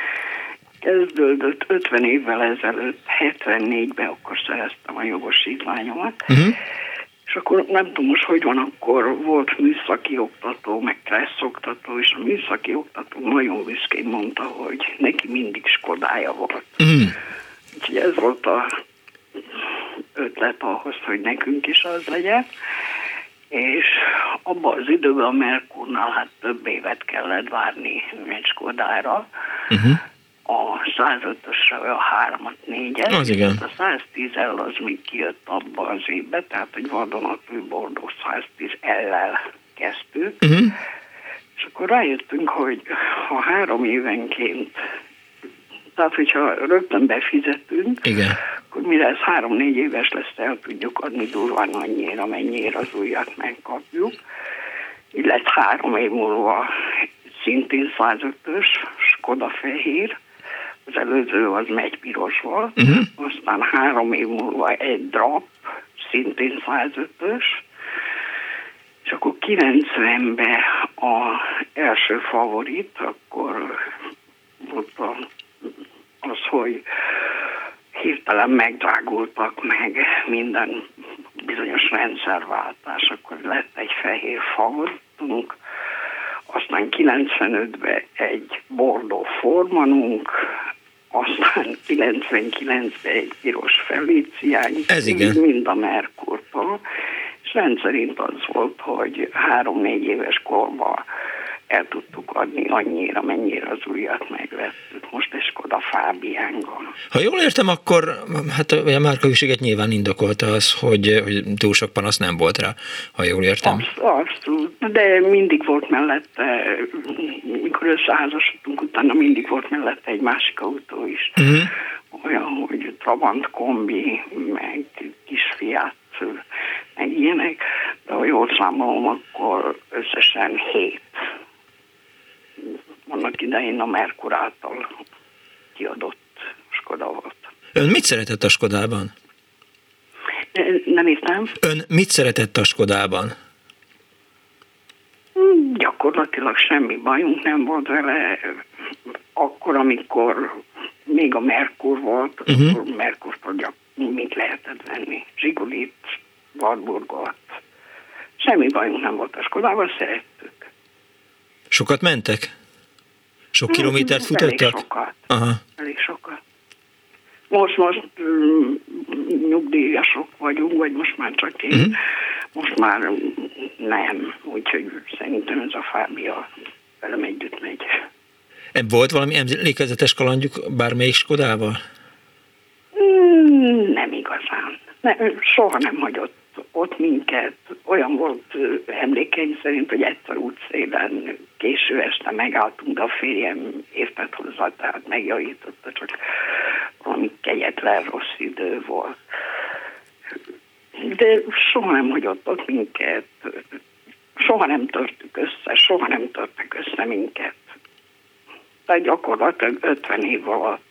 Kezdődött ötven évvel ezelőtt, hetvennégyben akkor szereztem a jogosítványomat. Uh-huh. És akkor nem tudom most, hogy van, akkor volt műszaki oktató, meg stressz oktató, és a műszaki oktató nagyon büszkén mondta, hogy neki mindig Skodája volt. Mm. Úgyhogy ez volt a ötlet ahhoz, hogy nekünk is az legyen. És abban az időben a Merkurnál hát több évet kellett várni egy Skodára. Uh-huh. A százötösre a hármat, négyet, az igen. A száztíz el az még kijött abba az évbe, tehát egy vadonatúj Bordó száztíz el-lel kezdtük, uh-huh. és akkor rájöttünk, hogy ha három évenként, tehát hogyha rögtön befizetünk, igen. akkor mire ez három-négy éves lesz, el tudjuk adni durván annyira, mennyire az újat megkapjuk, illetve három év múlva szintén százötös, Skoda fehér, az előző az megypiros volt, uh-huh. aztán három év múlva egy drap, szintén százötös, és akkor kilencvenben az első favorit, akkor volt az, hogy hirtelen megdrágultak meg minden bizonyos rendszerváltás, akkor lett egy fehér favoritunk, aztán kilencvenötben egy Bordó Formanunk, aztán kilencvenkilencben egy piros Felíciánk, ez igen. mind a Merkurtól, és rendszerint az volt, hogy három-négy éves korban el tudtuk adni annyira, mennyire az újat megvettük. Most egy Skoda Fábiángal. Ha jól értem, akkor hát a márkahűséget nyilván indokolta az, hogy, hogy túl sok panasz nem volt rá, ha jól értem. Abszolút, abszolút. De mindig volt mellette, mikor összeházasodtunk, utána mindig volt mellette egy másik autó is. Uh-huh. Olyan, hogy Trabant kombi, meg kis Fiat, meg ilyenek. De ha jól számolom, akkor összesen hét. Annak idején a Merkur által kiadott Skoda volt. Ön mit szeretett a Skodában? Nem értem. Ön mit szeretett a Skodában? Gyakorlatilag semmi bajunk nem volt vele. Akkor, amikor még a Merkur volt, uh-huh. akkor Merkurtól gyakorlatilag mit lehetett venni? Zsigulit, Wartburgot. Semmi bajunk nem volt a Skodával, szerettük. Sokat mentek? Sok kilométert futottak? Elég sokat. Aha. Elég sokat. Most, most um, nyugdíjasok vagyunk, vagy most már csak én. Uh-huh. Most már nem. Úgyhogy szerintem ez a Fábia velem együtt megy. Volt valami emlékezetes kalandjuk bármelyik Skodával? Mm, nem igazán. Ne, soha nem hagyott ott minket. Olyan volt emlékeim szerint, hogy egyszer útszélen késő este megálltunk, de a férjem értett hozzá, tehát megjavította, csak valami kegyetlen rossz idő volt. De soha nem hagyott ott minket, soha nem törtük össze, soha nem törtek össze minket. Tehát gyakorlatilag ötven év alatt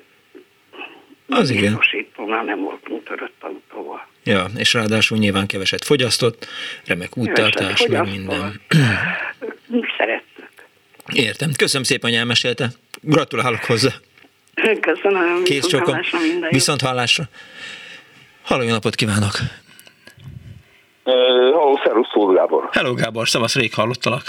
az igen. Biztosítónál nem voltunk törött autóval. Ja, és ráadásul nyilván keveset fogyasztott, remek úttartás, meg minden. Szerettük. Értem. Köszönöm szépen, hogy elmesélte. Gratulálok hozzá. Köszönöm. Kész csókom. Viszont hallásra. Halló, jó napot kívánok. Halló, uh, szervusz, Tóth Gábor. Hello, Gábor, szavasz, rég hallottalak.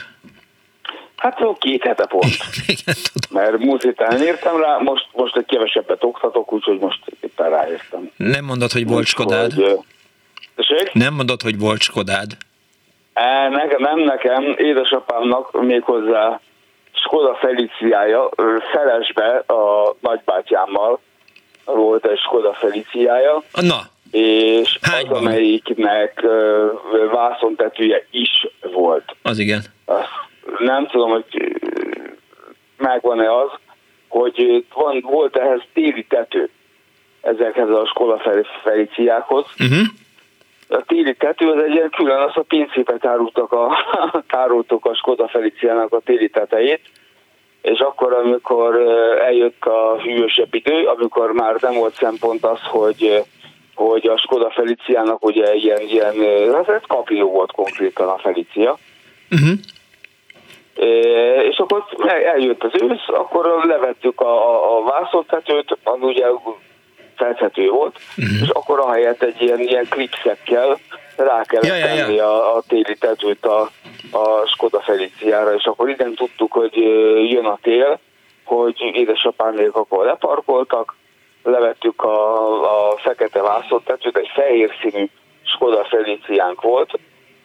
Hát két hete pont. Igen, tudom. Mert múlt héten írtam rá, most, most egy kevesebbet oktatok, úgyhogy most éppen ráértem. Nem mondod, hogy volt Skodád? Hogy, nem mondod, hogy volt Skodád? E, nekem, nem nekem, édesapámnak méghozzá Skoda Feliciája, Felesbe a nagybátyámmal volt egy Skoda Feliciája. Na. És hányban? Az, amelyiknek uh, vászontetője is volt. Az igen. Azt nem tudom, hogy megvan-e az, hogy van, volt ehhez téli tető ezekhez a Skoda Feliciákhoz. Uh-huh. A téli tető az egy ilyen külön, azt a pincébe tároltak a, tároltuk a Skoda Feliciának a téli tetejét, és akkor, amikor eljött a hűvösebb idő, amikor már nem volt szempont az, hogy hogy a Skoda Feliciának ugye ilyen, ilyen hát kaprió volt konkrétan a Felicia. Uh-huh. E, és akkor eljött az ősz, akkor levettük a, a, a vászontetőt, ami ugye felthető volt, uh-huh. és akkor ahelyett egy ilyen, ilyen klipszekkel rá kellett ja, tenni ja, ja. A, a téli tetőt a, a Skoda Feliciára, és akkor igen tudtuk, hogy jön a tél, hogy édesapámék akkor leparkoltak, levettük a, a fekete vászontetőt, egy fehér színű Skoda Feliciánk volt.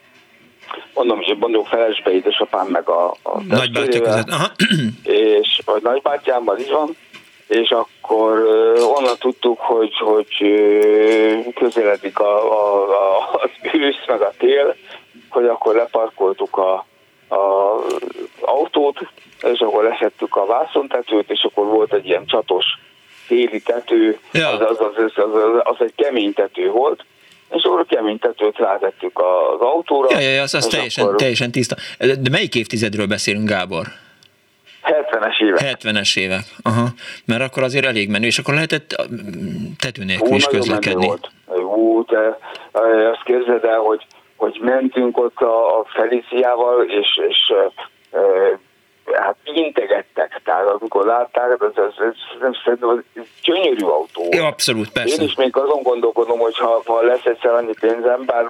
Mondom, hogy mondjuk Felesbe édesapám meg a, a nagybátyja között. Aha. És, vagy nagybátyámmal is van, és akkor uh, onnan tudtuk, hogy, hogy uh, közeledik a, a, a, az ősz meg a tél, hogy akkor leparkoltuk a, a autót, és akkor leszettük a vászontetőt, és akkor volt egy ilyen csatos téli tető, ja. az, az, az, az, az, az egy kemény tető volt, és akkor a kemény tetőt rátettük az autóra. Ja, ja, ja, az, az teljesen, akkor... teljesen tiszta. De melyik évtizedről beszélünk, Gábor? hetvenes évek. hetvenes évek, aha. Mert akkor azért elég menő, és akkor lehetett tető nélkül is közlekedni. Volt. Hú, te azt képzeld el, hogy, hogy mentünk ott a, a Feliciával, és, és e, hát integettek, tehát amikor látták, ez, ez, ez, ez, ez, ez gyönyörű autó. Ja, abszolút, persze. Én is még azon gondolkodom, hogy ha, ha lesz egyszer annyi pénzem, bár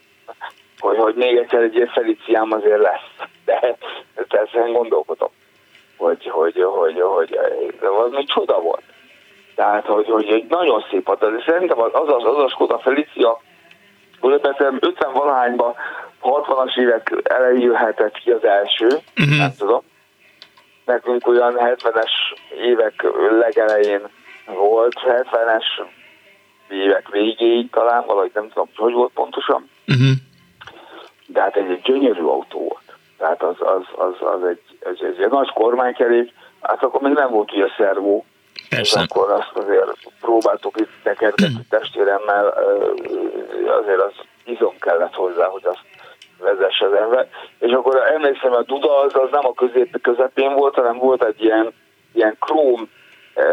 hogy, hogy még egyszer egy ilyen Feliciám azért lesz. De ezen gondolkodom, hogy, hogy, hogy, hogy, hogy valami csoda volt. Tehát, hogy, hogy egy nagyon szép volt. Szerintem az az, az a Skoda Felicia, hogy persze ötven-valahányban, hatvanas évek elején jöhetett ki az első, uh-huh. nem tudom. Nekünk olyan hetvenes évek legelején volt, hetvenes évek végéig talán, valahogy nem tudom, hogy volt pontosan. Uh-huh. De hát egy, egy gyönyörű autó volt. Tehát az, az, az, az egy, egy, egy, egy nagy kormánykerék, hát akkor még nem volt ugye szervó. Persze. És akkor azt azért próbáltuk itt tekergetni testvéremmel, azért az izom kellett hozzá, hogy azt vezesse az ember. És akkor emlékszem, a Duda az, az nem a közép, közepén volt, hanem volt egy ilyen, ilyen króm e,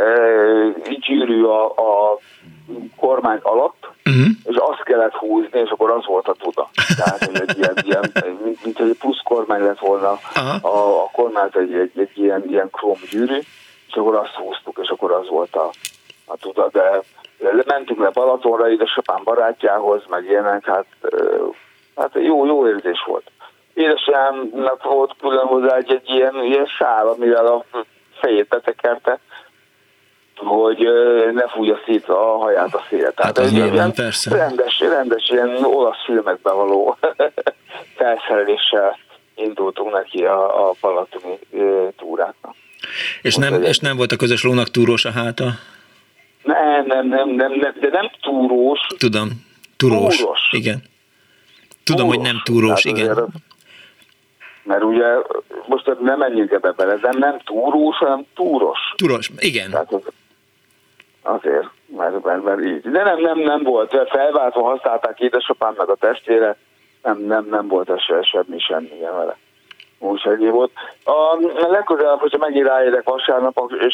gyűrű a, a kormány alatt, uh-huh. és azt kellett húzni, és akkor az volt a Duda. Tehát egy ilyen, ilyen mint, mint egy plusz kormány lett volna uh-huh. a, a kormány egy, egy, egy ilyen, ilyen króm gyűrű, és akkor azt húztuk, és akkor az volt a, a Duda. De mentünk le Balatonra, édesapám barátjához, meg ilyenek, hát Hát jó, jó érzés volt. Édesanyámnak volt külön hozzá egy, egy ilyen, ilyen sál, amivel a fejét betekerte, hogy ne fújja szét a haját a szél. Tehát hát egy ilyen persze. rendes, rendes ilyen olasz filmekben való felszereléssel indultunk neki a, a balatoni túráknak. És nem, és nem volt a közös lónak túrós a háta? Nem, nem, nem, nem, nem, de nem túrós. Tudom, túrós. túrós. Igen. Tudom, túrós, hogy nem túrós, igen. Azért, mert ugye, most nem menjünk ebbe bele, de nem túrós, hanem túros. Túros, igen. Tehát az, azért, mert, mert, mert így. De nem, nem, nem volt, felváltva használták édesapám meg a testvére, nem, nem, nem volt ez se, semmi, semmi ilyen vele. Úgy ennyi volt. A legközelebb, hogyha megint ráérek vasárnap, és,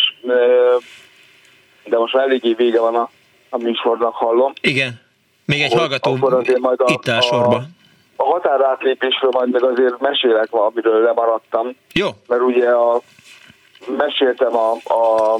de most már eléggé vége van a, a műsornak, hallom. Igen. Még egy Hogy hallgató a, itt áll sorba. a határátlépésről majd meg azért mesélek valamiről lemaradtam. Jó. Mert ugye a, meséltem a, a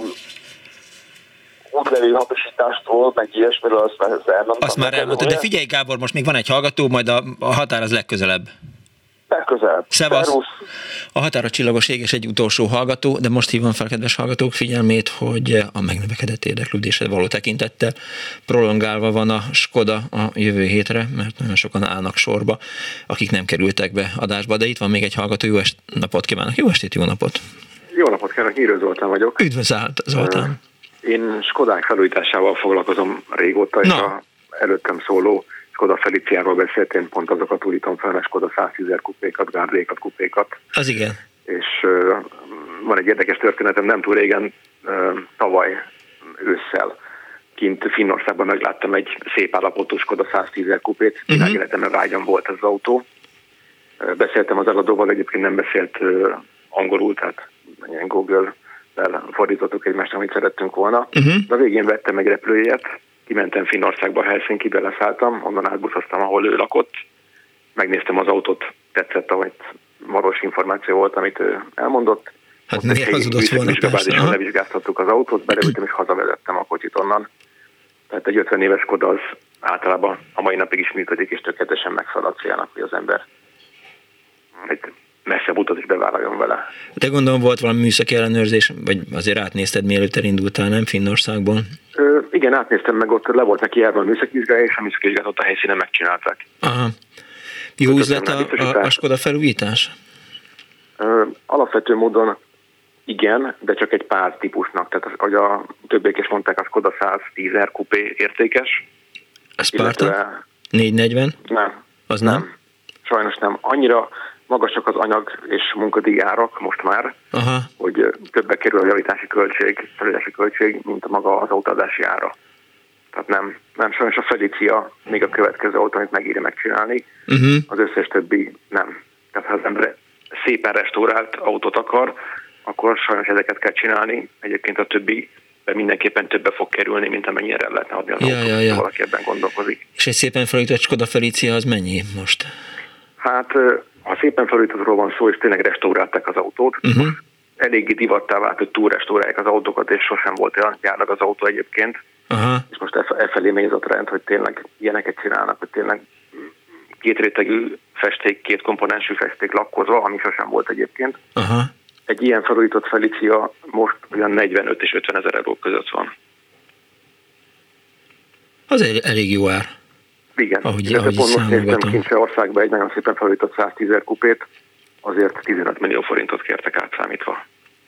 útlevél hamisítástól, meg ilyesmiről, azt már elmondtam. Azt már elmondtad, de figyelj Gábor, most még van egy hallgató, majd a, a határ az legközelebb. Legközelebb. Szevasz. A Határa csillagos ég és egy utolsó hallgató, de most hívom fel, kedves hallgatók, figyelmét, hogy a megnövekedett érdeklődésre való tekintettel prolongálva van a Skoda a jövő hétre, mert nagyon sokan állnak sorba, akik nem kerültek be adásba, de itt van még egy hallgató, jó est, napot kívánok, jó estét, jó napot! Jó napot kívánok, Nyírő Zoltán vagyok. Üdvözlöm, Zoltán! Én Skodák felújításával foglalkozom régóta, és a előttem szóló Skoda Feliciáról beszélt, én pont azokat újítom fel, a Skoda száztízer kupékat, gárdékat, kupékat. Az igen. És uh, van egy érdekes történetem, nem túl régen, uh, tavaly ősszel kint Finnországban megláttam egy szép állapotú Skoda száztízer kupét, uh-huh. világéletemben vágyam volt ez az autó. Uh, beszéltem az eladóval, egyébként nem beszélt uh, angolul, tehát ilyen Google-vel fordítottuk egymást, amit szerettünk volna. Uh-huh. De a végén vettem egy repülőjegyet, kimentem Finnországba, Helsinkibe, leszálltam, onnan átbuszoztam, ahol ő lakott, megnéztem az autót, tetszett, ahogy valós információ volt, amit ő elmondott. Hát miért hazudott volna, persze. Levizsgáztattuk az autót, beleültem és hazavezettem a kocsit onnan. Tehát egy ötven éves Skoda az általában a mai napig is működik, és tökéletesen megfelel a célnak, hogy az ember egy messzebb utat is bevállaljon vele. De gondolom volt valami műszaki ellenőrzés, vagy azért átnézted, mielőtt elindultál, nem Finnországból? Ö, igen, átnéztem meg, ott le volt neki járva a műszaki vizsgája, és a műszaki vizsgát ott a helyszínen megcsinálták. Aha. Jó üzlet a, a, a Skoda felújítás? Ö, alapvető módon igen, de csak egy pár típusnak. Tehát, ahogy a többiek is mondták, a Skoda száztízer kupé értékes. A Sparta? négyszáznegyven? Nem. Az nem? nem? Sajnos nem. Annyira magasak az anyag és munkadíj árak most már, aha. hogy többbe kerül a javítási költség, felújítási költség, mint maga az autóadási ára. Tehát nem, nem sajnos a Felicia még a következő autó, amit megírja megcsinálni, uh-huh. az összes többi nem. Tehát ha az ember szépen restaurált autót akar, akkor sajnos ezeket kell csinálni. Egyébként a többi de mindenképpen többe fog kerülni, mint amennyire lehetne adni az ja, autót, ja, ja. valaki ebben gondolkozik. És egy szépen felújított Skoda Felicia az mennyi most? Hát ha szépen felújítottról van szó, és tényleg restaurálták az autót, uh-huh. eléggé divattá vált, hogy túl restaurálják az autókat, és sosem volt olyan járnak az autó egyébként. Uh-huh. És most e felé megy az a trend, hogy tényleg ilyeneket csinálnak, hogy tényleg két rétegű festék, két komponensű festék lakkozva, ami sosem volt egyébként. Uh-huh. Egy ilyen felújított Felicia most olyan negyvenöt és ötven ezer euró között van. Az egy elég jó ár. Igen. Ahogy, de ahogy pont most néztem Kincsországban egy nagyon szépen felújított száztízer kupét, azért tizenöt millió forintot kértek átszámítva.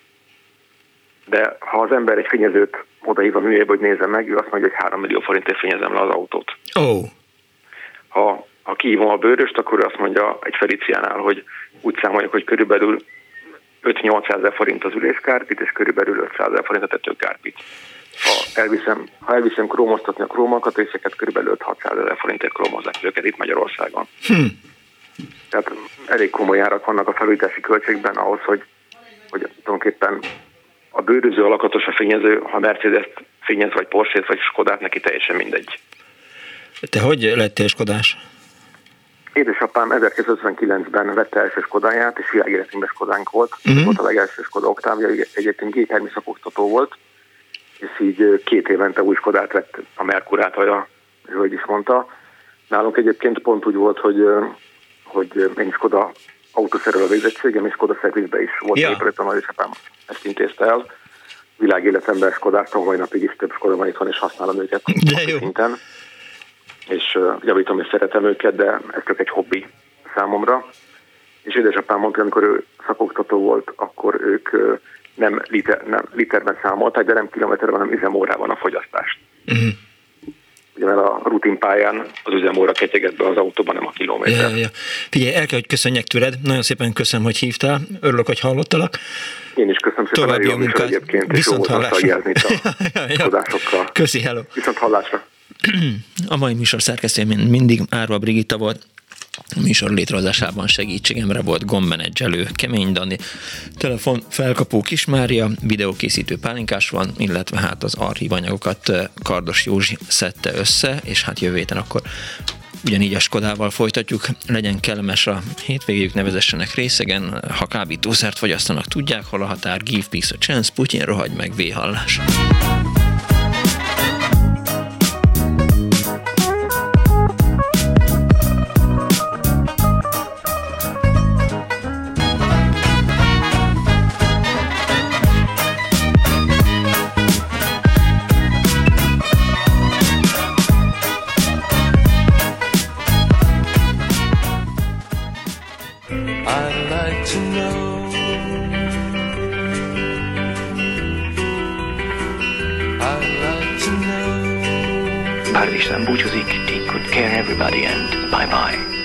De ha az ember egy fényezőt odahív a műjébe, hogy nézze meg, ő azt mondja, hogy három millió forintért fényezem le az autót. Oh. Ha, ha kihívom a bőröst, akkor azt mondja egy Feliciánál, hogy úgy számoljuk, hogy körülbelül öt-nyolcszázezer forint az üléskárpit, és körülbelül ötszázezer forint a tetőkárpit. Ha elviszem, ha elviszem krómoztatni a krómalkatrészeket, körülbelül öt-hatszázezer forintért krómozzák őket itt Magyarországon. Hm. Tehát elég komoly árak vannak a felújítási költségben ahhoz, hogy, hogy tulajdonképpen a bőröző, a lakatos, a fényező, ha Mercedes-t fényez, vagy Porsche-t, vagy Skodát, neki teljesen mindegy. Te hogy lettél skodás? Édesapám ezerkilencszázötvenkilencben vette első Skodáját, és világéletünkben Skodánk volt. Uh-huh. Volt a legelső Skoda Octavia, egyébként gépjármű szakoktató volt, és így két évente új Skodát vett a Merkur által, hogy is mondta. Nálunk egyébként pont úgy volt, hogy, hogy én Skoda autószerelő a végzettségem, és Skoda szervizben is volt ja. épületben, hogy édesapám ezt intézte el. Világéletemben Skodáztam, mai napig is több Skoda van itthon, és használom őket szinten. És javítom, és szeretem őket, de ez csak egy hobbi számomra. És édesapám mondta, amikor ő szakoktató volt, akkor ők nem, liter, nem literben számolták, de nem kilométerben, hanem üzemórában a fogyasztást. Uh-huh. Ugye mert a rutinpályán az üzemóra ketyegett be az autóban, nem a kilométer. Ja, ja, ja. Figyelj, el kell, hogy köszönjek tőled. Nagyon szépen köszönöm, hogy hívtál. Örülök, hogy hallottalak. Én is köszönöm szépen. További a munkát. Egyébként, viszont hallásra. A Köszi, hello. Viszont hallásra. A mai műsor szerkesztője mindig Árva Brigitta volt. A műsor létrehozásában segítségemre volt gombmenedzselő Kemény Dani, telefon felkapó Kis Mária, videókészítő Pálinkás van, illetve hát az archívanyagokat Kardos Józsi szedte össze, és hát jövő héten akkor ugyanígy a Skodával folytatjuk. Legyen kellemes a hétvégéjük, ne vezessenek részegen. Ha kábítószert fogyasztanak, tudják, hol a határ. Give peace a chance, Putyin rohagy meg, V-hallás. Pár István búcsúzik, take good care everybody and bye bye.